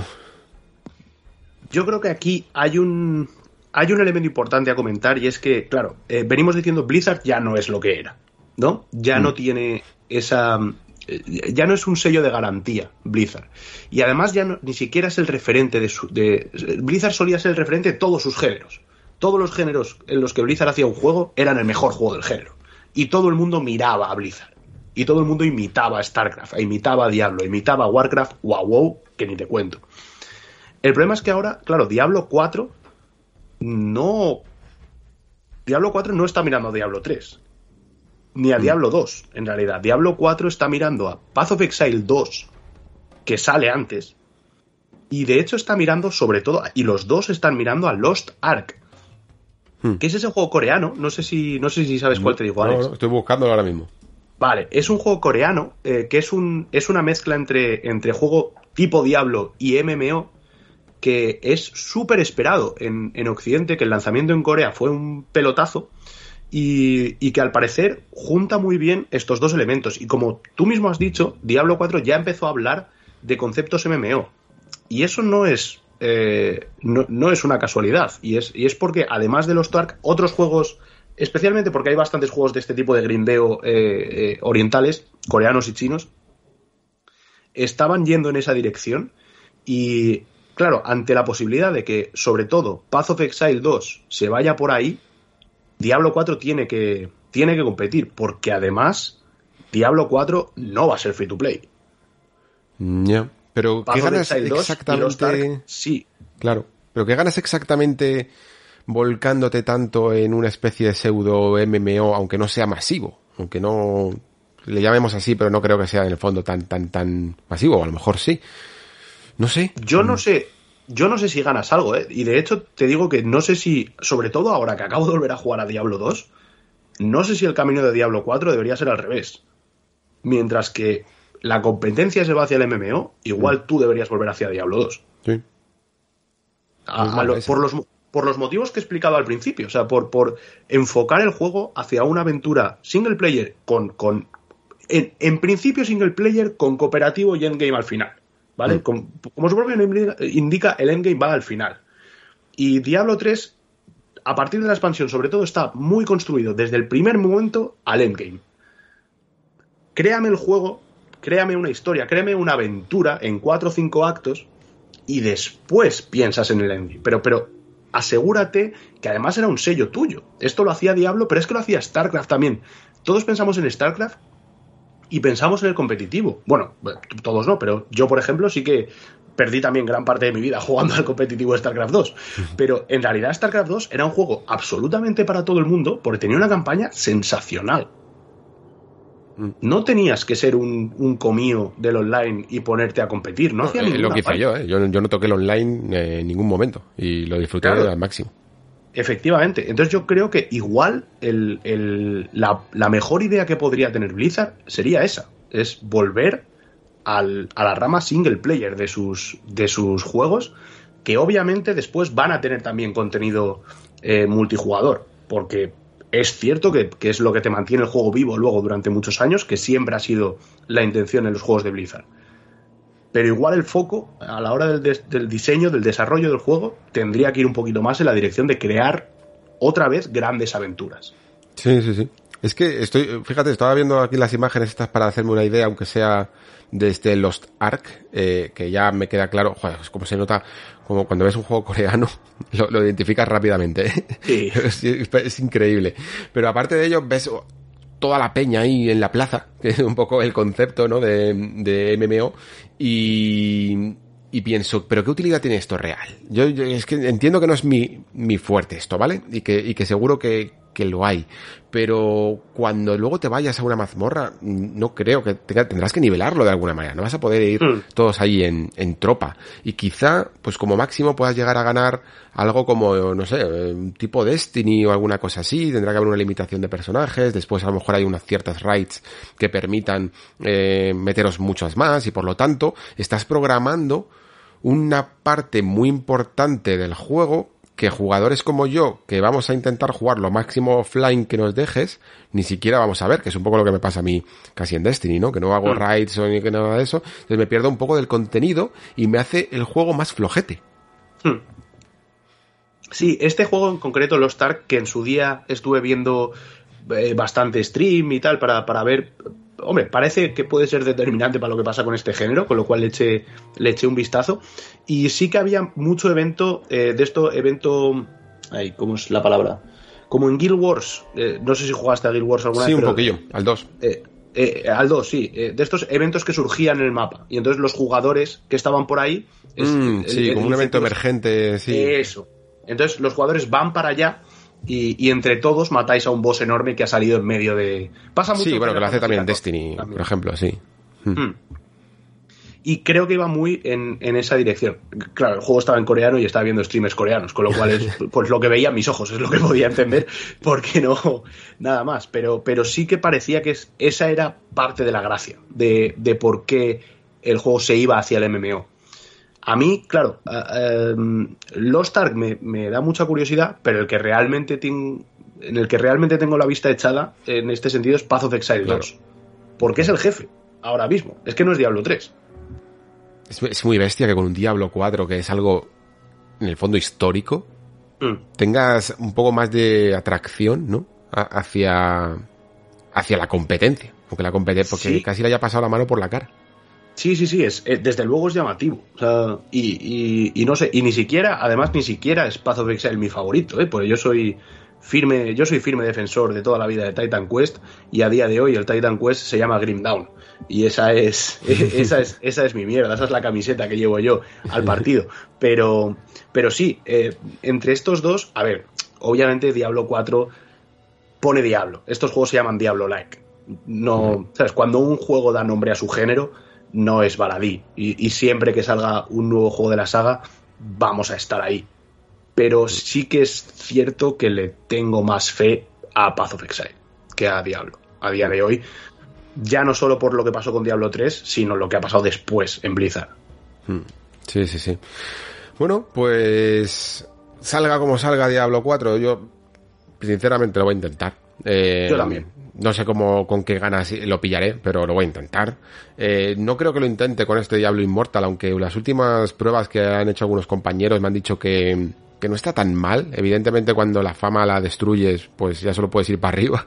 Yo creo que aquí hay un hay un elemento importante a comentar, y es que, claro, eh, venimos diciendo Blizzard ya no es lo que era, ¿no? Ya mm. no tiene esa... Eh, ya no es un sello de garantía Blizzard. Y además ya no, ni siquiera es el referente de, su, de... Blizzard solía ser el referente de todos sus géneros. Todos los géneros en los que Blizzard hacía un juego eran el mejor juego del género. Y todo el mundo miraba a Blizzard. Y todo el mundo imitaba a StarCraft, imitaba a Diablo, imitaba a Warcraft o a WoW, que ni te cuento. El problema es que ahora, claro, Diablo cuatro no... Diablo cuatro no está mirando a Diablo tres. ni a Diablo dos, en realidad. Diablo cuatro está mirando a Path of Exile dos, que sale antes, y de hecho está mirando sobre todo, y los dos están mirando a Lost Ark, hmm. que es ese juego coreano, no sé si no sé si sabes cuál te digo, Alex. No, no, estoy buscándolo ahora mismo. Vale, es un juego coreano eh, que es un es una mezcla entre, entre juego tipo Diablo y M M O, que es súper esperado en, en Occidente, que el lanzamiento en Corea fue un pelotazo, y, y que al parecer junta muy bien estos dos elementos. Y como tú mismo has dicho, Diablo cuatro ya empezó a hablar de conceptos M M O. Y eso no es eh, no, no es una casualidad. Y es, y es porque, además de los Ark, otros juegos, especialmente porque hay bastantes juegos de este tipo de grindeo eh, eh, orientales, coreanos y chinos, estaban yendo en esa dirección. Y claro, ante la posibilidad de que, sobre todo, Path of Exile dos se vaya por ahí, Diablo cuatro tiene que, tiene que competir, porque además Diablo cuatro no va a ser free to play. Ya, yeah. Pero Path ¿qué ganas exactamente? Ark, sí. Claro, pero ¿qué ganas exactamente volcándote tanto en una especie de pseudo M M O, aunque no sea masivo? Aunque no le llamemos así, pero no creo que sea en el fondo tan, tan, tan masivo, o a lo mejor sí. No sé. Yo no sé, yo no sé si ganas algo, ¿eh? Y de hecho te digo que no sé si, sobre todo ahora que acabo de volver a jugar a Diablo dos, no sé si el camino de Diablo cuatro debería ser al revés. Mientras que la competencia se va hacia el M M O, igual mm. tú deberías volver hacia Diablo dos. Sí. A, a lo, por, los, por los motivos que he explicado al principio, o sea, por, por enfocar el juego hacia una aventura single player con, con en, en principio single player con cooperativo y endgame al final. ¿Vale? Mm. Como, como su propio nombre indica, el endgame va al final. Y Diablo tres, a partir de la expansión, sobre todo, está muy construido desde el primer momento al endgame. Créame el juego, créame una historia, créame una aventura en cuatro o cinco actos y después piensas en el endgame. Pero, pero asegúrate que además era un sello tuyo. Esto lo hacía Diablo, pero es que lo hacía StarCraft también. Todos pensamos en StarCraft y pensamos en el competitivo. Bueno, todos no, pero yo, por ejemplo, sí que perdí también gran parte de mi vida jugando al competitivo de StarCraft dos. Pero en realidad StarCraft dos era un juego absolutamente para todo el mundo porque tenía una campaña sensacional. No tenías que ser un, un comío del online y ponerte a competir. No, no hacía eh, lo que hice yo, ¿eh? yo. Yo no toqué el online eh, en ningún momento y lo disfruté claro. al máximo. Efectivamente. Entonces yo creo que igual el, el, la, la mejor idea que podría tener Blizzard sería esa. Es volver al, a la rama single player de sus, de sus juegos, que obviamente después van a tener también contenido eh, multijugador. Porque es cierto que, que es lo que te mantiene el juego vivo luego durante muchos años, que siempre ha sido la intención en los juegos de Blizzard. Pero igual el foco, a la hora del, des, del diseño, del desarrollo del juego, tendría que ir un poquito más en la dirección de crear otra vez grandes aventuras. Sí, sí, sí. Es que estoy, fíjate, estaba viendo aquí las imágenes estas para hacerme una idea, aunque sea desde Lost Ark, eh, que ya me queda claro, joder, es como se nota, como cuando ves un juego coreano, lo, lo identificas rápidamente, ¿eh? Sí. es, es increíble. Pero aparte de ello, ves toda la peña ahí en la plaza, que es un poco el concepto, ¿no?, de, de M M O, y, y pienso, ¿pero qué utilidad tiene esto real? Yo, yo es que entiendo que no es mi, mi fuerte esto, ¿vale? Y que, y que seguro que, que lo hay. Pero cuando luego te vayas a una mazmorra, no creo que tenga, tendrás que nivelarlo de alguna manera. No vas a poder ir mm. todos ahí en, en tropa. Y quizá, pues como máximo puedas llegar a ganar algo como, no sé, un tipo Destiny o alguna cosa así. Tendrá que haber una limitación de personajes. Después a lo mejor hay unas ciertas raids que permitan eh, meteros muchas más. Y por lo tanto, estás programando una parte muy importante del juego que jugadores como yo, que vamos a intentar jugar lo máximo offline que nos dejes, ni siquiera vamos a ver, que es un poco lo que me pasa a mí casi en Destiny, ¿no? Que no hago mm. raids o ni que nada de eso, entonces me pierdo un poco del contenido y me hace el juego más flojete. Hmm. Sí, este juego en concreto, Lost Ark, que en su día estuve viendo eh, bastante stream y tal para, para ver... Hombre, parece que puede ser determinante para lo que pasa con este género, con lo cual le eché, le eché un vistazo. Y sí que había mucho evento, eh, de esto, evento... Ay, ¿cómo es la palabra? Como en Guild Wars. Eh, no sé si jugaste a Guild Wars alguna sí, vez. Sí, un poquillo, al dos. Eh, eh, al dos, sí. Eh, de estos eventos que surgían en el mapa. Y entonces los jugadores que estaban por ahí... Es, mm, el, sí, el, como el un evento emergente, sí. Eso. Entonces los jugadores van para allá y, y entre todos matáis a un boss enorme que ha salido en medio de... Pasa mucho. Sí, bueno, que lo hace también Destiny, Destiny, también. por ejemplo, sí. Mm. Y creo que iba muy en, en esa dirección. Claro, el juego estaba en coreano y estaba viendo streamers coreanos, con lo cual es pues lo que veían mis ojos, es lo que podía entender, porque no, nada más. Pero, pero sí que parecía que es, esa era parte de la gracia, de, de por qué el juego se iba hacia el M M O. A mí, claro, uh, um, Lost Ark me, me da mucha curiosidad, pero el que realmente ten, en el que realmente tengo la vista echada en este sentido es Path of Exile claro. dos. Porque es el jefe, ahora mismo. Es que no es Diablo tres. Es, es muy bestia que con un Diablo cuatro, que es algo en el fondo histórico, mm. tengas un poco más de atracción, ¿no? A, hacia, hacia la competencia. Porque la competencia, porque sí. casi le haya pasado la mano por la cara. Sí, sí, sí, es, es desde luego es llamativo. O sea, y, y, y no sé, y ni siquiera, además ni siquiera es Path of Exile mi favorito, ¿eh? Porque yo soy firme, yo soy firme defensor de toda la vida de Titan Quest, y a día de hoy el Titan Quest se llama Grim Dawn. Y esa es, esa es, esa es mi mierda, esa es la camiseta que llevo yo al partido. Pero, pero sí, eh, entre estos dos, a ver, obviamente Diablo cuatro pone Diablo. Estos juegos se llaman Diablo-like. No, ¿sabes? Cuando un juego da nombre a su género, no es baladí. Y, y siempre que salga un nuevo juego de la saga, vamos a estar ahí. Pero sí que es cierto que le tengo más fe a Path of Exile que a Diablo a día de hoy. Ya no solo por lo que pasó con Diablo tres, sino lo que ha pasado después en Blizzard. Sí, sí, sí. Bueno, pues salga como salga Diablo cuatro, yo sinceramente lo voy a intentar. Eh, yo también. No sé cómo, con qué ganas lo pillaré, pero lo voy a intentar. Eh, no creo que lo intente con este Diablo Immortal, aunque las últimas pruebas que han hecho algunos compañeros me han dicho que, que no está tan mal. Evidentemente cuando la fama la destruyes, pues ya solo puedes ir para arriba.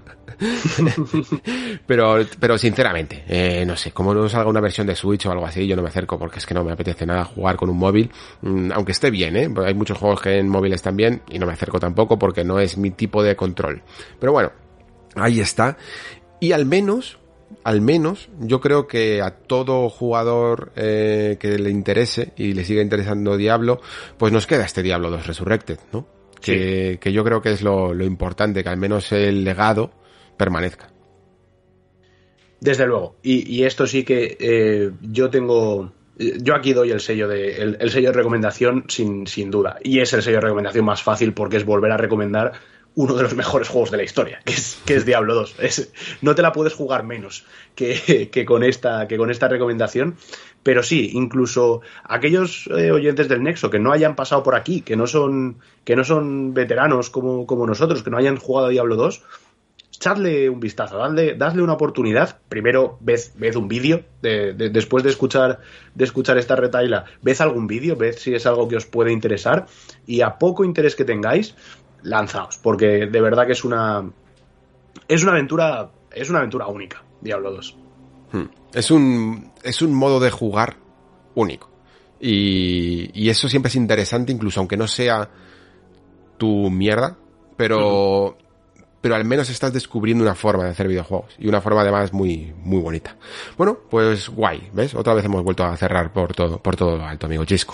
pero, pero sinceramente, eh, no sé, como no salga una versión de Switch o algo así, yo no me acerco porque es que no me apetece nada jugar con un móvil, mm, aunque esté bien, ¿eh? Hay muchos juegos que en móviles están bien y no me acerco tampoco porque no es mi tipo de control. Pero bueno, ahí está. Y al menos, al menos, yo creo que a todo jugador eh, que le interese y le siga interesando Diablo, pues nos queda este Diablo dos Resurrected, ¿no? Sí. Que, que yo creo que es lo, lo importante, que al menos el legado permanezca. Desde luego. Y, y esto sí que eh, yo tengo... Yo aquí doy el sello de el, el sello de recomendación sin, sin duda. Y es el sello de recomendación más fácil porque es volver a recomendar uno de los mejores juegos de la historia, que es, que es Diablo dos. Es, no te la puedes jugar menos que, que, con esta, que con esta recomendación. Pero sí, incluso aquellos eh, oyentes del Nexo que no hayan pasado por aquí, que no son, que no son veteranos como, como nosotros, que no hayan jugado a Diablo dos, echadle un vistazo, dadle, dadle una oportunidad. Primero, ved, ved un vídeo, de, de, después de escuchar, de escuchar esta retaila, ved algún vídeo, ved si es algo que os puede interesar, y a poco interés que tengáis, lanzaos, porque de verdad que es una es una aventura es una aventura única, Diablo dos. Hmm. Es un es un modo de jugar único. Y, y eso siempre es interesante, incluso aunque no sea tu mierda, pero uh-huh. pero al menos estás descubriendo una forma de hacer videojuegos, y una forma además muy muy bonita. Bueno, pues guay, ¿ves? Otra vez hemos vuelto a cerrar por todo por todo lo alto, amigo Chisco.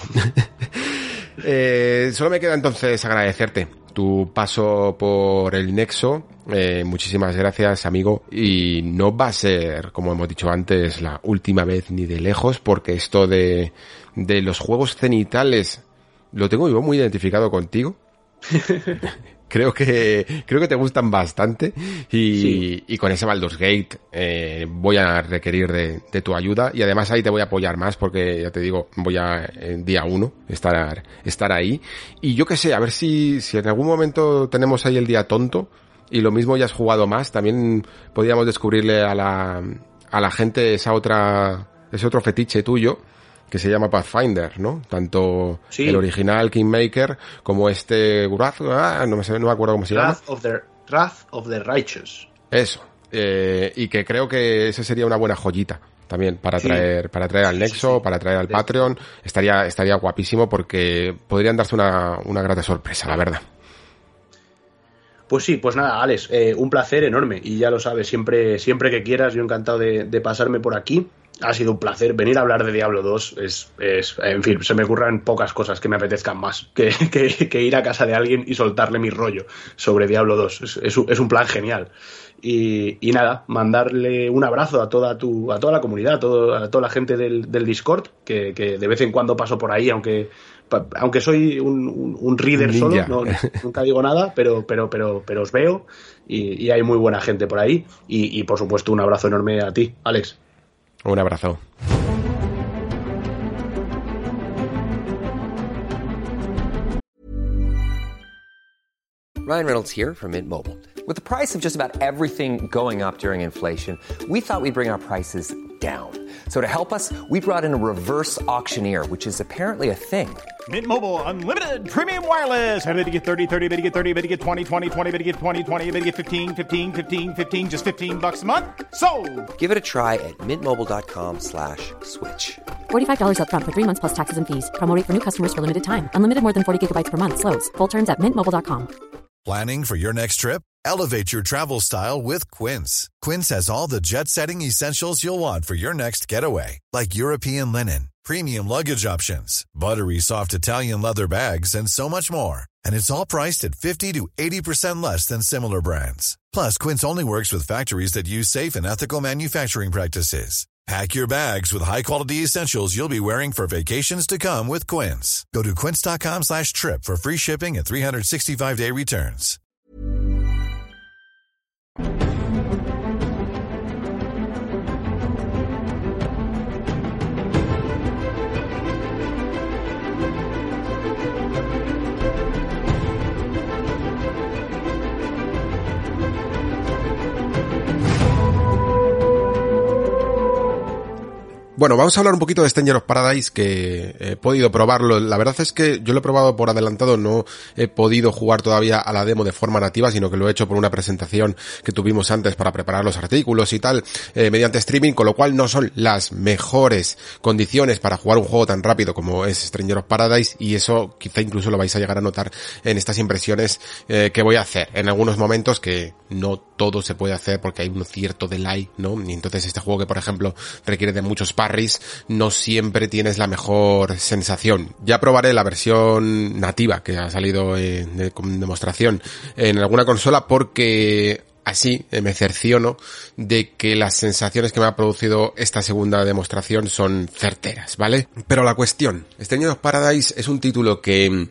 eh, solo me queda entonces agradecerte tu paso por el Nexo. Eh, muchísimas gracias, amigo, y no va a ser, como hemos dicho antes, la última vez ni de lejos, porque esto de de los juegos cenitales lo tengo yo muy identificado contigo. Creo que creo que te gustan bastante y, sí. y con ese Baldur's Gate eh, voy a requerir de, de tu ayuda, y además ahí te voy a apoyar más porque ya te digo, voy a en día uno estar estar ahí, y yo qué sé, a ver si si en algún momento tenemos ahí el día tonto y lo mismo ya has jugado más, también podríamos descubrirle a la a la gente esa otra ese otro fetiche tuyo que se llama Pathfinder, ¿no? Tanto sí. el original Kingmaker como este Wrath, ah, no me sé, no me acuerdo cómo se Wrath llama. Of the, Wrath of the Righteous. Eso. Eh, y que creo que ese sería una buena joyita también para sí. traer para traer al Nexo, sí, sí. para traer al sí. Patreon. Estaría estaría guapísimo porque podrían darse una, una grata sorpresa, la verdad. Pues sí, pues nada, Alex, eh, un placer enorme, y ya lo sabes, siempre siempre que quieras, yo encantado de, de pasarme por aquí. ha sido un placer. Venir a hablar de Diablo dos es, es en fin, se me ocurren pocas cosas que me apetezcan más que, que, que ir a casa de alguien y soltarle mi rollo sobre Diablo dos. Es, es, un, es un plan genial. Y, y nada, mandarle un abrazo a toda tu, a toda la comunidad, a, todo, a toda la gente del, del Discord, que, que de vez en cuando paso por ahí, aunque aunque soy un, un, un reader un solo, no, nunca digo nada, pero, pero, pero, pero os veo y, y hay muy buena gente por ahí. Y, y por supuesto un abrazo enorme a ti, Alex. Un abrazo. Ryan Reynolds here from Mint Mobile. With the price of just about everything going up during inflation, we thought we'd bring our prices down. So to help us, we brought in a reverse auctioneer, which is apparently a thing. Mint Mobile Unlimited Premium Wireless. How to get thirty, thirty, how to get thirty, how to get twenty, twenty, twenty, how to get twenty, twenty, how to get fifteen, fifteen, fifteen, fifteen, just fifteen bucks a month? Sold! Give it a try at mintmobile.com slash switch. forty-five dollars up front for three months plus taxes and fees. Promo rate for new customers for limited time. Unlimited more than forty gigabytes per month. Slows full terms at mint mobile dot com. Planning for your next trip? Elevate your travel style with Quince. Quince has all the jet-setting essentials you'll want for your next getaway, like European linen, premium luggage options, buttery soft Italian leather bags, and so much more. And it's all priced at fifty to eighty percent less than similar brands. Plus, Quince only works with factories that use safe and ethical manufacturing practices. Pack your bags with high-quality essentials you'll be wearing for vacations to come with Quince. Go to quince.com slash trip for free shipping and three sixty-five day returns. Bueno, vamos a hablar un poquito de Stranger of Paradise, que he podido probarlo. La verdad es que yo lo he probado por adelantado, no he podido jugar todavía a la demo de forma nativa, sino que lo he hecho por una presentación que tuvimos antes para preparar los artículos y tal, eh, mediante streaming, con lo cual no son las mejores condiciones para jugar un juego tan rápido como es Stranger of Paradise, y eso quizá incluso lo vais a llegar a notar en estas impresiones eh, que voy a hacer en algunos momentos, que no todo se puede hacer porque hay un cierto delay, ¿no? Y entonces este juego, que por ejemplo requiere de muchos parries, no siempre tienes la mejor sensación. Ya probaré la versión nativa que ha salido eh, de, con demostración en alguna consola, porque así eh, me cerciono de que las sensaciones que me ha producido esta segunda demostración son certeras, ¿vale? Pero la cuestión, Stranger of Paradise es un título que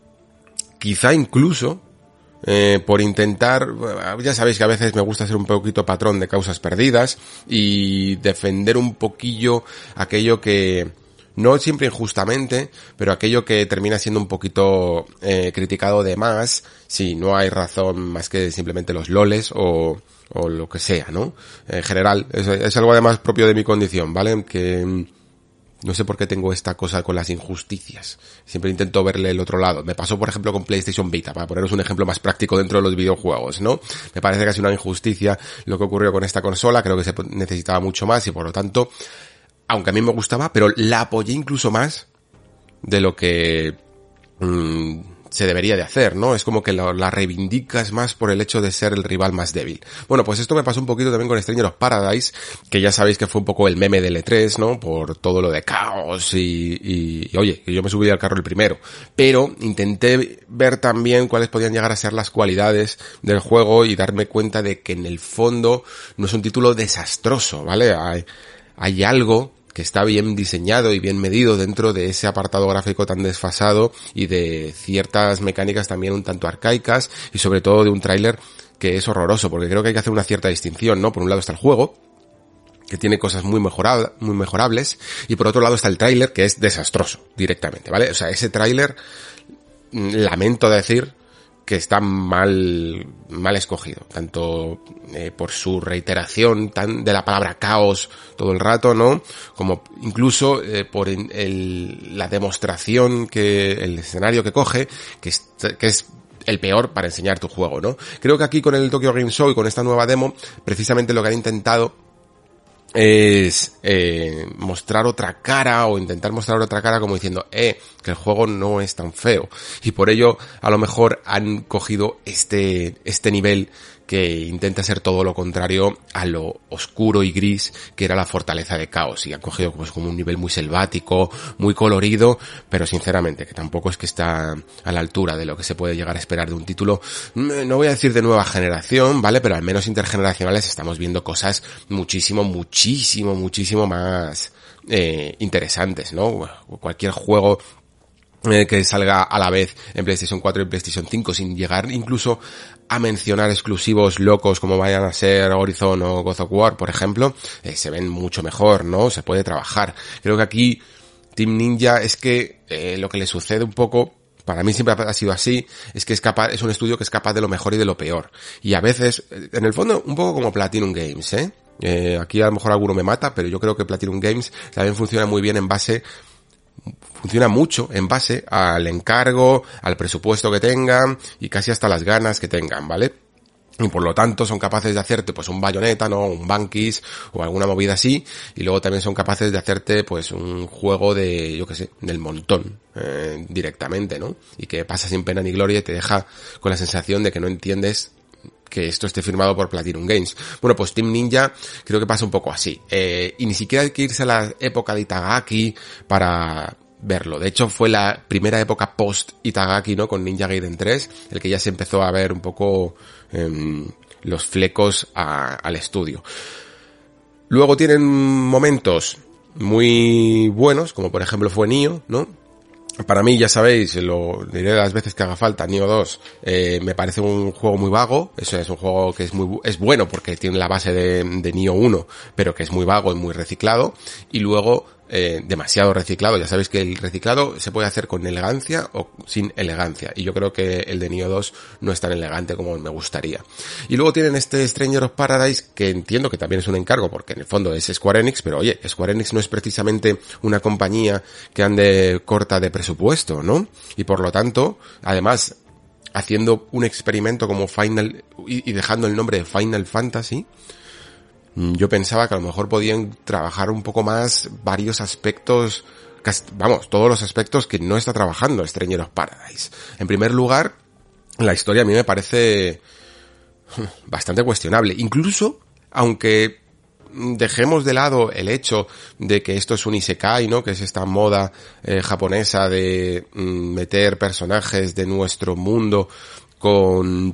quizá incluso Eh, por intentar, ya sabéis que a veces me gusta ser un poquito patrón de causas perdidas y defender un poquillo aquello que, no siempre injustamente, pero aquello que termina siendo un poquito eh, criticado de más, si no hay razón más que simplemente los loles o, o lo que sea, ¿no? En general, es, es algo además propio de mi condición, ¿vale? Que no sé por qué tengo esta cosa con las injusticias. Siempre intento verle el otro lado. Me pasó, por ejemplo, con PlayStation Vita, para poneros un ejemplo más práctico dentro de los videojuegos, ¿no? Me parece casi una injusticia lo que ocurrió con esta consola. Creo que se necesitaba mucho más y, por lo tanto, aunque a mí me gustaba, pero la apoyé incluso más de lo que mmm, se debería de hacer, ¿no? Es como que la, la reivindicas más por el hecho de ser el rival más débil. Bueno, pues esto me pasó un poquito también con Stranger of Paradise, que ya sabéis que fue un poco el meme del E tres, ¿no? Por todo lo de caos y, y, y oye, que yo me subí al carro el primero. Pero intenté ver también cuáles podían llegar a ser las cualidades del juego y darme cuenta de que en el fondo no es un título desastroso, ¿vale? Hay, hay algo que está bien diseñado y bien medido dentro de ese apartado gráfico tan desfasado y de ciertas mecánicas también un tanto arcaicas, y sobre todo de un tráiler que es horroroso, porque creo que hay que hacer una cierta distinción, ¿no? Por un lado está el juego, que tiene cosas muy mejorab- muy mejorables, y por otro lado está el tráiler, que es desastroso directamente, ¿vale? O sea, ese tráiler, lamento decir que está mal mal escogido, tanto eh, por su reiteración tan de la palabra caos todo el rato, ¿no? Como incluso eh, por el, el, la demostración que el escenario que coge, que es, que es el peor para enseñar tu juego, ¿no? Creo que aquí con el Tokyo Game Show y con esta nueva demo, precisamente lo que han intentado es eh, mostrar otra cara, o intentar mostrar otra cara como diciendo, eh, que el juego no es tan feo, y por ello a lo mejor han cogido este este nivel que intenta ser todo lo contrario a lo oscuro y gris que era la fortaleza de Chaos, y han cogido pues como un nivel muy selvático, muy colorido, pero sinceramente que tampoco es que está a la altura de lo que se puede llegar a esperar de un título, no voy a decir de nueva generación, ¿vale? Pero al menos intergeneracionales estamos viendo cosas muchísimo, muchísimo, muchísimo más eh, interesantes, ¿no? Cualquier juego eh, que salga a la vez en PlayStation cuatro y PlayStation cinco, sin llegar incluso a mencionar exclusivos locos como vayan a ser Horizon o God of War, por ejemplo, eh, se ven mucho mejor, ¿no? Se puede trabajar. Creo que aquí Team Ninja es que eh, lo que le sucede un poco, para mí siempre ha sido así, es que es capaz, es un estudio que es capaz de lo mejor y de lo peor. Y a veces, en el fondo, un poco como Platinum Games, ¿eh? Eh, aquí a lo mejor alguno me mata, pero yo creo que Platinum Games también funciona muy bien en base funciona mucho en base al encargo, al presupuesto que tengan y casi hasta las ganas que tengan, ¿vale? Y por lo tanto son capaces de hacerte pues un Bayonetta, ¿no? Un Bankis o alguna movida así, y luego también son capaces de hacerte pues un juego de, yo qué sé, del montón, eh, directamente, ¿no? Y que pasa sin pena ni gloria y te deja con la sensación de que no entiendes que esto esté firmado por Platinum Games. Bueno, pues Team Ninja creo que pasa un poco así. Eh, y ni siquiera hay que irse a la época de Itagaki para verlo. De hecho, fue la primera época post-Itagaki, ¿no? Con Ninja Gaiden tres, el que ya se empezó a ver un poco eh, los flecos a, al estudio. Luego tienen momentos muy buenos, como por ejemplo fue Nioh, ¿no? Para mí, ya sabéis, lo diré las veces que haga falta, Nioh dos, eh, me parece un juego muy vago. Eso es un juego que es muy es bueno porque tiene la base de, de Nioh uno, pero que es muy vago y muy reciclado. Y luego, eh, demasiado reciclado. Ya sabéis que el reciclado se puede hacer con elegancia o sin elegancia. Y yo creo que el de Nioh dos no es tan elegante como me gustaría. Y luego tienen este Stranger of Paradise, que entiendo que también es un encargo, porque en el fondo es Square Enix, pero oye, Square Enix no es precisamente una compañía que ande corta de presupuesto, ¿no? Y por lo tanto, además, haciendo un experimento como Final, y, y dejando el nombre de Final Fantasy, yo pensaba que a lo mejor podían trabajar un poco más varios aspectos, vamos, todos los aspectos que no está trabajando Stranger of Paradise. En primer lugar, la historia a mí me parece bastante cuestionable. Incluso, aunque dejemos de lado el hecho de que esto es un isekai, ¿no? Que es esta moda eh, japonesa de mm, meter personajes de nuestro mundo con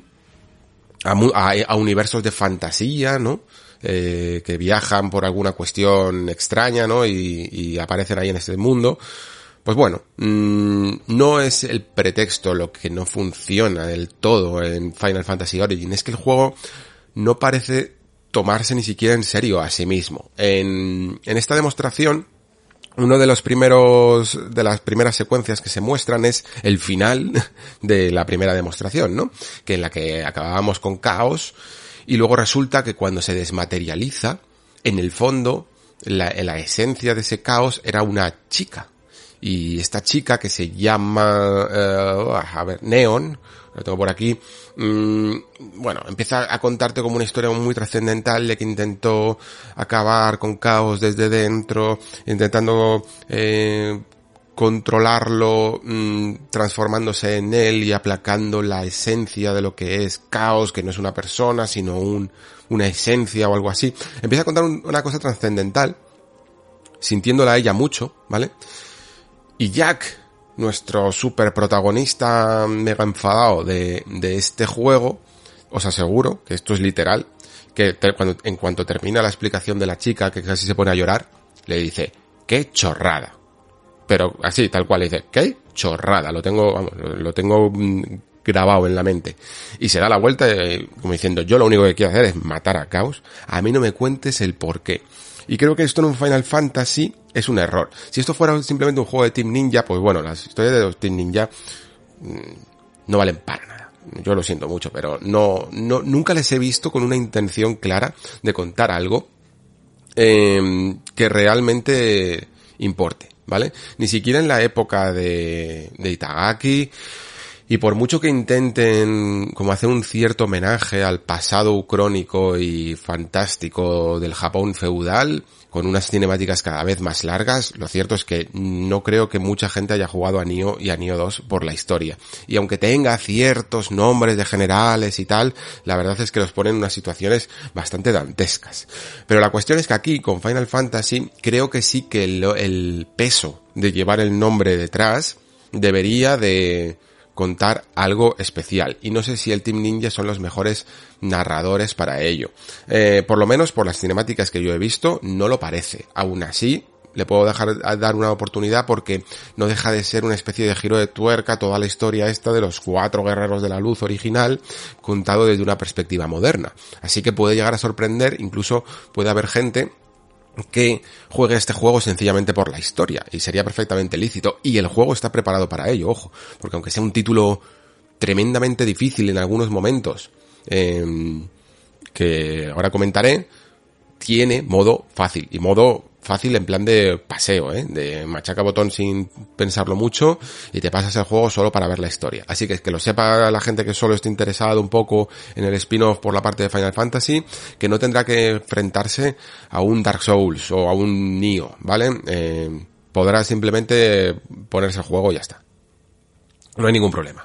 a, a, a universos de fantasía, ¿no? Eh, que viajan por alguna cuestión extraña, ¿no? Y, y aparecen ahí en este mundo. Pues bueno, mmm, no es el pretexto lo que no funciona del todo en Final Fantasy Origin. Es que el juego no parece tomarse ni siquiera en serio a sí mismo. En, en esta demostración, uno de los primeros, de las primeras secuencias que se muestran es el final de la primera demostración, ¿no? Que en la que acabábamos con Chaos. Y luego resulta que cuando se desmaterializa, en el fondo, la, la esencia de ese caos era una chica. Y esta chica que se llama, uh, a ver, Neon, lo tengo por aquí, mmm, bueno, empieza a contarte como una historia muy trascendental de que intentó acabar con Chaos desde dentro, intentando eh, controlarlo, mmm, transformándose en él y aplacando la esencia de lo que es Chaos, que no es una persona, sino un, una esencia o algo así. Empieza a contar un, una cosa trascendental, sintiéndola a ella mucho, ¿vale? Y Jack, nuestro super protagonista mega enfadado de, de este juego, os aseguro que esto es literal, que te, cuando, en cuanto termina la explicación de la chica, que casi se pone a llorar, le dice, ¡qué chorrada! Pero así, tal cual, le dice, ¿qué chorrada? Lo tengo, vamos, lo, lo tengo grabado en la mente. Y se da la vuelta, eh, como diciendo, yo lo único que quiero hacer es matar a Chaos, a mí no me cuentes el porqué. Y creo que esto en un Final Fantasy es un error. Si esto fuera simplemente un juego de Team Ninja, pues bueno, las historias de los Team Ninja mmm, no valen para nada. Yo lo siento mucho, pero no, no, nunca les he visto con una intención clara de contar algo eh, que realmente importe, ¿vale? Ni siquiera en la época de, de Itagaki, Y por mucho que intenten como hacer un cierto homenaje al pasado ucrónico y fantástico del Japón feudal, con unas cinemáticas cada vez más largas, lo cierto es que no creo que mucha gente haya jugado a Nioh y a Nioh dos por la historia. Y aunque tenga ciertos nombres de generales y tal, la verdad es que los ponen en unas situaciones bastante dantescas. Pero la cuestión es que aquí, con Final Fantasy, creo que sí que el, el peso de llevar el nombre detrás debería de contar algo especial, y no sé si el Team Ninja son los mejores narradores para ello. Eh, por lo menos por las cinemáticas que yo he visto no lo parece. Aún así le puedo dejar dar una oportunidad porque no deja de ser una especie de giro de tuerca toda la historia esta de los cuatro guerreros de la luz original contado desde una perspectiva moderna, así que puede llegar a sorprender. Incluso puede haber gente que juegue este juego sencillamente por la historia, y sería perfectamente lícito, y el juego está preparado para ello, ojo, porque aunque sea un título tremendamente difícil en algunos momentos, eh, que ahora comentaré, tiene modo fácil, y modo fácil en plan de paseo, ¿eh? De machaca botón sin pensarlo mucho y te pasas el juego solo para ver la historia. Así que que lo sepa la gente que solo esté interesado un poco en el spin-off por la parte de Final Fantasy, que no tendrá que enfrentarse a un Dark Souls o a un Nioh, ¿vale? Eh, podrá simplemente ponerse el juego y ya está. No hay ningún problema.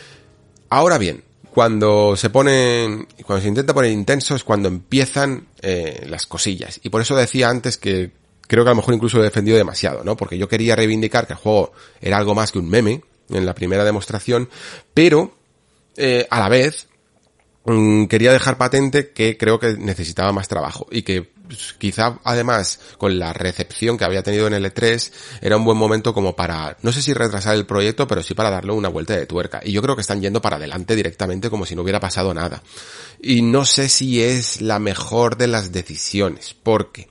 Ahora bien, cuando se pone, cuando se intenta poner intenso es cuando empiezan eh, las cosillas. Y por eso decía antes que creo que a lo mejor incluso lo he defendido demasiado, ¿no? Porque yo quería reivindicar que el juego era algo más que un meme en la primera demostración, pero eh, a la vez mmm, quería dejar patente que creo que necesitaba más trabajo y que pues, quizá además con la recepción que había tenido en el E tres era un buen momento como para, no sé si retrasar el proyecto, pero sí para darle una vuelta de tuerca. Y yo creo que están yendo para adelante directamente como si no hubiera pasado nada. Y no sé si es la mejor de las decisiones, porque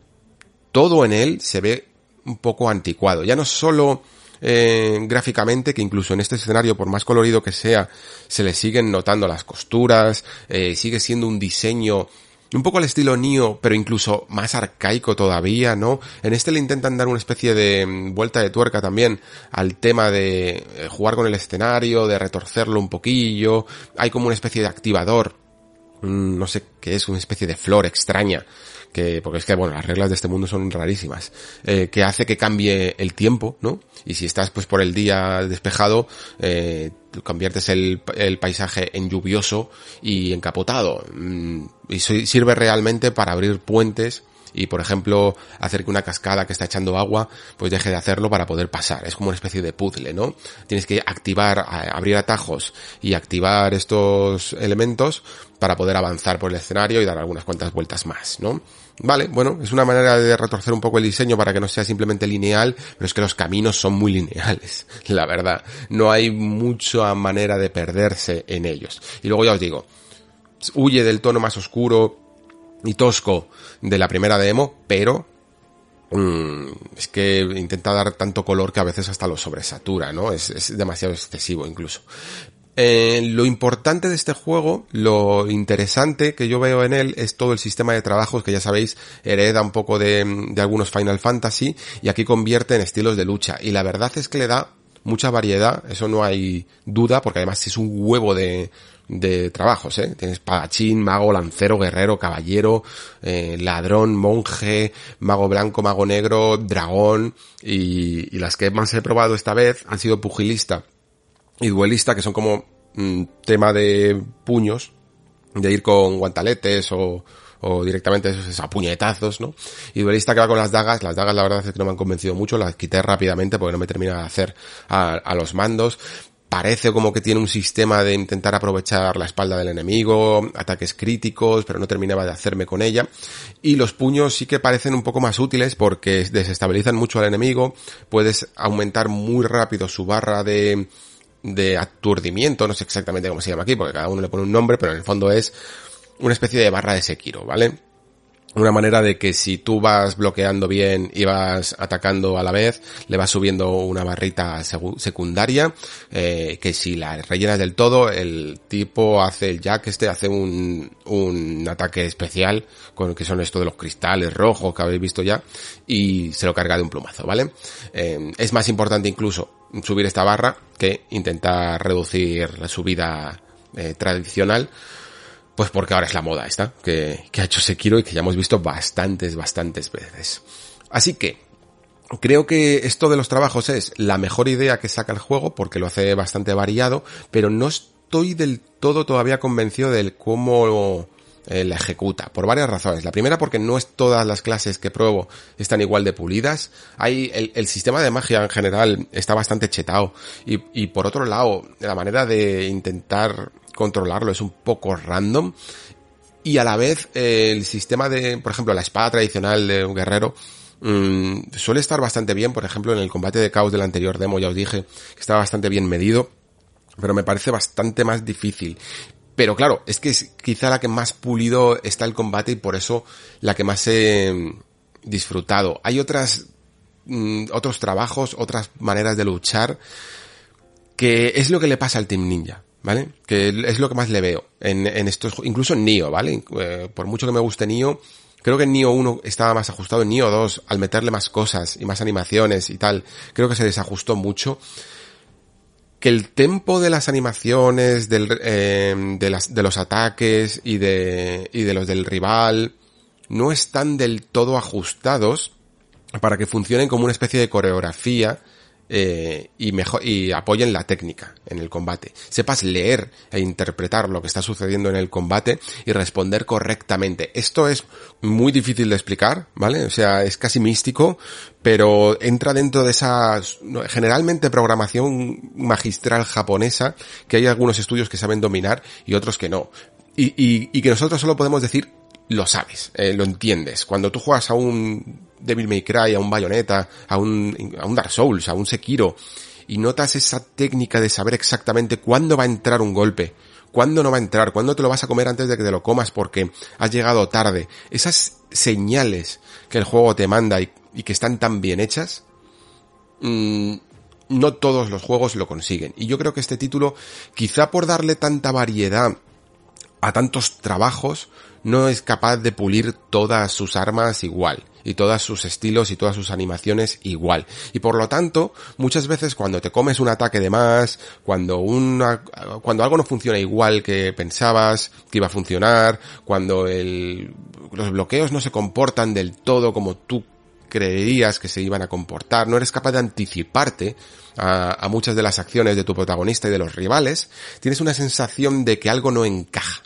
todo en él se ve un poco anticuado. Ya no solo eh, gráficamente, que incluso en este escenario, por más colorido que sea, se le siguen notando las costuras, eh, sigue siendo un diseño un poco al estilo Nioh, pero incluso más arcaico todavía, ¿no? En este le intentan dar una especie de vuelta de tuerca también al tema de jugar con el escenario, de retorcerlo un poquillo. Hay como una especie de activador, no sé qué es, una especie de flor extraña, que porque es que, bueno, las reglas de este mundo son rarísimas, eh, que hace que cambie el tiempo, ¿no? Y si estás pues por el día despejado, eh, conviertes el, el paisaje en lluvioso y encapotado, mm, y sirve realmente para abrir puentes y, por ejemplo, hacer que una cascada que está echando agua pues deje de hacerlo para poder pasar. Es como una especie de puzzle, ¿no? Tienes que activar, abrir atajos y activar estos elementos para poder avanzar por el escenario y dar algunas cuantas vueltas más, ¿no? Vale, bueno, es una manera de retorcer un poco el diseño para que no sea simplemente lineal, pero es que los caminos son muy lineales, la verdad. No hay mucha manera de perderse en ellos. Y luego ya os digo, huye del tono más oscuro y tosco de la primera demo, pero mmm, es que intenta dar tanto color que a veces hasta lo sobresatura, ¿no? Es, es demasiado excesivo incluso. Eh, lo importante de este juego, lo interesante que yo veo en él es todo el sistema de trabajos que ya sabéis hereda un poco de, de algunos Final Fantasy y aquí convierte en estilos de lucha, y la verdad es que le da mucha variedad, eso no hay duda, porque además es un huevo de de trabajos, ¿eh? Tienes espadachín, mago, lancero, guerrero, caballero, eh, ladrón, monje, mago blanco, mago negro, dragón, y, y las que más he probado esta vez han sido pugilista y duelista, que son como mm, tema de puños, de ir con guantaletes o, o directamente esos a puñetazos, ¿no? Y duelista que va con las dagas, las dagas la verdad es que no me han convencido mucho, las quité rápidamente porque no me termina de hacer a, a los mandos. Parece como que tiene un sistema de intentar aprovechar la espalda del enemigo, ataques críticos, pero no terminaba de hacerme con ella. Y los puños sí que parecen un poco más útiles porque desestabilizan mucho al enemigo, puedes aumentar muy rápido su barra de de aturdimiento, no sé exactamente cómo se llama aquí, porque cada uno le pone un nombre, pero en el fondo es una especie de barra de Sekiro, ¿vale? Una manera de que si tú vas bloqueando bien y vas atacando a la vez, le vas subiendo una barrita secundaria, eh, que si la rellenas del todo, el tipo hace el jack este, hace un, un ataque especial, con que son esto de los cristales rojos que habéis visto ya, y se lo carga de un plumazo, ¿vale? Eh, es más importante incluso subir esta barra que intentar reducir la subida eh, tradicional. Pues porque ahora es la moda esta, que, que ha hecho Sekiro y que ya hemos visto bastantes, bastantes veces. Así que, creo que esto de los trabajos es la mejor idea que saca el juego, porque lo hace bastante variado, pero no estoy del todo todavía convencido del cómo eh, la ejecuta, por varias razones. La primera, porque no es todas las clases que pruebo están igual de pulidas. Hay el, el sistema de magia en general está bastante chetado, y, y por otro lado, la manera de intentar controlarlo es un poco random, y a la vez eh, el sistema de, por ejemplo, la espada tradicional de un guerrero mmm, suele estar bastante bien. Por ejemplo, en el combate de caos del anterior demo ya os dije que estaba bastante bien medido, pero me parece bastante más difícil. Pero claro, es que es quizá la que más pulido está el combate y por eso la que más he disfrutado. Hay otras mmm, otros trabajos, otras maneras de luchar, que es lo que le pasa al Team Ninja, ¿vale? Que es lo que más le veo en, en estos, incluso en Nioh, ¿vale? Eh, por mucho que me guste Nioh, creo que en Nioh uno estaba más ajustado. En Nioh dos, al meterle más cosas y más animaciones y tal, creo que se desajustó mucho. Que el tempo de las animaciones, del, eh, de las, de los ataques y de, y de los del rival, no están del todo ajustados para que funcionen como una especie de coreografía, Eh, y mejor, y apoyen la técnica en el combate. Sepas leer e interpretar lo que está sucediendo en el combate y responder correctamente. Esto es muy difícil de explicar, ¿vale? O sea, es casi místico, pero entra dentro de esa, generalmente, programación magistral japonesa, que hay algunos estudios que saben dominar y otros que no. Y, y, y que nosotros solo podemos decir, lo sabes, eh, lo entiendes. Cuando tú juegas a un Devil May Cry, a un Bayonetta, a un, a un Dark Souls, a un Sekiro, y notas esa técnica de saber exactamente cuándo va a entrar un golpe, cuándo no va a entrar, cuándo te lo vas a comer antes de que te lo comas porque has llegado tarde. Esas señales que el juego te manda y, y que están tan bien hechas, mmm, no todos los juegos lo consiguen. Y yo creo que este título, quizá por darle tanta variedad a tantos trabajos, no es capaz de pulir todas sus armas igual, y todos sus estilos y todas sus animaciones igual. Y por lo tanto, muchas veces cuando te comes un ataque de más, cuando una, cuando algo no funciona igual que pensabas que iba a funcionar, cuando el, los bloqueos no se comportan del todo como tú creerías que se iban a comportar, no eres capaz de anticiparte a, a muchas de las acciones de tu protagonista y de los rivales, tienes una sensación de que algo no encaja.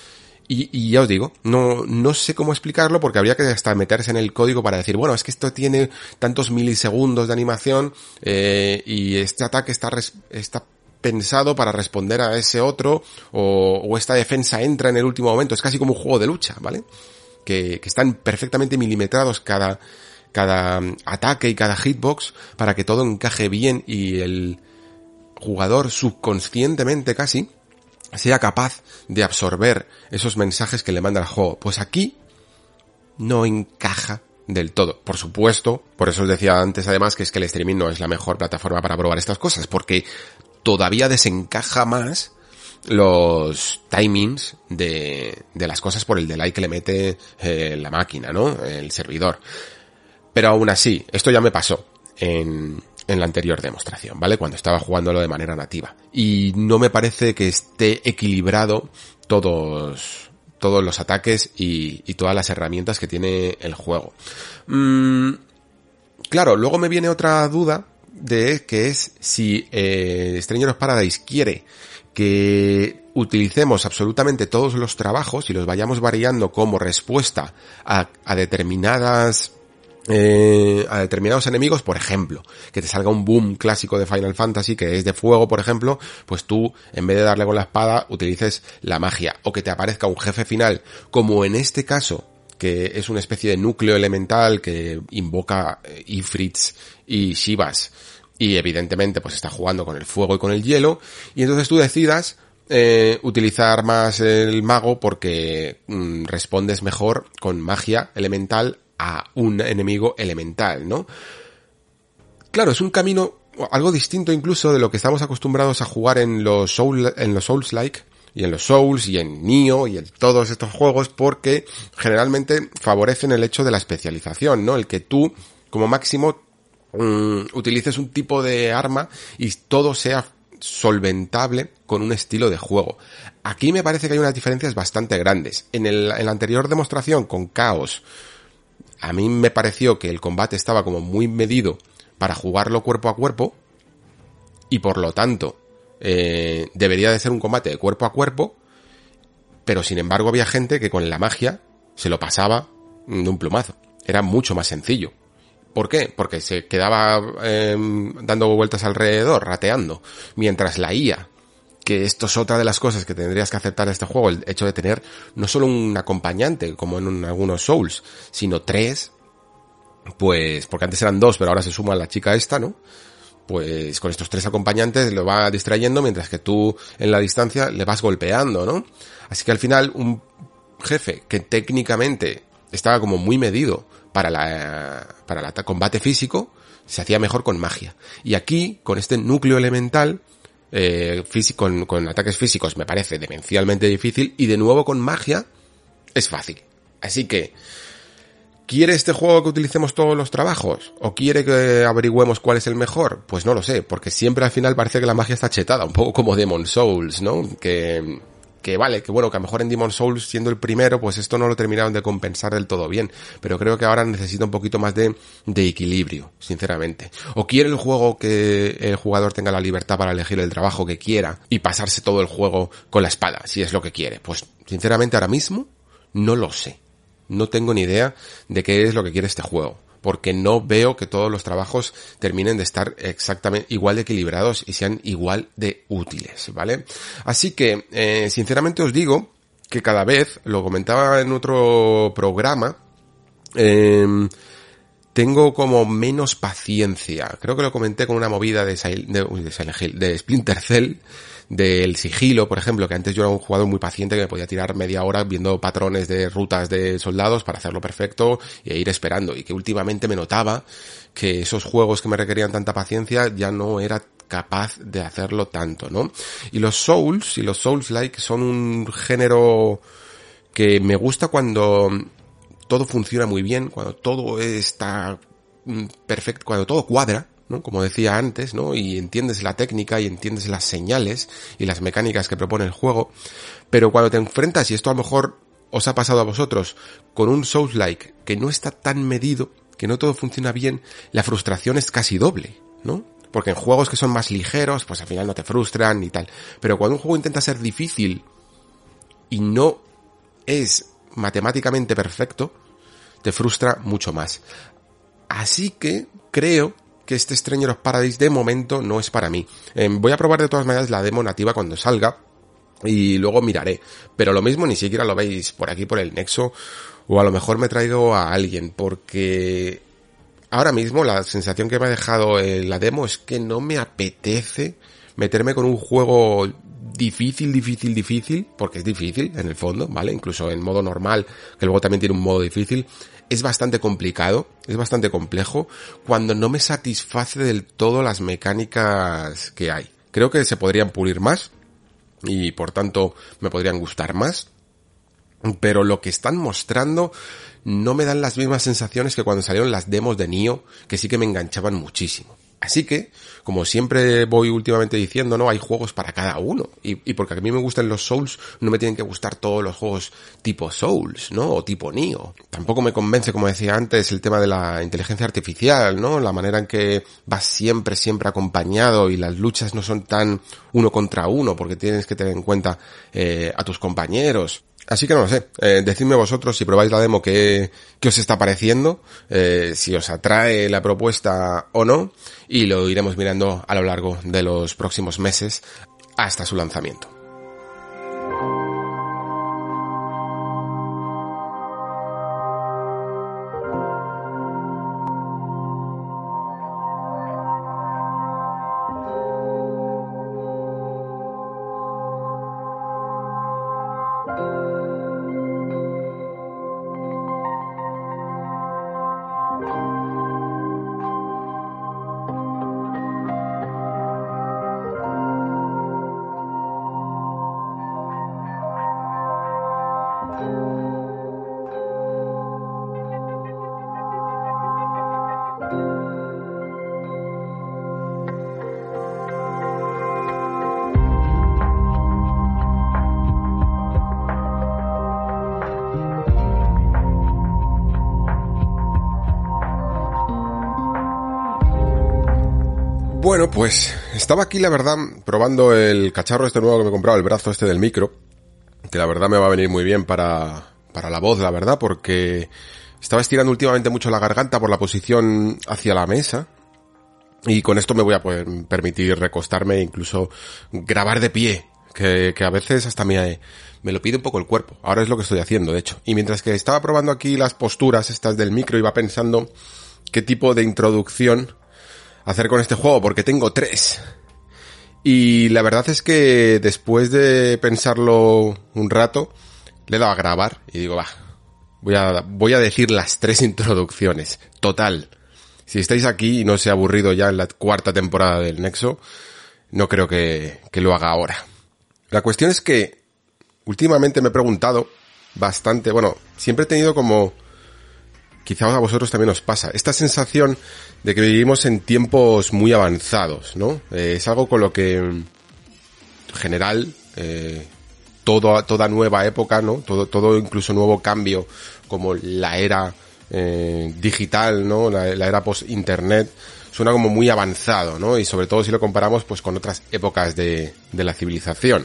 Y, y ya os digo, no, no sé cómo explicarlo, porque habría que hasta meterse en el código para decir, bueno, es que esto tiene tantos milisegundos de animación, eh, y este ataque está, res, está pensado para responder a ese otro, o, o esta defensa entra en el último momento. Es casi como un juego de lucha, ¿vale? Que, que están perfectamente milimetrados cada, cada ataque y cada hitbox para que todo encaje bien y el jugador subconscientemente casi sea capaz de absorber esos mensajes que le manda el juego. Pues aquí no encaja del todo. Por supuesto, por eso os decía antes además que es que el streaming no es la mejor plataforma para probar estas cosas, porque todavía desencaja más los timings de, de las cosas por el delay que le mete eh, la máquina, ¿no? El servidor. Pero aún así, esto ya me pasó en... en la anterior demostración, ¿vale? Cuando estaba jugándolo de manera nativa. Y no me parece que esté equilibrado todos, todos los ataques y, y todas las herramientas que tiene el juego. Mm, claro, luego me viene otra duda de que es si eh, Stranger of Paradise quiere que utilicemos absolutamente todos los trabajos y los vayamos variando como respuesta a, a determinadas Eh, a determinados enemigos, por ejemplo, que te salga un boom clásico de Final Fantasy que es de fuego, por ejemplo, pues tú, en vez de darle con la espada, utilices la magia, o que te aparezca un jefe final, como en este caso, que es una especie de núcleo elemental que invoca Ifrits y Shivas, y evidentemente pues está jugando con el fuego y con el hielo, y entonces tú decidas eh, utilizar más el mago porque mm, respondes mejor con magia elemental a un enemigo elemental, ¿no? Claro, es un camino algo distinto incluso de lo que estamos acostumbrados a jugar en los Soul, en los Souls-like y en los Souls y en Nioh y en todos estos juegos, porque generalmente favorecen el hecho de la especialización, ¿no? El que tú, como máximo, um, utilices un tipo de arma y todo sea solventable con un estilo de juego. Aquí me parece que hay unas diferencias bastante grandes. En, el, en la anterior demostración con Chaos, a mí me pareció que el combate estaba como muy medido para jugarlo cuerpo a cuerpo y por lo tanto eh, debería de ser un combate de cuerpo a cuerpo, pero sin embargo había gente que con la magia se lo pasaba de un plumazo. Era mucho más sencillo. ¿Por qué? Porque se quedaba eh, dando vueltas alrededor, rateando, mientras la I A, que esto es otra de las cosas que tendrías que aceptar en este juego, el hecho de tener no solo un acompañante como en un, algunos Souls, sino tres, pues, porque antes eran dos, pero ahora se suma la chica esta, ¿no? Pues con estos tres acompañantes lo va distrayendo mientras que tú en la distancia le vas golpeando, ¿no? Así que al final un jefe que técnicamente estaba como muy medido para la para el combate físico se hacía mejor con magia. Y aquí, con este núcleo elemental, eh, físico, con, con ataques físicos me parece demencialmente difícil, y de nuevo con magia es fácil. Así que, ¿quiere este juego que utilicemos todos los trabajos? ¿O quiere que averigüemos cuál es el mejor? Pues no lo sé, porque siempre al final parece que la magia está chetada, un poco como Demon's Souls, ¿no? Que, que vale, que bueno, que a lo mejor en Demon's Souls, siendo el primero, pues esto no lo terminaron de compensar del todo bien, pero creo que ahora necesita un poquito más de, de equilibrio, sinceramente. ¿O quiere el juego que el jugador tenga la libertad para elegir el trabajo que quiera y pasarse todo el juego con la espada, si es lo que quiere? Pues sinceramente ahora mismo no lo sé. No tengo ni idea de qué es lo que quiere este juego, porque no veo que todos los trabajos terminen de estar exactamente igual de equilibrados y sean igual de útiles, ¿vale? Así que, eh, sinceramente os digo que cada vez, lo comentaba en otro programa, eh, tengo como menos paciencia. Creo que lo comenté con una movida de, Sil- de, de, Silent Hill, de Splinter Cell, del sigilo, por ejemplo, que antes yo era un jugador muy paciente que me podía tirar media hora viendo patrones de rutas de soldados para hacerlo perfecto e ir esperando, y que últimamente me notaba que esos juegos que me requerían tanta paciencia ya no era capaz de hacerlo tanto, ¿no? Y los Souls y los Souls-like son un género que me gusta cuando todo funciona muy bien, cuando todo está perfecto, cuando todo cuadra, ¿no? Como decía antes, ¿no? Y entiendes la técnica y entiendes las señales y las mecánicas que propone el juego. Pero cuando te enfrentas, y esto a lo mejor os ha pasado a vosotros, con un Souls-like que no está tan medido, que no todo funciona bien, la frustración es casi doble, ¿no? Porque en juegos que son más ligeros, pues al final no te frustran y tal. Pero cuando un juego intenta ser difícil y no es matemáticamente perfecto, te frustra mucho más. Así que creo que este Stranger of Paradise de momento no es para mí. Eh, voy a probar de todas maneras la demo nativa cuando salga y luego miraré. Pero lo mismo ni siquiera lo veis por aquí por el Nexo, o a lo mejor me traigo a alguien, porque ahora mismo la sensación que me ha dejado eh, la demo es que no me apetece meterme con un juego difícil, difícil, difícil, porque es difícil en el fondo, ¿vale? Incluso en modo normal, que luego también tiene un modo difícil. Es bastante complicado, es bastante complejo, cuando no me satisface del todo las mecánicas que hay. Creo que se podrían pulir más y por tanto me podrían gustar más, pero lo que están mostrando no me dan las mismas sensaciones que cuando salieron las demos de Nioh, que sí que me enganchaban muchísimo. Así que, como siempre voy últimamente diciendo, ¿no? Hay juegos para cada uno. Y, y porque a mí me gustan los Souls, no me tienen que gustar todos los juegos tipo Souls, ¿no? O tipo Nioh. Tampoco me convence, como decía antes, el tema de la inteligencia artificial, ¿no? La manera en que vas siempre, siempre acompañado y las luchas no son tan uno contra uno, porque tienes que tener en cuenta eh, a tus compañeros. Así que no lo sé, eh, decidme vosotros si probáis la demo qué, qué os está pareciendo, eh, si os atrae la propuesta o no, y lo iremos mirando a lo largo de los próximos meses hasta su lanzamiento. Bueno, pues estaba aquí, la verdad, probando el cacharro este nuevo que me he comprado, el brazo este del micro, que la verdad me va a venir muy bien para, para la voz, la verdad, porque estaba estirando últimamente mucho la garganta por la posición hacia la mesa, y con esto me voy a poder permitir recostarme e incluso grabar de pie, que, que a veces hasta me, me lo pide un poco el cuerpo. Ahora es lo que estoy haciendo, de hecho. Y mientras que estaba probando aquí las posturas estas del micro, iba pensando qué tipo de introducción hacer con este juego, porque tengo tres. Y la verdad es que después de pensarlo un rato, le he dado a grabar y digo, va, voy a, voy a decir las tres introducciones. Total, si estáis aquí y no os he aburrido ya en la cuarta temporada del Nexo, no creo que, que lo haga ahora. La cuestión es que últimamente me he preguntado bastante, bueno, siempre he tenido como, quizás a vosotros también os pasa, esta sensación de que vivimos en tiempos muy avanzados, ¿no? Eh, es algo con lo que, en general, eh, todo, toda nueva época, ¿no? Todo, todo incluso nuevo cambio, como la era eh, digital, ¿no? La, la era post-internet, suena como muy avanzado, ¿no? Y sobre todo si lo comparamos, pues, con otras épocas de, de la civilización.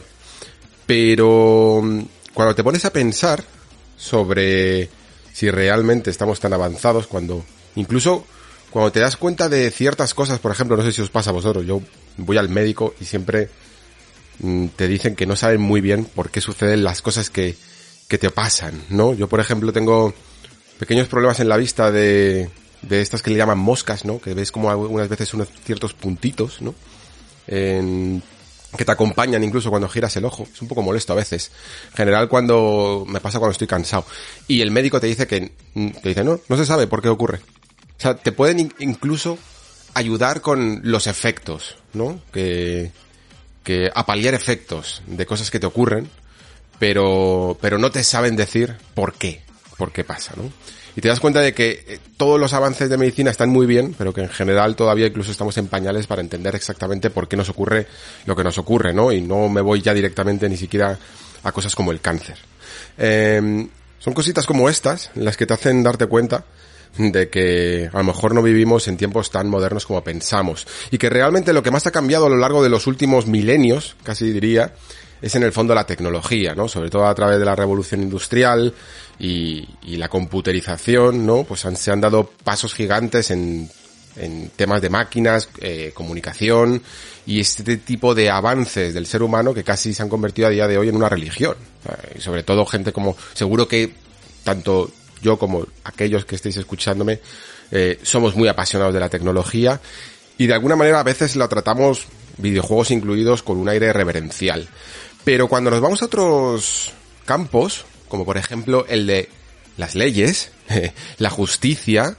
Pero cuando te pones a pensar sobre si realmente estamos tan avanzados, cuando incluso cuando te das cuenta de ciertas cosas, por ejemplo, no sé si os pasa a vosotros, yo voy al médico y siempre mmm, te dicen que no saben muy bien por qué suceden las cosas que, que te pasan, ¿no? Yo, por ejemplo, tengo pequeños problemas en la vista de, de estas que le llaman moscas, ¿no? Que ves como algunas veces unos ciertos puntitos, ¿no? En, que te acompañan incluso cuando giras el ojo. Es un poco molesto a veces. En general cuando me pasa cuando estoy cansado. Y el médico te dice que, te dice, no, no se sabe por qué ocurre. O sea, te pueden in- incluso ayudar con los efectos, ¿no? Que, que a paliar efectos de cosas que te ocurren, pero, pero no te saben decir por qué, por qué pasa, ¿no? Y te das cuenta de que eh, todos los avances de medicina están muy bien, pero que en general todavía incluso estamos en pañales para entender exactamente por qué nos ocurre lo que nos ocurre, ¿no? Y no me voy ya directamente ni siquiera a cosas como el cáncer. Eh, son cositas como estas las que te hacen darte cuenta de que a lo mejor no vivimos en tiempos tan modernos como pensamos. Y que realmente lo que más ha cambiado a lo largo de los últimos milenios, casi diría, es en el fondo la tecnología, ¿no? Sobre todo a través de la revolución industrial y, y la computerización, ¿no? Pues han, se han dado pasos gigantes en, en temas de máquinas, eh, comunicación y este tipo de avances del ser humano que casi se han convertido a día de hoy en una religión. Eh, y sobre todo gente como, seguro que tanto yo como aquellos que estéis escuchándome, eh, somos muy apasionados de la tecnología y de alguna manera a veces la tratamos, videojuegos incluidos, con un aire reverencial. Pero cuando nos vamos a otros campos, como por ejemplo el de las leyes, la justicia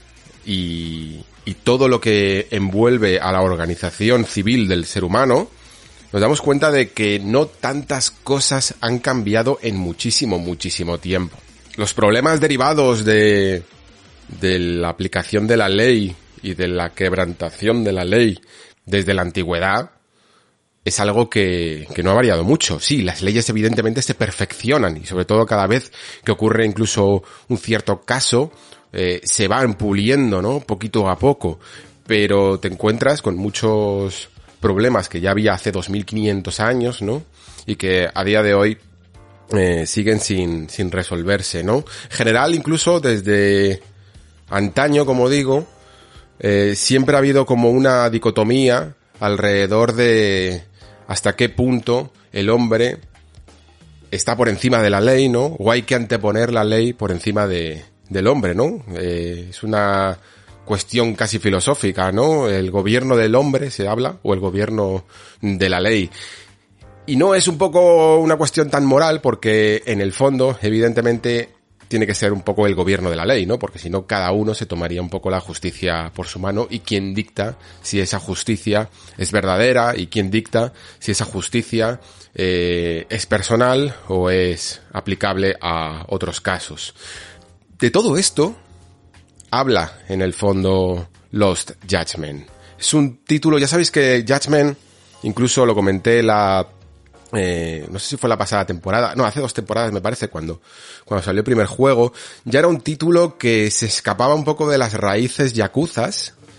y, y todo lo que envuelve a la organización civil del ser humano, nos damos cuenta de que no tantas cosas han cambiado en muchísimo, muchísimo tiempo. Los problemas derivados de, de la aplicación de la ley y de la quebrantación de la ley desde la antigüedad es algo que, que no ha variado mucho. Sí, las leyes evidentemente se perfeccionan y sobre todo cada vez que ocurre incluso un cierto caso, eh, se van puliendo, ¿no? Poquito a poco. Pero te encuentras con muchos problemas que ya había hace dos mil quinientos años, ¿no? Y que a día de hoy eh, siguen sin, sin resolverse, ¿no? En general, incluso desde antaño, como digo, eh, siempre ha habido como una dicotomía alrededor de hasta qué punto el hombre está por encima de la ley, ¿no? O hay que anteponer la ley por encima de, del hombre, ¿no? Eh, es una cuestión casi filosófica, ¿no? El gobierno del hombre, se habla, o el gobierno de la ley. Y no es un poco una cuestión tan moral, porque en el fondo, evidentemente, tiene que ser un poco el gobierno de la ley, ¿no? Porque si no, cada uno se tomaría un poco la justicia por su mano y quién dicta si esa justicia es verdadera y quién dicta si esa justicia eh, es personal o es aplicable a otros casos. De todo esto habla, en el fondo, Lost Judgment. Es un título, ya sabéis que Judgment, incluso lo comenté la... Eh, no sé si fue la pasada temporada, no, hace dos temporadas me parece, cuando, cuando salió el primer juego, ya era un título que se escapaba un poco de las raíces yakuzas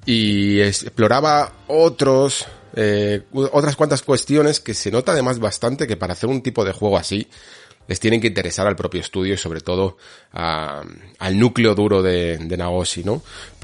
y exploraba otros eh, otras cuantas cuestiones que se nota además bastante que para hacer un tipo de juego así les tienen que interesar al propio estudio y sobre todo a, al núcleo duro de, de Nagoshi, ¿no?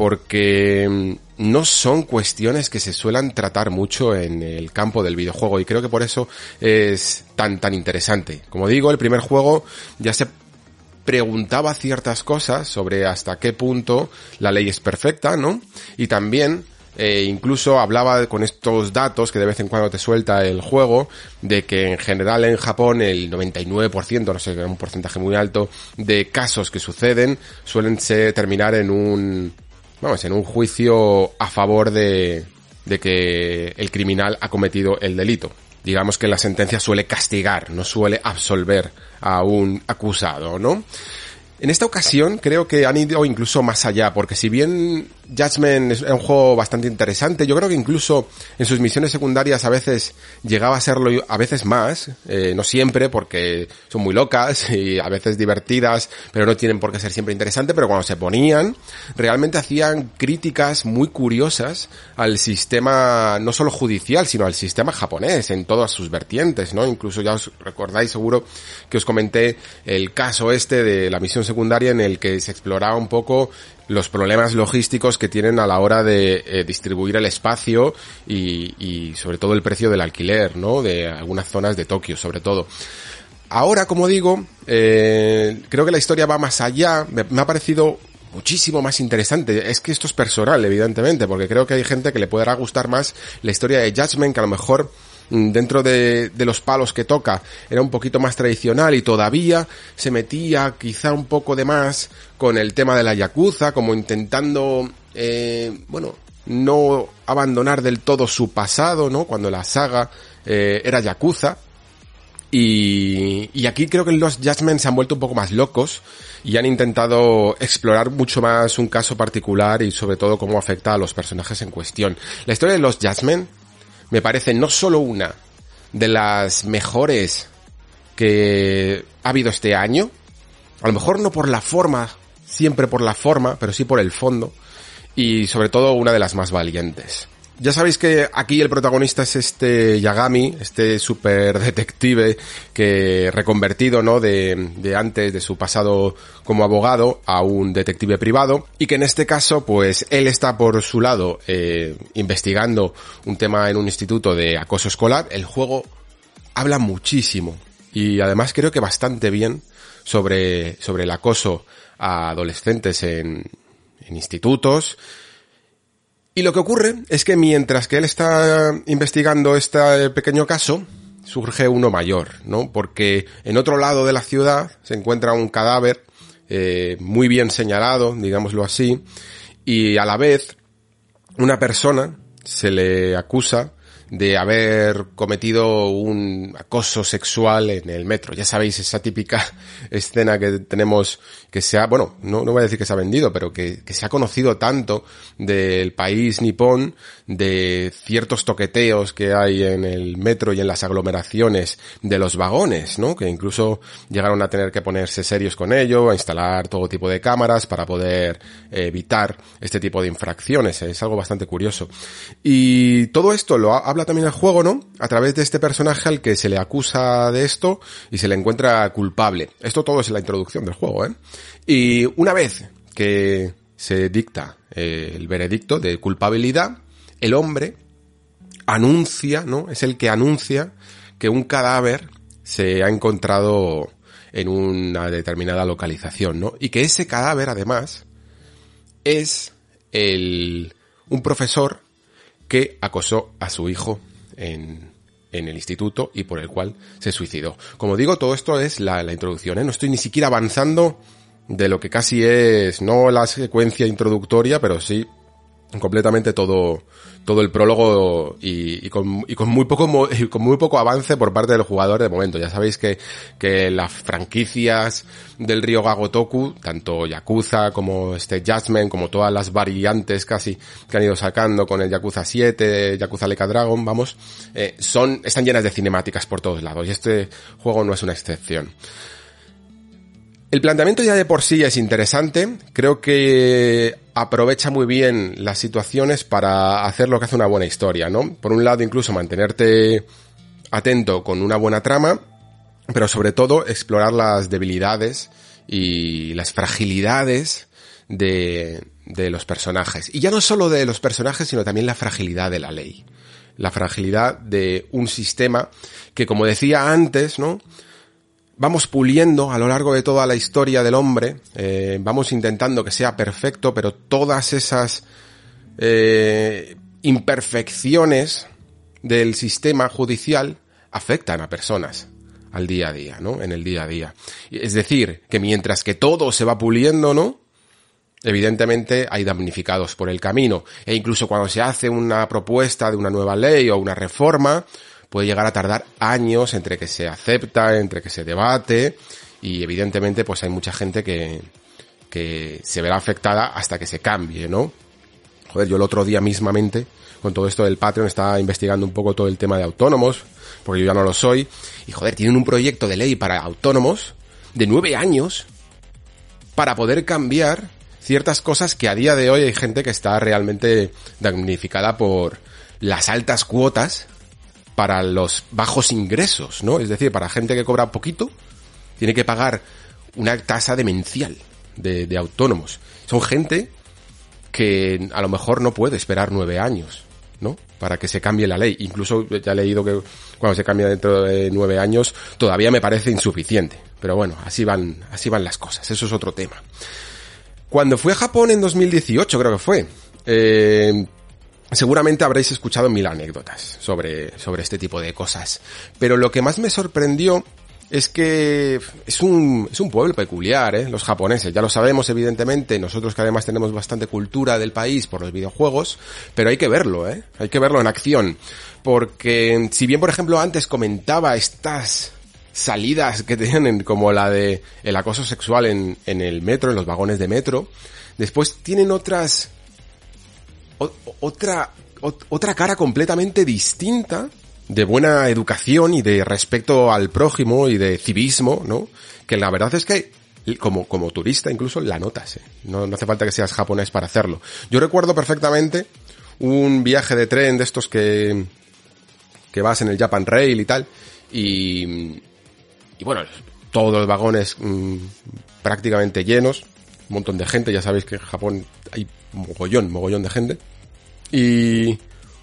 Porque no son cuestiones que se suelan tratar mucho en el campo del videojuego y creo que por eso es tan tan interesante. Como digo, el primer juego ya se preguntaba ciertas cosas sobre hasta qué punto la ley es perfecta, ¿no? Y también Eh, incluso hablaba con estos datos que de vez en cuando te suelta el juego, de que en general en Japón el noventa y nueve por ciento, no sé, un porcentaje muy alto, de casos que suceden suelen ser, terminar en un, vamos, en un juicio a favor de, de que el criminal ha cometido el delito. Digamos que la sentencia suele castigar, no suele absolver a un acusado, ¿no? En esta ocasión creo que han ido incluso más allá, porque si bien Judgment es un juego bastante interesante, yo creo que incluso en sus misiones secundarias a veces llegaba a serlo, a veces más, eh, no siempre, porque son muy locas y a veces divertidas, pero no tienen por qué ser siempre interesantes, pero cuando se ponían, realmente hacían críticas muy curiosas al sistema, no solo judicial, sino al sistema japonés, en todas sus vertientes, ¿no? Incluso ya os recordáis seguro que os comenté el caso este de la misión secundaria en el que se exploraba un poco los problemas logísticos que tienen a la hora de eh, distribuir el espacio y, y sobre todo el precio del alquiler, ¿no? De algunas zonas de Tokio, sobre todo. Ahora, como digo, eh, creo que la historia va más allá. Me, me ha parecido muchísimo más interesante. Es que esto es personal, evidentemente, porque creo que hay gente que le podrá gustar más la historia de Judgment, que a lo mejor dentro de, de los palos que toca era un poquito más tradicional y todavía se metía quizá un poco de más con el tema de la Yakuza, como intentando, eh, bueno, no abandonar del todo su pasado, ¿no? Cuando la saga eh, era Yakuza. Y, y aquí creo que los Judgment se han vuelto un poco más locos y han intentado explorar mucho más un caso particular y sobre todo cómo afecta a los personajes en cuestión. La historia de los Judgment me parece no solo una de las mejores que ha habido este año, a lo mejor no por la forma, siempre por la forma, pero sí por el fondo, y sobre todo una de las más valientes. Ya sabéis que aquí el protagonista es este Yagami, este super detective que reconvertido, ¿no? De, de antes, de su pasado como abogado a un detective privado, y que en este caso, pues, él está por su lado, eh, investigando un tema en un instituto de acoso escolar. El juego habla muchísimo y además creo que bastante bien sobre, sobre el acoso a adolescentes en, en institutos. Y lo que ocurre es que mientras que él está investigando este pequeño caso, surge uno mayor, ¿no? Porque en otro lado de la ciudad se encuentra un cadáver eh, muy bien señalado, digámoslo así, y a la vez una persona se le acusa de haber cometido un acoso sexual en el metro. Ya sabéis, esa típica escena que tenemos, que se ha, bueno, no, no voy a decir que se ha vendido, pero que, que se ha conocido tanto del país nipón, de ciertos toqueteos que hay en el metro y en las aglomeraciones de los vagones, ¿no? Que incluso llegaron a tener que ponerse serios con ello, a instalar todo tipo de cámaras para poder evitar este tipo de infracciones. Es algo bastante curioso. Y todo esto lo habla también el juego, ¿no? A través de este personaje al que se le acusa de esto y se le encuentra culpable. Esto todo es la introducción del juego, ¿eh? Y una vez que se dicta eh, el veredicto de culpabilidad, el hombre anuncia, ¿no? Es el que anuncia que un cadáver se ha encontrado en una determinada localización, ¿no? Y que ese cadáver, además, es el un profesor que acosó a su hijo en, en el instituto y por el cual se suicidó. Como digo, todo esto es la, la introducción, ¿eh? No estoy ni siquiera avanzando de lo que casi es, no la secuencia introductoria, pero sí completamente todo todo el prólogo y, y, con, y con muy poco y con muy poco avance por parte del jugador de momento. Ya sabéis que que las franquicias del Ryoga Gotoku, tanto Yakuza como este Judgment, como todas las variantes casi que han ido sacando con el Yakuza siete, Yakuza Like a Dragon, vamos, eh, son están llenas de cinemáticas por todos lados y este juego no es una excepción. El planteamiento ya de por sí es interesante. Creo que aprovecha muy bien las situaciones para hacer lo que hace una buena historia, ¿no? Por un lado, incluso mantenerte atento con una buena trama, pero sobre todo explorar las debilidades y las fragilidades de, de los personajes. Y ya no solo de los personajes, sino también la fragilidad de la ley. La fragilidad de un sistema que, como decía antes, ¿no?, vamos puliendo a lo largo de toda la historia del hombre, eh, vamos intentando que sea perfecto, pero todas esas eh, imperfecciones del sistema judicial afectan a personas al día a día, ¿no? En el día a día. Es decir, que mientras que todo se va puliendo, ¿no?, evidentemente hay damnificados por el camino. E incluso cuando se hace una propuesta de una nueva ley o una reforma, puede llegar a tardar años entre que se acepta, entre que se debate, y evidentemente pues hay mucha gente que, que se verá afectada hasta que se cambie, ¿no? Joder, yo el otro día mismamente, con todo esto del Patreon, estaba investigando un poco todo el tema de autónomos, porque yo ya no lo soy, y joder, tienen un proyecto de ley para autónomos de nueve años para poder cambiar ciertas cosas que a día de hoy hay gente que está realmente damnificada por las altas cuotas para los bajos ingresos, ¿no? Es decir, para gente que cobra poquito, tiene que pagar una tasa demencial de, de autónomos. Son gente que a lo mejor no puede esperar nueve años, ¿no?, para que se cambie la ley. Incluso ya he leído que cuando se cambia dentro de nueve años todavía me parece insuficiente. Pero bueno, así van, así van las cosas. Eso es otro tema. Cuando fui a Japón en dos mil dieciocho, creo que fue, eh... seguramente habréis escuchado mil anécdotas sobre, sobre este tipo de cosas. Pero lo que más me sorprendió es que es un, es un pueblo peculiar, ¿eh? Los japoneses, ya lo sabemos evidentemente, nosotros que además tenemos bastante cultura del país por los videojuegos, pero hay que verlo, ¿eh? Hay que verlo en acción. Porque si bien, por ejemplo, antes comentaba estas salidas que tienen, como la de el acoso sexual en, en el metro, en los vagones de metro, después tienen otras... otra otra cara completamente distinta de buena educación y de respeto al prójimo y de civismo, ¿no? Que la verdad es que como como turista incluso la notas, ¿eh? No, no hace falta que seas japonés para hacerlo. Yo recuerdo perfectamente un viaje de tren de estos que que vas en el Japan Rail y tal, y y bueno, todos los vagones mmm, prácticamente llenos, un montón de gente, ya sabéis que en Japón hay mogollón, mogollón de gente. Y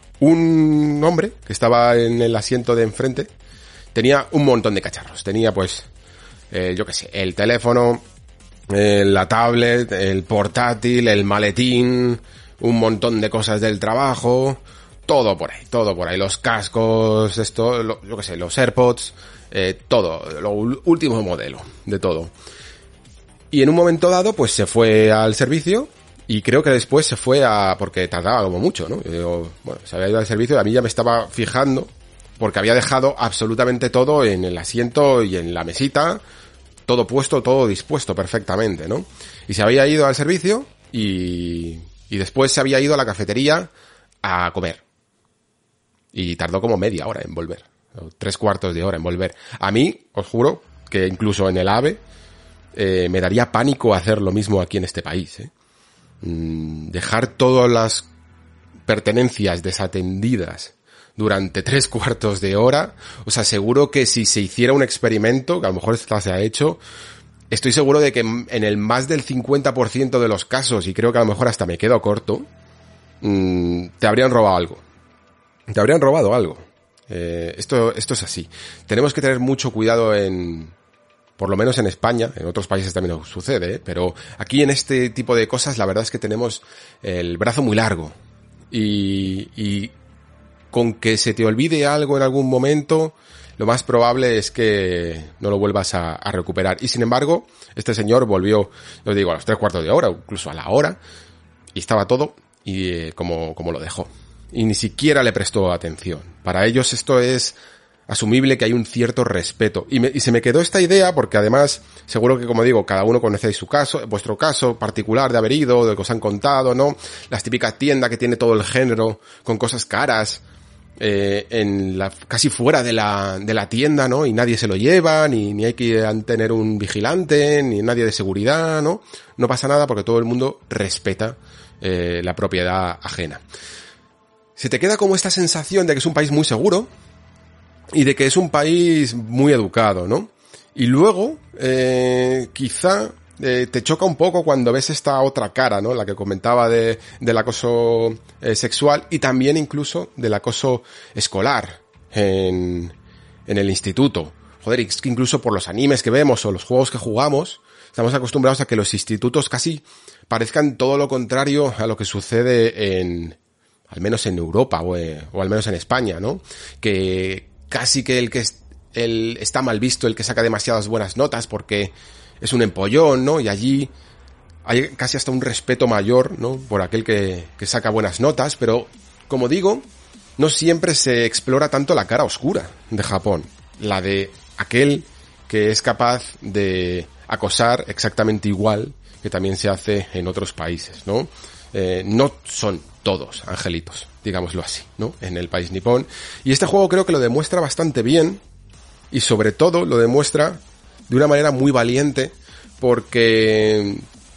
un hombre que estaba en el asiento de enfrente tenía un montón de cacharros. Tenía pues, eh, yo qué sé, el teléfono, eh, la tablet, el portátil, el maletín, un montón de cosas del trabajo, todo por ahí, todo por ahí. Los cascos, esto, lo, yo qué sé, los AirPods, eh, todo, lo último modelo de todo. Y en un momento dado pues se fue al servicio. Y creo que después se fue a... porque tardaba como mucho, ¿no? Yo digo, bueno, se había ido al servicio y a mí ya me estaba fijando porque había dejado absolutamente todo en el asiento y en la mesita, todo puesto, todo dispuesto perfectamente, ¿no? Y se había ido al servicio y, y después se había ido a la cafetería a comer. Y tardó como media hora en volver, o tres cuartos de hora en volver. A mí, os juro, que incluso en el AVE eh, me daría pánico hacer lo mismo aquí en este país, ¿eh? Dejar todas las pertenencias desatendidas durante tres cuartos de hora. Os aseguro que si se hiciera un experimento, que a lo mejor esto se ha hecho, estoy seguro de que en el más del cincuenta por ciento de los casos, y creo que a lo mejor hasta me quedo corto, te habrían robado algo. Te habrían robado algo. Eh, esto, esto es así. Tenemos que tener mucho cuidado en... por lo menos en España, en otros países también sucede, ¿eh? Pero aquí en este tipo de cosas la verdad es que tenemos el brazo muy largo. Y, y con que se te olvide algo en algún momento, lo más probable es que no lo vuelvas a, a recuperar. Y sin embargo, este señor volvió, os digo, a los tres cuartos de hora, incluso a la hora, y estaba todo y eh, como, como lo dejó. Y ni siquiera le prestó atención. Para ellos esto es... asumible que hay un cierto respeto. Y, me, y se me quedó esta idea porque además, seguro que como digo, cada uno conocéis su caso, vuestro caso particular de haber ido, de que os han contado, ¿no? Las típicas tiendas que tiene todo el género, con cosas caras, eh, en la, casi fuera de la, de la tienda, ¿no? Y nadie se lo lleva, ni, ni hay que tener un vigilante, ni nadie de seguridad, ¿no? No pasa nada porque todo el mundo respeta eh, la propiedad ajena. Se te queda como esta sensación de que es un país muy seguro y de que es un país muy educado, ¿no? Y luego, eh, quizá eh, te choca un poco cuando ves esta otra cara, ¿no? La que comentaba de, del acoso eh, sexual y también incluso del acoso escolar en, en el instituto. Joder, es que incluso por los animes que vemos o los juegos que jugamos, estamos acostumbrados a que los institutos casi parezcan todo lo contrario a lo que sucede en, al menos en Europa o, eh, o al menos en España, ¿no? Que casi que el que es, el, está mal visto el que saca demasiadas buenas notas porque es un empollón, ¿no? Y allí hay casi hasta un respeto mayor, ¿no? Por aquel que, que saca buenas notas, pero, como digo, no siempre se explora tanto la cara oscura de Japón. La de aquel que es capaz de acosar exactamente igual que también se hace en otros países, ¿no? Eh, no son todos angelitos, digámoslo así, ¿no? En el país nipón. Y este juego creo que lo demuestra bastante bien y sobre todo lo demuestra de una manera muy valiente porque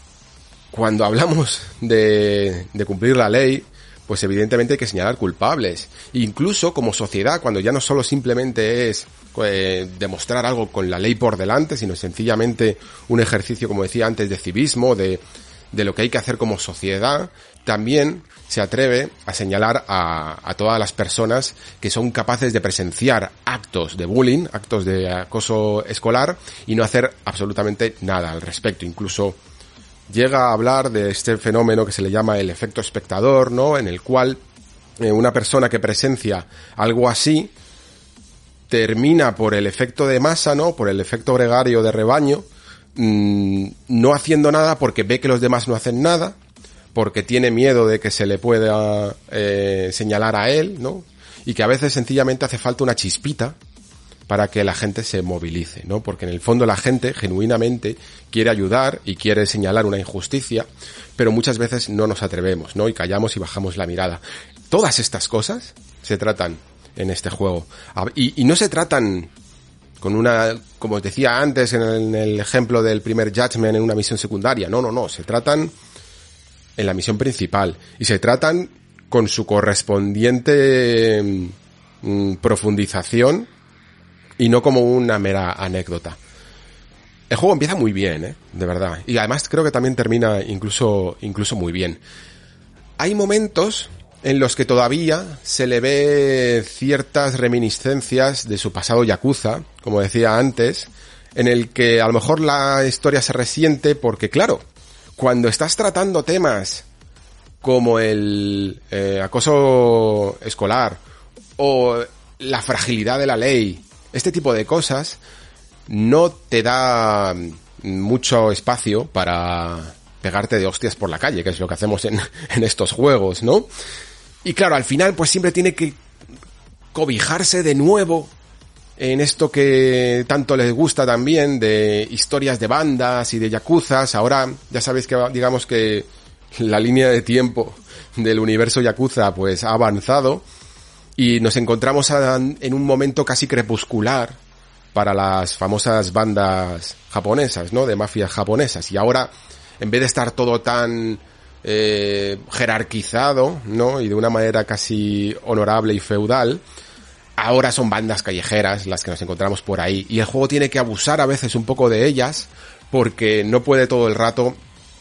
cuando hablamos de, de cumplir la ley, pues evidentemente hay que señalar culpables. Incluso como sociedad, cuando ya no solo simplemente es eh, demostrar algo con la ley por delante, sino sencillamente un ejercicio, como decía antes, de civismo, de, de lo que hay que hacer como sociedad, también se atreve a señalar a, a todas las personas que son capaces de presenciar actos de bullying, actos de acoso escolar y no hacer absolutamente nada al respecto. Incluso llega a hablar de este fenómeno que se le llama el efecto espectador, ¿no? En el cual eh, una persona que presencia algo así termina por el efecto de masa, ¿no? Por el efecto gregario de rebaño, mmm, no haciendo nada porque ve que los demás no hacen nada, porque tiene miedo de que se le pueda eh, señalar a él, ¿no? Y que a veces sencillamente hace falta una chispita para que la gente se movilice, ¿no? Porque en el fondo la gente genuinamente quiere ayudar y quiere señalar una injusticia, pero muchas veces no nos atrevemos, ¿no? Y callamos y bajamos la mirada. Todas estas cosas se tratan en este juego. Y, y no se tratan con una, como os decía antes en el, en el ejemplo del primer Judgment en una misión secundaria. No, no, no. Se tratan en la misión principal. Y se tratan con su correspondiente mmm, profundización y no como una mera anécdota. El juego empieza muy bien, ¿eh? De verdad. Y además creo que también termina incluso, incluso muy bien. Hay momentos en los que todavía se le ve ciertas reminiscencias de su pasado yakuza, como decía antes, en el que a lo mejor la historia se resiente porque, claro, cuando estás tratando temas como el eh, acoso escolar o la fragilidad de la ley, este tipo de cosas, no te da mucho espacio para pegarte de hostias por la calle, que es lo que hacemos en, en estos juegos, ¿no? Y claro, al final pues siempre tiene que cobijarse de nuevo en esto que tanto les gusta también, de historias de bandas y de yakuzas. Ahora ya sabéis que digamos que la línea de tiempo del universo yakuza pues ha avanzado y nos encontramos a, en un momento casi crepuscular para las famosas bandas japonesas, ¿no? De mafias japonesas. Y ahora, en vez de estar todo tan eh, jerarquizado, ¿no? Y de una manera casi honorable y feudal, ahora son bandas callejeras las que nos encontramos por ahí. Y el juego tiene que abusar a veces un poco de ellas porque no puede todo el rato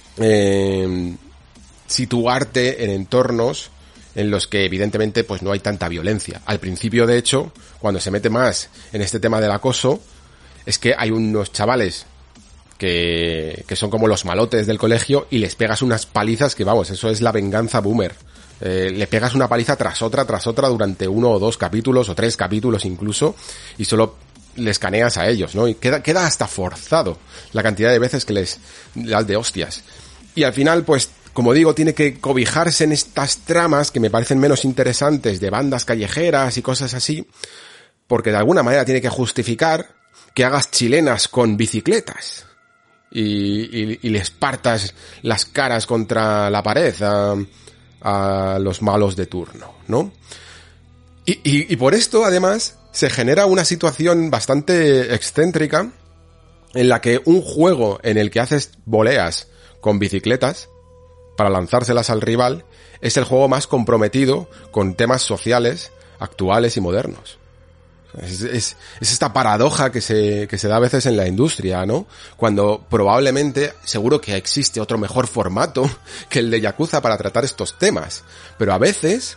eh, situarte en entornos en los que evidentemente pues no hay tanta violencia. Al principio, de hecho, cuando se mete más en este tema del acoso, es que hay unos chavales que, que son como los malotes del colegio y les pegas unas palizas que, vamos, eso es la venganza boomer. Eh, le pegas una paliza tras otra, tras otra durante uno o dos capítulos o tres capítulos incluso y solo les caneas a ellos, ¿no? Y queda, queda hasta forzado la cantidad de veces que les das de hostias. Y al final, pues, como digo, tiene que cobijarse en estas tramas que me parecen menos interesantes de bandas callejeras y cosas así, porque de alguna manera tiene que justificar que hagas chilenas con bicicletas y, y, y les partas las caras contra la pared a, a los malos de turno, ¿no? Y, y, y por esto, además, se genera una situación bastante excéntrica en la que un juego en el que haces voleas con bicicletas para lanzárselas al rival es el juego más comprometido con temas sociales actuales y modernos. Es, es, es esta paradoja que se, que se da a veces en la industria, ¿no? Cuando probablemente, seguro que existe otro mejor formato que el de Yakuza para tratar estos temas, pero a veces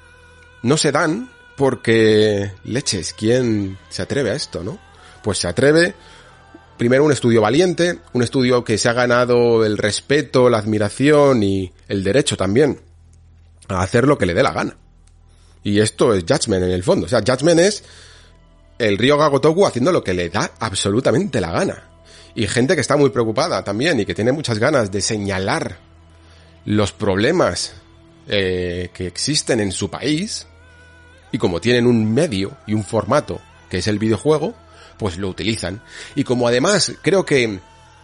no se dan porque, leches, ¿quién se atreve a esto, no? Pues se atreve, primero, un estudio valiente, un estudio que se ha ganado el respeto, la admiración y el derecho también a hacer lo que le dé la gana. Y esto es Judgment en el fondo. O sea, Judgment es el Ryoga Gotoku haciendo lo que le da absolutamente la gana. Y gente que está muy preocupada también y que tiene muchas ganas de señalar los problemas eh, que existen en su país. Y como tienen un medio y un formato que es el videojuego, pues lo utilizan. Y como además creo que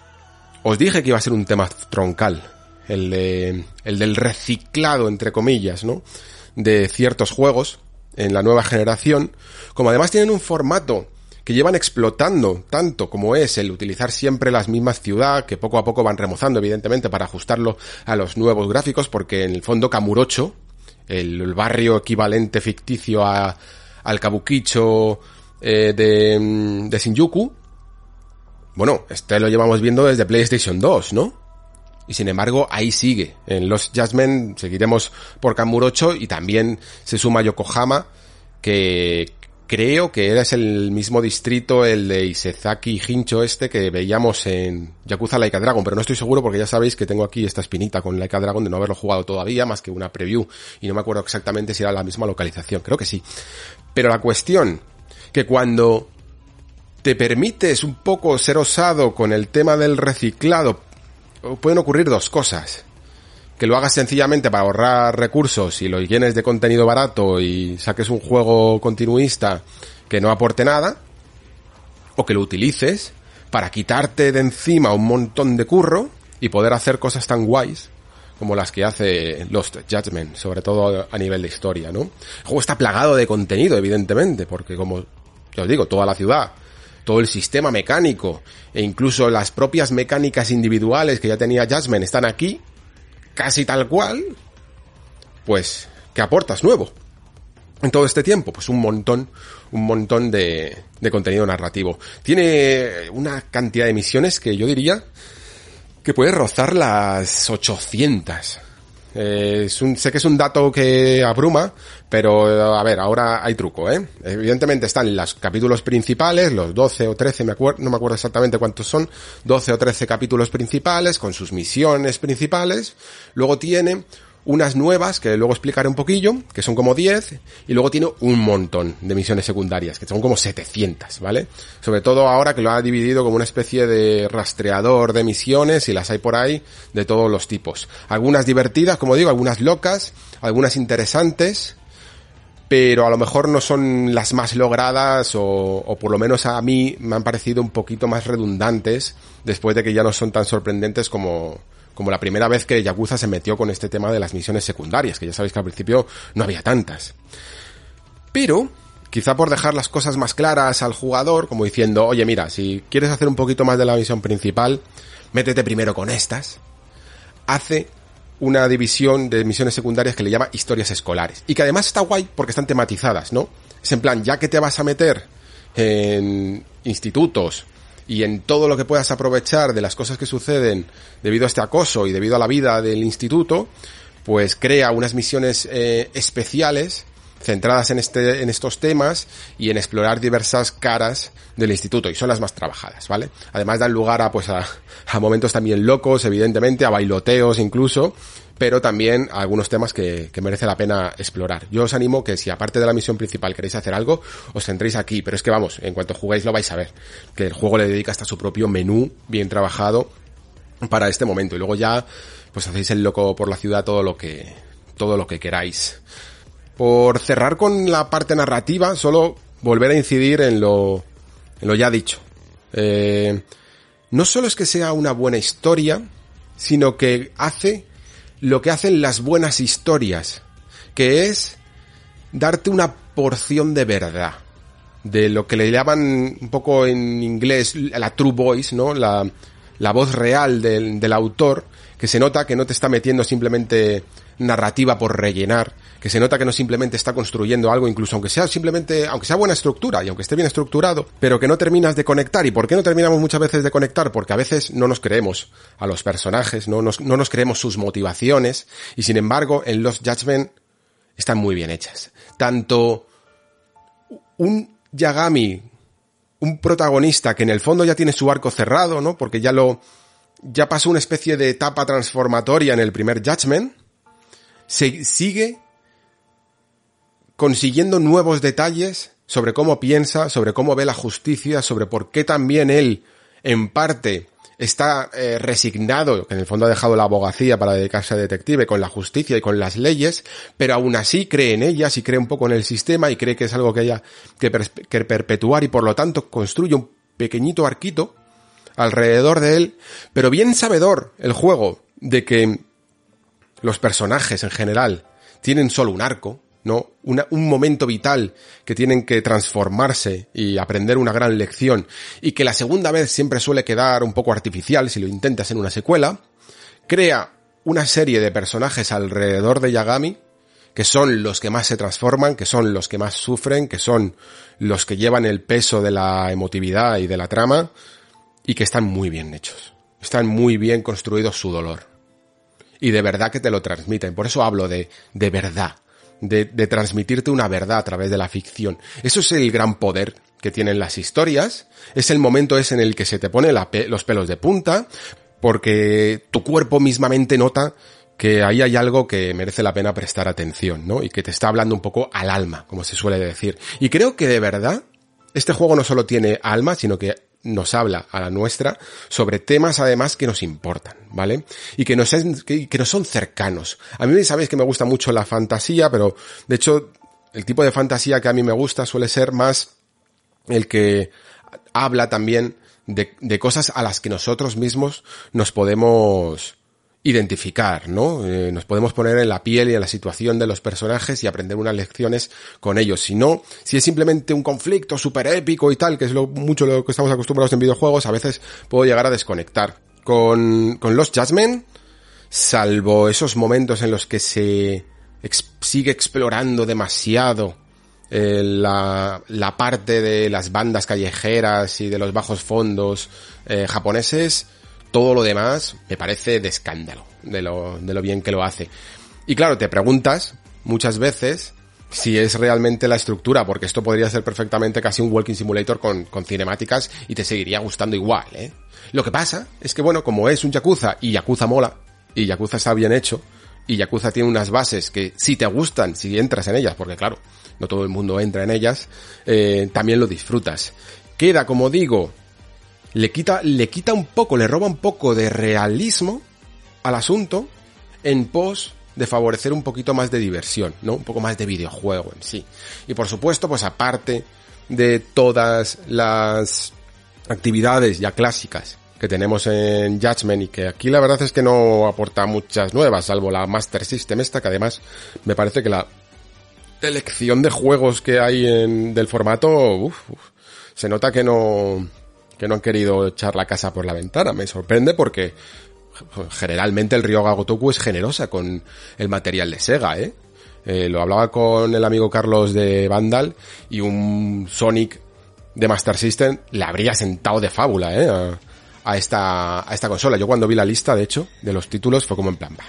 os dije que iba a ser un tema troncal, el de, el del reciclado, entre comillas, ¿no?, de ciertos juegos en la nueva generación, como además tienen un formato que llevan explotando tanto como es el utilizar siempre las mismas ciudades, que poco a poco van remozando evidentemente para ajustarlo a los nuevos gráficos, porque en el fondo Kamurocho, el, el barrio equivalente ficticio a, al Kabukicho eh, de, de Shinjuku, bueno, este lo llevamos viendo desde PlayStation dos, ¿no? Y sin embargo, ahí sigue. En Lost Judgment seguiremos por Kamurocho y también se suma Yokohama, que creo que era el mismo distrito, el de Isezaki y Hincho este, que veíamos en Yakuza Like a Dragon, pero no estoy seguro porque ya sabéis que tengo aquí esta espinita con Like a Dragon de no haberlo jugado todavía, más que una preview, y no me acuerdo exactamente si era la misma localización, creo que sí. Pero la cuestión, que cuando te permites un poco ser osado con el tema del reciclado, pueden ocurrir dos cosas. Que lo hagas sencillamente para ahorrar recursos y lo llenes de contenido barato y saques un juego continuista que no aporte nada, o que lo utilices para quitarte de encima un montón de curro y poder hacer cosas tan guays como las que hace Lost Judgment, sobre todo a nivel de historia, ¿no? El juego está plagado de contenido, evidentemente, porque como ya os digo, toda la ciudad, todo el sistema mecánico e incluso las propias mecánicas individuales que ya tenía Judgment están aquí, casi tal cual. Pues, ¿qué aportas nuevo en todo este tiempo? Pues un montón, un montón de, de contenido narrativo. Tiene una cantidad de misiones que yo diría que puede rozar las ochocientas. Eh, es un, sé que es un dato que abruma, pero a ver, ahora hay truco, ¿eh? Evidentemente están los capítulos principales, los doce o trece, me acuerdo, no me acuerdo exactamente cuántos son, doce o trece capítulos principales con sus misiones principales. Luego tiene unas nuevas, que luego explicaré un poquillo, que son como diez, y luego tiene un montón de misiones secundarias, que son como setecientas, ¿vale? Sobre todo ahora que lo ha dividido como una especie de rastreador de misiones, y las hay por ahí de todos los tipos. Algunas divertidas, como digo, algunas locas, algunas interesantes, pero a lo mejor no son las más logradas, o, o por lo menos a mí me han parecido un poquito más redundantes, después de que ya no son tan sorprendentes como... como la primera vez que Yakuza se metió con este tema de las misiones secundarias, que ya sabéis que al principio no había tantas. Pero, quizá por dejar las cosas más claras al jugador, como diciendo, oye mira, si quieres hacer un poquito más de la misión principal, métete primero con estas, hace una división de misiones secundarias que le llama historias escolares. Y que además está guay porque están tematizadas, ¿no? Es en plan, ya que te vas a meter en institutos y en todo lo que puedas aprovechar de las cosas que suceden debido a este acoso y debido a la vida del instituto, pues crea unas misiones eh, especiales centradas en este en estos temas y en explorar diversas caras del instituto, y son las más trabajadas, ¿vale? Además dan lugar a pues a, a momentos también locos, evidentemente, a bailoteos incluso, pero también a algunos temas que, que merece la pena explorar. Yo os animo que si aparte de la misión principal queréis hacer algo, os centréis aquí, pero es que vamos, en cuanto juguéis lo vais a ver, que el juego le dedica hasta su propio menú bien trabajado para este momento, y luego ya pues hacéis el loco por la ciudad todo lo que todo lo que queráis. Por cerrar con la parte narrativa, solo volver a incidir en lo en lo ya dicho. Eh, no solo es que sea una buena historia, sino que hace lo que hacen las buenas historias, que es darte una porción de verdad, de lo que le llaman un poco en inglés la true voice, ¿no? La, la voz real del, del autor, que se nota que no te está metiendo simplemente narrativa por rellenar, que se nota que no simplemente está construyendo algo, incluso aunque sea simplemente, aunque sea buena estructura y aunque esté bien estructurado, pero que no terminas de conectar. ¿Y por qué no terminamos muchas veces de conectar? Porque a veces no nos creemos a los personajes, no nos, no nos creemos sus motivaciones, y sin embargo en Lost Judgment están muy bien hechas. Tanto un Yagami, un protagonista que en el fondo ya tiene su arco cerrado, ¿no? Porque ya lo, ya pasó una especie de etapa transformatoria en el primer Judgment, se sigue consiguiendo nuevos detalles sobre cómo piensa, sobre cómo ve la justicia, sobre por qué también él, en parte, está eh, resignado, que en el fondo ha dejado la abogacía para dedicarse a detective, con la justicia y con las leyes, pero aún así cree en ellas y cree un poco en el sistema y cree que es algo que haya que, per- que perpetuar, y por lo tanto construye un pequeñito arquito alrededor de él, pero bien sabedor el juego de que los personajes en general tienen solo un arco, ¿no? Una, un momento vital que tienen que transformarse y aprender una gran lección, y que la segunda vez siempre suele quedar un poco artificial si lo intentas en una secuela. Crea una serie de personajes alrededor de Yagami que son los que más se transforman, que son los que más sufren, que son los que llevan el peso de la emotividad y de la trama, y que están muy bien hechos. Están muy bien construidos su dolor. Y de verdad que te lo transmiten. Por eso hablo de, de verdad. De, de transmitirte una verdad a través de la ficción. Eso es el gran poder que tienen las historias. Es el momento ese en el que se te pone la pe- los pelos de punta, porque tu cuerpo mismamente nota que ahí hay algo que merece la pena prestar atención, ¿no? Y que te está hablando un poco al alma, como se suele decir. Y creo que de verdad, este juego no solo tiene alma, sino que nos habla a la nuestra sobre temas además que nos importan, ¿vale? Y que nos, es, que, que nos son cercanos. A mí sabéis que me gusta mucho la fantasía, pero de hecho el tipo de fantasía que a mí me gusta suele ser más el que habla también de, de cosas a las que nosotros mismos nos podemos identificar, ¿no? Eh, nos podemos poner en la piel y en la situación de los personajes y aprender unas lecciones con ellos. Si no, si es simplemente un conflicto súper épico y tal, que es lo mucho lo que estamos acostumbrados en videojuegos, a veces puedo llegar a desconectar. Con, con Lost Judgment, salvo esos momentos en los que se ex, sigue explorando demasiado eh, la, la parte de las bandas callejeras y de los bajos fondos eh, japoneses, todo lo demás me parece de escándalo, de lo, de lo bien que lo hace. Y claro, te preguntas muchas veces si es realmente la estructura, porque esto podría ser perfectamente casi un walking simulator con, con cinemáticas y te seguiría gustando igual, ¿eh? Lo que pasa es que, bueno, como es un Yakuza, y Yakuza mola, y Yakuza está bien hecho, y Yakuza tiene unas bases que si te gustan, si entras en ellas, porque claro, no todo el mundo entra en ellas, eh, también lo disfrutas. Queda, como digo, le quita, le quita un poco, le roba un poco de realismo al asunto en pos de favorecer un poquito más de diversión, ¿no? Un poco más de videojuego en sí. Y por supuesto, pues aparte de todas las actividades ya clásicas que tenemos en Judgment, y que aquí la verdad es que no aporta muchas nuevas, salvo la Master System esta, que además me parece que la elección de juegos que hay en, del formato, uf, uf, se nota que no... que no han querido echar la casa por la ventana. Me sorprende porque generalmente el Ryoga Gotoku es generosa con el material de Sega, ¿eh? Eh, lo hablaba con el amigo Carlos de Vandal, y un Sonic de Master System le habría sentado de fábula, ¿eh? A, a esta a esta consola. Yo cuando vi la lista, de hecho, de los títulos, fue como en plan, bah,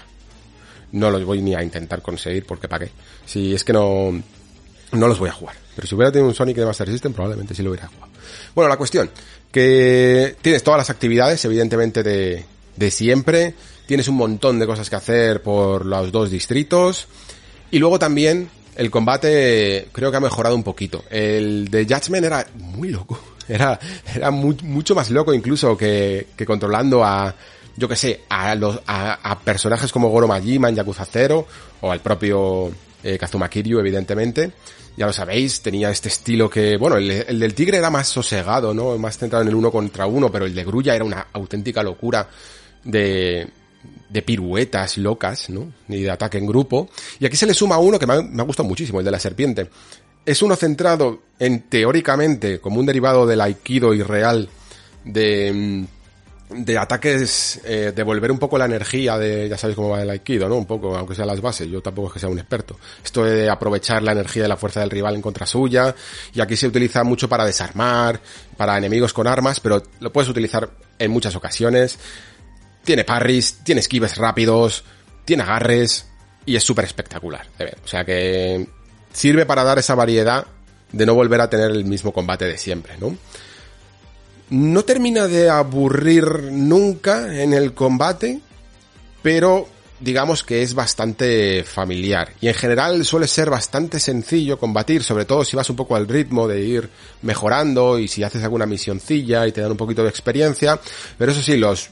no los voy ni a intentar conseguir porque para qué. Si es que no... no los voy a jugar. Pero si hubiera tenido un Sonic de Master System, probablemente sí lo hubiera jugado. Bueno, la cuestión, que tienes todas las actividades, evidentemente, de, de siempre. Tienes un montón de cosas que hacer por los dos distritos. Y luego también, el combate creo que ha mejorado un poquito. El de Judgment era muy loco. Era, era muy, mucho más loco incluso que, que controlando a, yo que sé, a los, a, a personajes como Goro Majima en Yakuza cero, o al propio eh, Kazuma Kiryu, evidentemente. Ya lo sabéis, tenía este estilo que, bueno, el, el del tigre era más sosegado, ¿no? Más centrado en el uno contra uno, pero el de Grulla era una auténtica locura de, de piruetas locas, ¿no? Y de ataque en grupo. Y aquí se le suma uno que me ha, me ha gustado muchísimo, el de la serpiente. es uno centrado en, teóricamente, como un derivado del Aikido irreal, de, de ataques, eh, de volver un poco la energía de, ya sabéis cómo va el Aikido, ¿no? Un poco, aunque sea las bases, yo tampoco es que sea un experto. Esto de aprovechar la energía de la fuerza del rival en contra suya, y aquí se utiliza mucho para desarmar, para enemigos con armas, pero lo puedes utilizar en muchas ocasiones. Tiene parries, tiene esquives rápidos, tiene agarres, y es súper espectacular de ver. O sea que sirve para dar esa variedad de no volver a tener el mismo combate de siempre, ¿no? No termina de aburrir nunca en el combate, pero digamos que es bastante familiar. Y en general suele ser bastante sencillo combatir, sobre todo si vas un poco al ritmo de ir mejorando y si haces alguna misioncilla y te dan un poquito de experiencia. Pero eso sí, los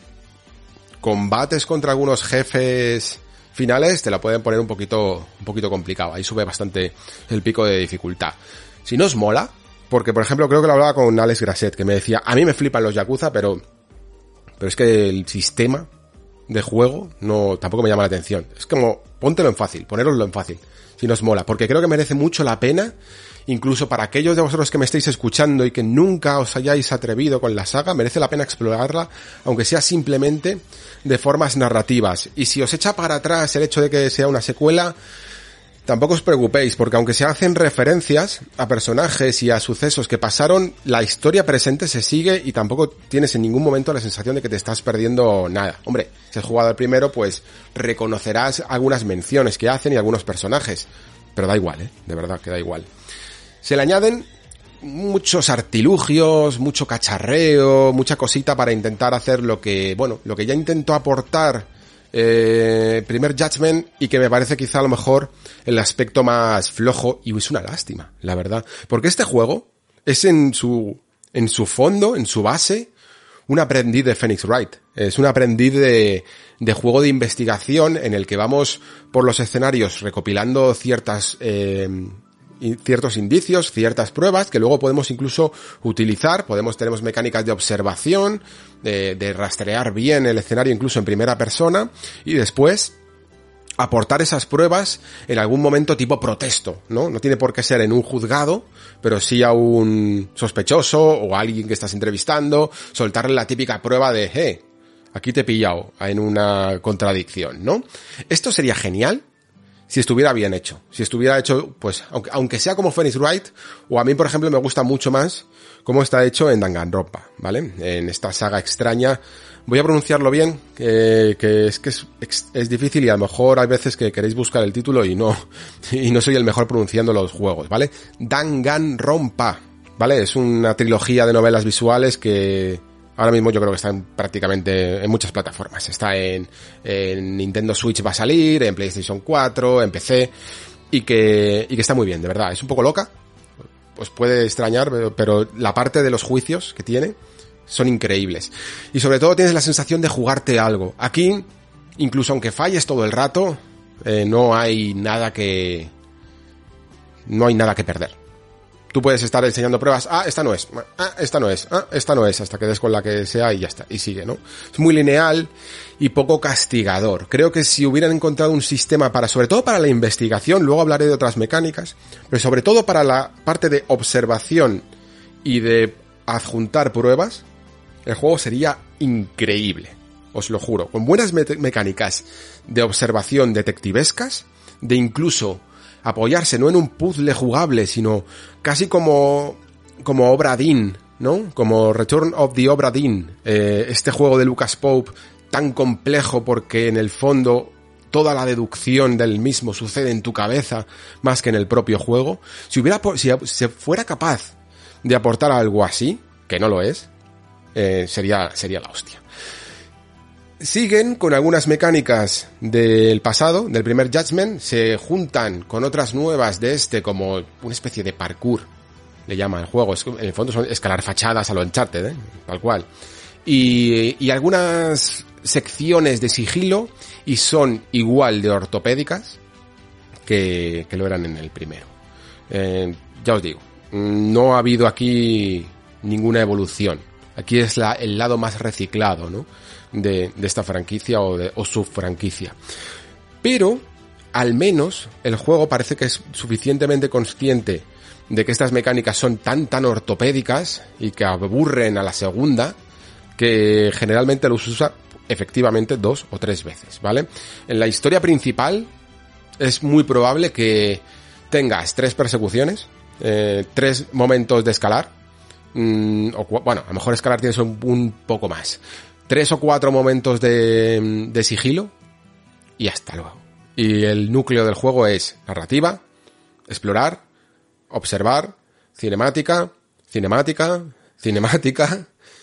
combates contra algunos jefes finales te la pueden poner un poquito, un poquito complicado. Ahí sube bastante el pico de dificultad. Si no os mola, porque por ejemplo creo que lo hablaba con Alex Grasset, que me decía, a mí me flipan los Yakuza, pero, pero es que el sistema de juego no, tampoco me llama la atención. Es como, póntelo en fácil, ponéroslo en fácil, si no os mola, porque creo que merece mucho la pena, incluso para aquellos de vosotros que me estáis escuchando y que nunca os hayáis atrevido con la saga, merece la pena explorarla, aunque sea simplemente de formas narrativas. Y si os echa para atrás el hecho de que sea una secuela, tampoco os preocupéis, porque aunque se hacen referencias a personajes y a sucesos que pasaron, la historia presente se sigue y tampoco tienes en ningún momento la sensación de que te estás perdiendo nada. Hombre, si has jugado al primero, pues reconocerás algunas menciones que hacen y algunos personajes, pero da igual, ¿eh? De verdad que da igual. Se le añaden muchos artilugios, mucho cacharreo, mucha cosita para intentar hacer lo que, bueno, lo que ya intentó aportar eh, primer Judgment, y que me parece quizá a lo mejor el aspecto más flojo, y es una lástima, la verdad, porque este juego es en su, en su fondo, en su base, un aprendiz de Phoenix Wright. Es un aprendiz de, de juego de investigación en el que vamos por los escenarios recopilando ciertas, eh, ciertos indicios, ciertas pruebas que luego podemos incluso utilizar. Podemos, tenemos mecánicas de observación, de, de rastrear bien el escenario incluso en primera persona, y después aportar esas pruebas en algún momento tipo protesto, ¿no? No tiene por qué ser en un juzgado, pero sí a un sospechoso o a alguien que estás entrevistando, soltarle la típica prueba de, eh, aquí te he pillado en una contradicción, ¿no? Esto sería genial si estuviera bien hecho, si estuviera hecho, pues, aunque, aunque sea como Phoenix Wright, o a mí, por ejemplo, me gusta mucho más cómo está hecho en Danganronpa, ¿vale? En esta saga extraña, voy a pronunciarlo bien, que, que es que es, es difícil y a lo mejor hay veces que queréis buscar el título y no, y no soy el mejor pronunciando los juegos, ¿vale? Danganronpa, ¿vale? Es una trilogía de novelas visuales que ahora mismo yo creo que está en prácticamente en muchas plataformas. Está en, en Nintendo Switch, va a salir, en PlayStation cuatro, en P C, y que, y que está muy bien, de verdad. Es un poco loca, os puede extrañar, pero, pero la parte de los juicios que tiene son increíbles. Y sobre todo tienes la sensación de jugarte algo. Aquí, incluso aunque falles todo el rato, eh, no hay nada que, no hay nada que perder. Tú puedes estar enseñando pruebas, ah, esta no es, ah, esta no es, ah, esta no es, hasta que des con la que sea y ya está, y sigue, ¿no? Es muy lineal y poco castigador. Creo que si hubieran encontrado un sistema para, sobre todo para la investigación, luego hablaré de otras mecánicas, pero sobre todo para la parte de observación y de adjuntar pruebas, el juego sería increíble, os lo juro, con buenas me- mecánicas de observación detectivescas, de incluso apoyarse no en un puzzle jugable, sino casi como como Obra Dinn, ¿no? Como Return of the Obra Dinn, eh, este juego de Lucas Pope tan complejo porque en el fondo toda la deducción del mismo sucede en tu cabeza más que en el propio juego. Si hubiera, si se fuera capaz de aportar algo así, que no lo es, eh, sería sería la hostia. Siguen con algunas mecánicas del pasado, del primer Judgment, se juntan con otras nuevas de este, como una especie de parkour, le llama el juego, es, en el fondo son escalar fachadas a lo Uncharted, ¿eh? Tal cual. Y, y algunas secciones de sigilo, y son igual de ortopédicas que, que lo eran en el primero. Eh, ya os digo, no ha habido aquí ninguna evolución. Aquí es la, el lado más reciclado, ¿no? De, de esta franquicia o, de, o subfranquicia. Pero, al menos, el juego parece que es suficientemente consciente de que estas mecánicas son tan tan ortopédicas y que aburren a la segunda, que generalmente los usa efectivamente dos o tres veces, ¿vale? En la historia principal es muy probable que tengas tres persecuciones, eh, tres momentos de escalar, mmm, o bueno, a lo mejor escalar tienes un, un poco más, tres o cuatro momentos de, de sigilo y hasta luego. Y el núcleo del juego es narrativa, explorar, observar, cinemática, cinemática, cinemática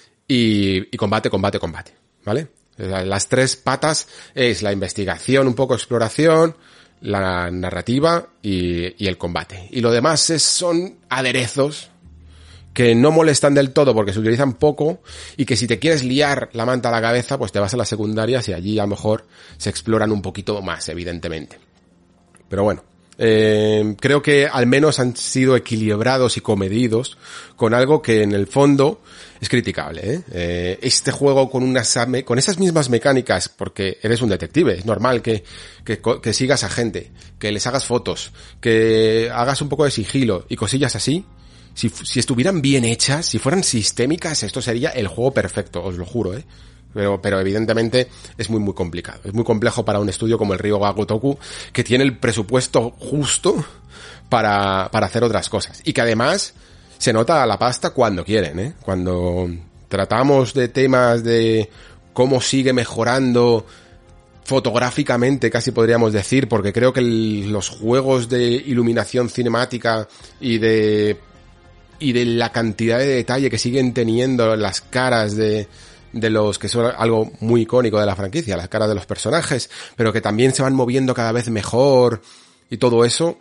y, y combate, combate, combate, ¿vale? Las tres patas es la investigación, un poco exploración, la narrativa y, y el combate. Y lo demás es, son aderezos que no molestan del todo porque se utilizan poco y que si te quieres liar la manta a la cabeza, pues te vas a las secundarias y allí a lo mejor se exploran un poquito más, evidentemente. Pero bueno, eh, creo que al menos han sido equilibrados y comedidos con algo que en el fondo es criticable, ¿eh? Eh, este juego con unas con esas mismas mecánicas, porque eres un detective, es normal que, que, que sigas a gente, que les hagas fotos, que hagas un poco de sigilo y cosillas así. Si, si estuvieran bien hechas, si fueran sistémicas, esto sería el juego perfecto, os lo juro, ¿eh? Pero, pero evidentemente es muy muy complicado. Es muy complejo para un estudio como el Ryoga Gotoku, que tiene el presupuesto justo para, para hacer otras cosas. Y que además se nota la pasta cuando quieren, ¿eh? Cuando tratamos de temas de cómo sigue mejorando fotográficamente, casi podríamos decir, porque creo que el, los juegos de iluminación cinemática y de y de la cantidad de detalle que siguen teniendo las caras de de los que son algo muy icónico de la franquicia, las caras de los personajes, pero que también se van moviendo cada vez mejor y todo eso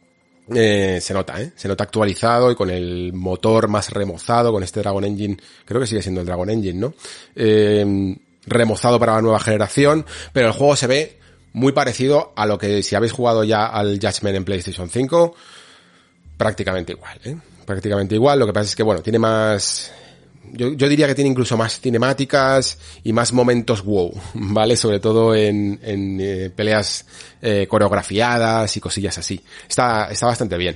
eh, se nota, ¿eh? Se nota actualizado y con el motor más remozado, con este Dragon Engine, creo que sigue siendo el Dragon Engine, ¿no? Eh, remozado para la nueva generación, pero el juego se ve muy parecido a lo que si habéis jugado ya al Judgment en PlayStation cinco, prácticamente igual, ¿eh? Prácticamente igual, lo que pasa es que, bueno, tiene más... Yo, yo diría que tiene incluso más cinemáticas y más momentos wow, ¿vale? Sobre todo en, en eh, peleas eh, coreografiadas y cosillas así. Está, está bastante bien.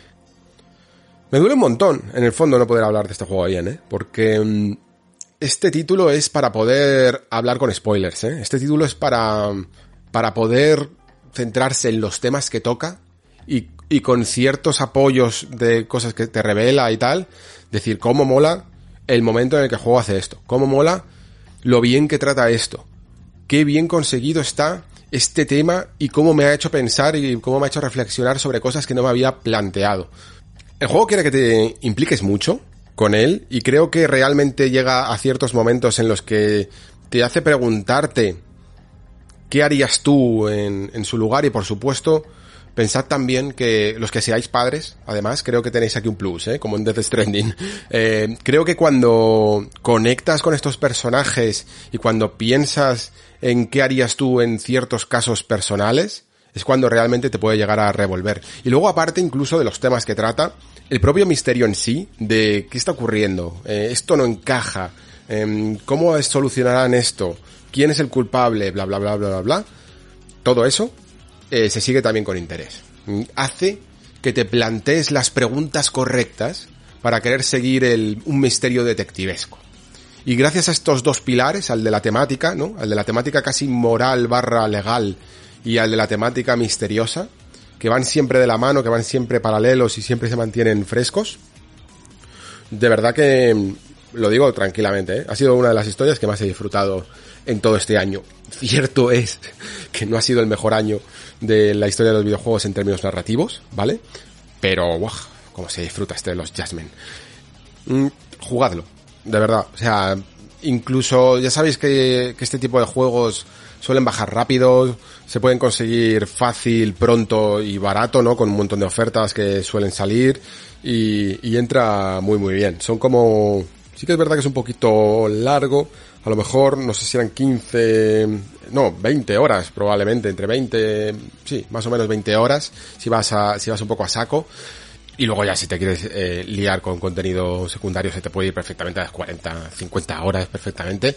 Me duele un montón, en el fondo, no poder hablar de este juego bien, ¿eh? Porque um, este título es para poder hablar con spoilers, ¿eh? Este título es para, para poder centrarse en los temas que toca y, y con ciertos apoyos de cosas que te revela y tal, decir cómo mola el momento en el que el juego hace esto, cómo mola lo bien que trata esto, qué bien conseguido está este tema y cómo me ha hecho pensar y cómo me ha hecho reflexionar sobre cosas que no me había planteado. El juego quiere que te impliques mucho con él y creo que realmente llega a ciertos momentos en los que te hace preguntarte qué harías tú en, en su lugar y por supuesto pensad también que los que seáis padres, además, creo que tenéis aquí un plus, ¿eh? Como en Death Stranding. Eh, creo que cuando conectas con estos personajes y cuando piensas en qué harías tú en ciertos casos personales, es cuando realmente te puede llegar a revolver. Y luego, aparte incluso de los temas que trata, el propio misterio en sí, de qué está ocurriendo, eh, esto no encaja, eh, cómo solucionarán esto, quién es el culpable, bla, bla, bla, bla, bla, bla, todo eso Eh, se sigue también con interés. Hace que te plantees las preguntas correctas para querer seguir el, un misterio detectivesco. Y gracias a estos dos pilares, al de la temática, ¿no? Al de la temática casi moral barra legal y al de la temática misteriosa, que van siempre de la mano, que van siempre paralelos y siempre se mantienen frescos, de verdad que lo digo tranquilamente, ¿eh? Ha sido una de las historias que más he disfrutado en todo este año. Cierto es que no ha sido el mejor año de la historia de los videojuegos en términos narrativos, ¿vale? Pero, ¡guau! Cómo se disfruta este de los Judgment. Mm, jugadlo, de verdad. O sea, incluso ya sabéis que, que este tipo de juegos suelen bajar rápido, se pueden conseguir fácil, pronto y barato, ¿no? Con un montón de ofertas que suelen salir y, y entra muy muy bien. Son como... Sí que es verdad que es un poquito largo, a lo mejor, no sé si eran quince, no, veinte horas probablemente, entre veinte, sí, más o menos veinte horas, si vas a, si vas un poco a saco, y luego ya si te quieres eh, liar con contenido secundario se te puede ir perfectamente a las cuarenta, cincuenta horas perfectamente,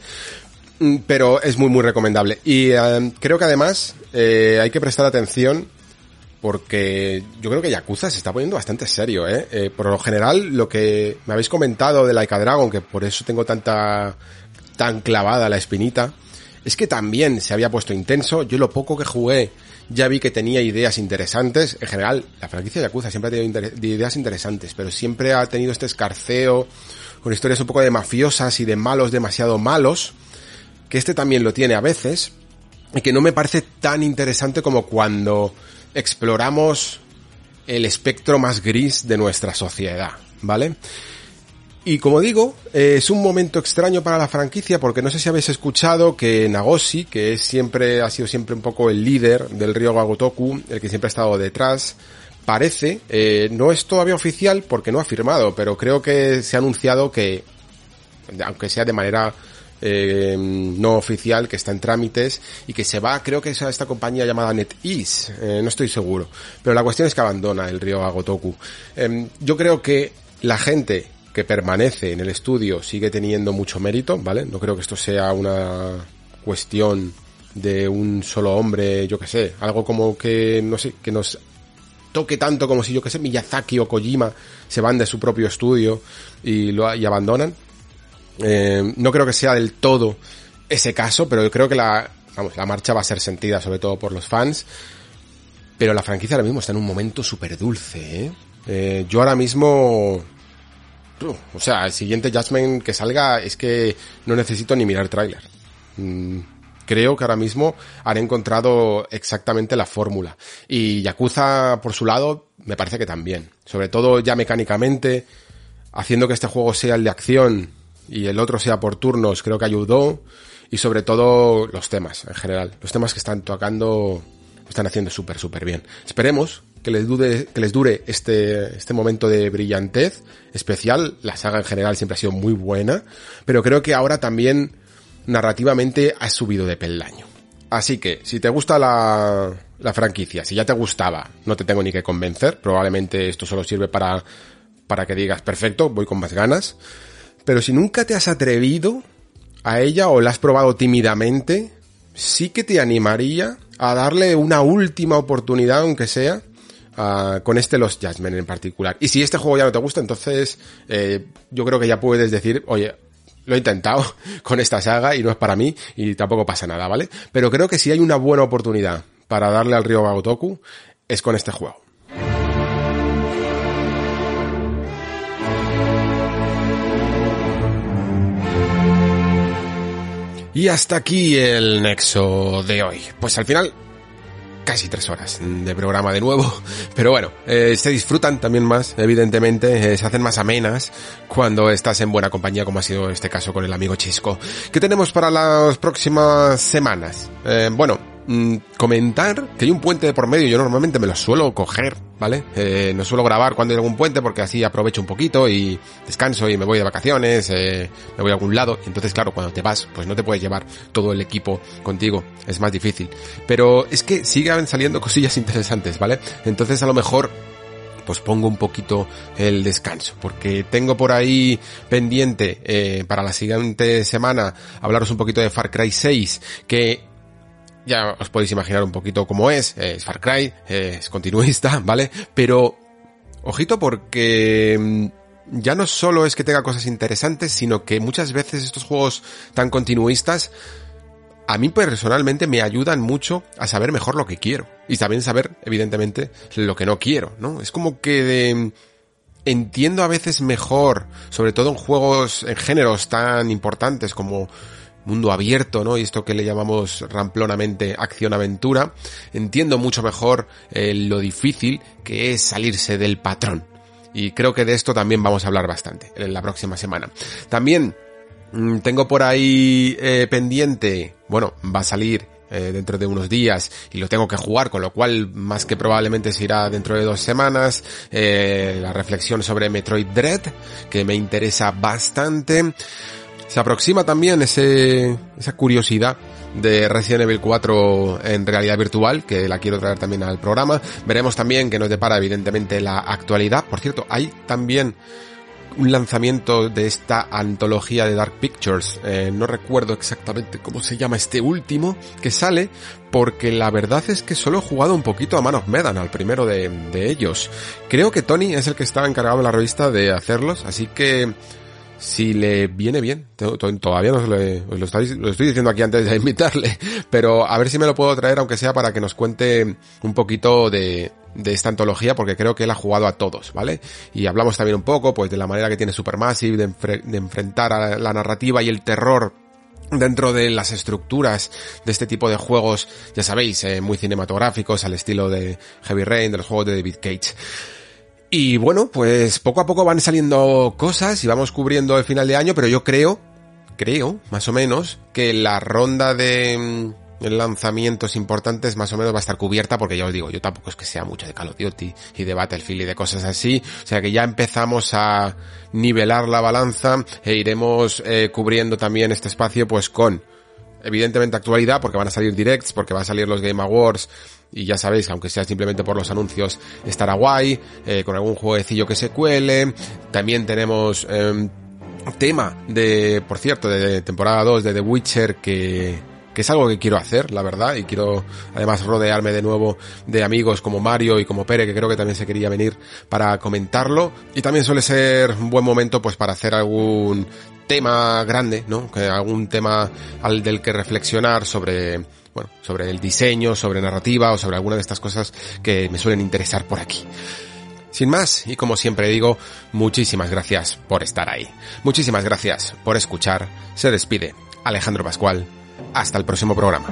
pero es muy muy recomendable, y eh, creo que además eh, hay que prestar atención porque yo creo que Yakuza se está poniendo bastante serio, ¿eh? eh por lo general, lo que me habéis comentado de Like a Dragon, que por eso tengo tanta, tan clavada la espinita, es que también se había puesto intenso. Yo lo poco que jugué ya vi que tenía ideas interesantes. En general, la franquicia Yakuza siempre ha tenido inter- ideas interesantes, pero siempre ha tenido este escarceo con historias un poco de mafiosas y de malos demasiado malos, que este también lo tiene a veces, y que no me parece tan interesante como cuando exploramos el espectro más gris de nuestra sociedad, ¿vale? Y como digo, eh, es un momento extraño para la franquicia, porque no sé si habéis escuchado que Nagoshi, que es siempre, ha sido siempre un poco el líder del Ryoga Gotoku, el que siempre ha estado detrás, parece, eh, no es todavía oficial porque no ha firmado, pero creo que se ha anunciado que, aunque sea de manera eh, no oficial, que está en trámites y que se va, creo que es a esta compañía llamada NetEase, eh, no estoy seguro, pero la cuestión es que abandona el Ryoga Gotoku. Eh, yo creo que la gente que permanece en el estudio sigue teniendo mucho mérito, ¿vale? No creo que esto sea una cuestión de un solo hombre, yo que sé, algo como que, no sé, que nos toque tanto como si, yo que sé, Miyazaki o Kojima se van de su propio estudio y lo y abandonan. Eh, no creo que sea del todo ese caso, pero yo creo que la, vamos, la marcha va a ser sentida sobre todo por los fans. Pero la franquicia ahora mismo está en un momento súper dulce, ¿eh? Eh, yo ahora mismo, o sea, el siguiente Judgment que salga es que no necesito ni mirar tráiler. Mm, creo que ahora mismo han encontrado exactamente la fórmula. Y Yakuza, por su lado, me parece que también. Sobre todo ya mecánicamente, haciendo que este juego sea el de acción y el otro sea por turnos, creo que ayudó. Y sobre todo los temas, en general. Los temas que están tocando lo están haciendo súper, súper bien. Esperemos que les dure, que les dure este, este momento de brillantez especial. La saga en general siempre ha sido muy buena, pero creo que ahora también narrativamente ha subido de peldaño. Así que, si te gusta la, la franquicia, si ya te gustaba, no te tengo ni que convencer, probablemente esto solo sirve para, para que digas, perfecto, voy con más ganas. Pero si nunca te has atrevido a ella o la has probado tímidamente, sí que te animaría a darle una última oportunidad, aunque sea, Uh, con este Lost Judgment en particular. Y si este juego ya no te gusta, entonces eh, yo creo que ya puedes decir, oye, lo he intentado con esta saga y no es para mí y tampoco pasa nada, ¿vale? Pero creo que si hay una buena oportunidad para darle al Ryoga Gotoku es con este juego. Y hasta aquí el nexo de hoy. Pues al final casi tres horas de programa de nuevo, pero bueno, eh, se disfrutan también más, evidentemente, eh, se hacen más amenas cuando estás en buena compañía, como ha sido este caso con el amigo Chisco. ¿Qué tenemos para las próximas semanas? Eh, bueno, mmm, comentar que hay un puente de por medio. Yo normalmente me lo suelo coger, ¿vale? Eh, no suelo grabar cuando hay algún puente porque así aprovecho un poquito y descanso y me voy de vacaciones, eh, me voy a algún lado. Y entonces, claro, cuando te vas, pues no te puedes llevar todo el equipo contigo, es más difícil. Pero es que siguen saliendo cosillas interesantes, ¿vale? Entonces a lo mejor pues pongo un poquito el descanso, porque tengo por ahí pendiente eh, para la siguiente semana hablaros un poquito de Far Cry seis, que ya os podéis imaginar un poquito cómo es, es Far Cry, es continuista, ¿vale? Pero, ojito, porque ya no solo es que tenga cosas interesantes, sino que muchas veces estos juegos tan continuistas a mí personalmente me ayudan mucho a saber mejor lo que quiero. Y también saber, evidentemente, lo que no quiero, ¿no? Es como que de... entiendo a veces mejor, sobre todo en juegos, en géneros tan importantes como mundo abierto, ¿no? Y esto que le llamamos ramplonamente acción-aventura, entiendo mucho mejor eh, lo difícil que es salirse del patrón. Y creo que de esto también vamos a hablar bastante en la próxima semana. También mmm, tengo por ahí eh, pendiente, bueno, va a salir eh, dentro de unos días y lo tengo que jugar, con lo cual más que probablemente se irá dentro de dos semanas, eh, la reflexión sobre Metroid Dread, que me interesa bastante. Se aproxima también ese, esa curiosidad de Resident Evil cuatro en realidad virtual, que la quiero traer también al programa. Veremos también qué nos depara, evidentemente, la actualidad. Por cierto, hay también un lanzamiento de esta antología de Dark Pictures. Eh, no recuerdo exactamente cómo se llama este último que sale, porque la verdad es que solo he jugado un poquito a Man of Medan, al primero de, de ellos. Creo que Tony es el que estaba encargado en la revista de hacerlos, así que si le viene bien, todavía no se le, os lo, estáis, lo estoy diciendo aquí antes de invitarle, pero a ver si me lo puedo traer, aunque sea para que nos cuente un poquito de, de esta antología, porque creo que él ha jugado a todos, ¿vale? Y hablamos también un poco, pues, de la manera que tiene Supermassive de, enfre- de enfrentar a la narrativa y el terror dentro de las estructuras de este tipo de juegos, ya sabéis, eh, muy cinematográficos, al estilo de Heavy Rain, de los juegos de David Cage. Y bueno, pues poco a poco van saliendo cosas y vamos cubriendo el final de año, pero yo creo, creo, más o menos, que la ronda de lanzamientos importantes más o menos va a estar cubierta, porque ya os digo, yo tampoco es que sea mucho de Call of Duty y de Battlefield y de cosas así, o sea que ya empezamos a nivelar la balanza e iremos eh, cubriendo también este espacio pues con, evidentemente, actualidad, porque van a salir directs, porque van a salir los Game Awards, y ya sabéis, aunque sea simplemente por los anuncios, estará guay, eh, con algún jueguecillo que se cuele. También tenemos eh, tema de, por cierto, de temporada dos de The Witcher, que, que es algo que quiero hacer, la verdad, y quiero además rodearme de nuevo de amigos como Mario y como Pere, que creo que también se quería venir para comentarlo. Y también suele ser un buen momento pues para hacer algún tema grande, ¿no? Que algún tema al del que reflexionar sobre, bueno, sobre el diseño, sobre narrativa o sobre alguna de estas cosas que me suelen interesar por aquí. Sin más, y como siempre digo, muchísimas gracias por estar ahí. Muchísimas gracias por escuchar. Se despide Alejandro Pascual. Hasta el próximo programa.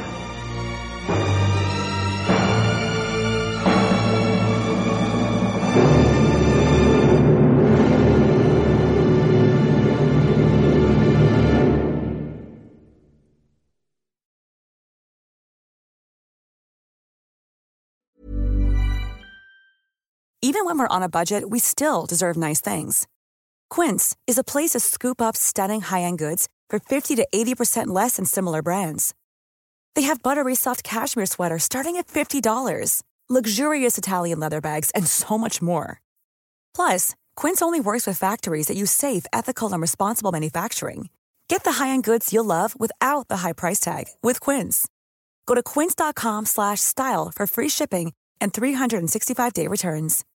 Even when we're on a budget, we still deserve nice things. Quince is a place to scoop up stunning high-end goods for fifty to eighty percent less than similar brands. They have buttery soft cashmere sweaters starting at fifty dollars, luxurious Italian leather bags, and so much more. Plus, Quince only works with factories that use safe, ethical, and responsible manufacturing. Get the high-end goods you'll love without the high price tag with Quince. Go to quince.com slash style for free shipping and three sixty-five day returns.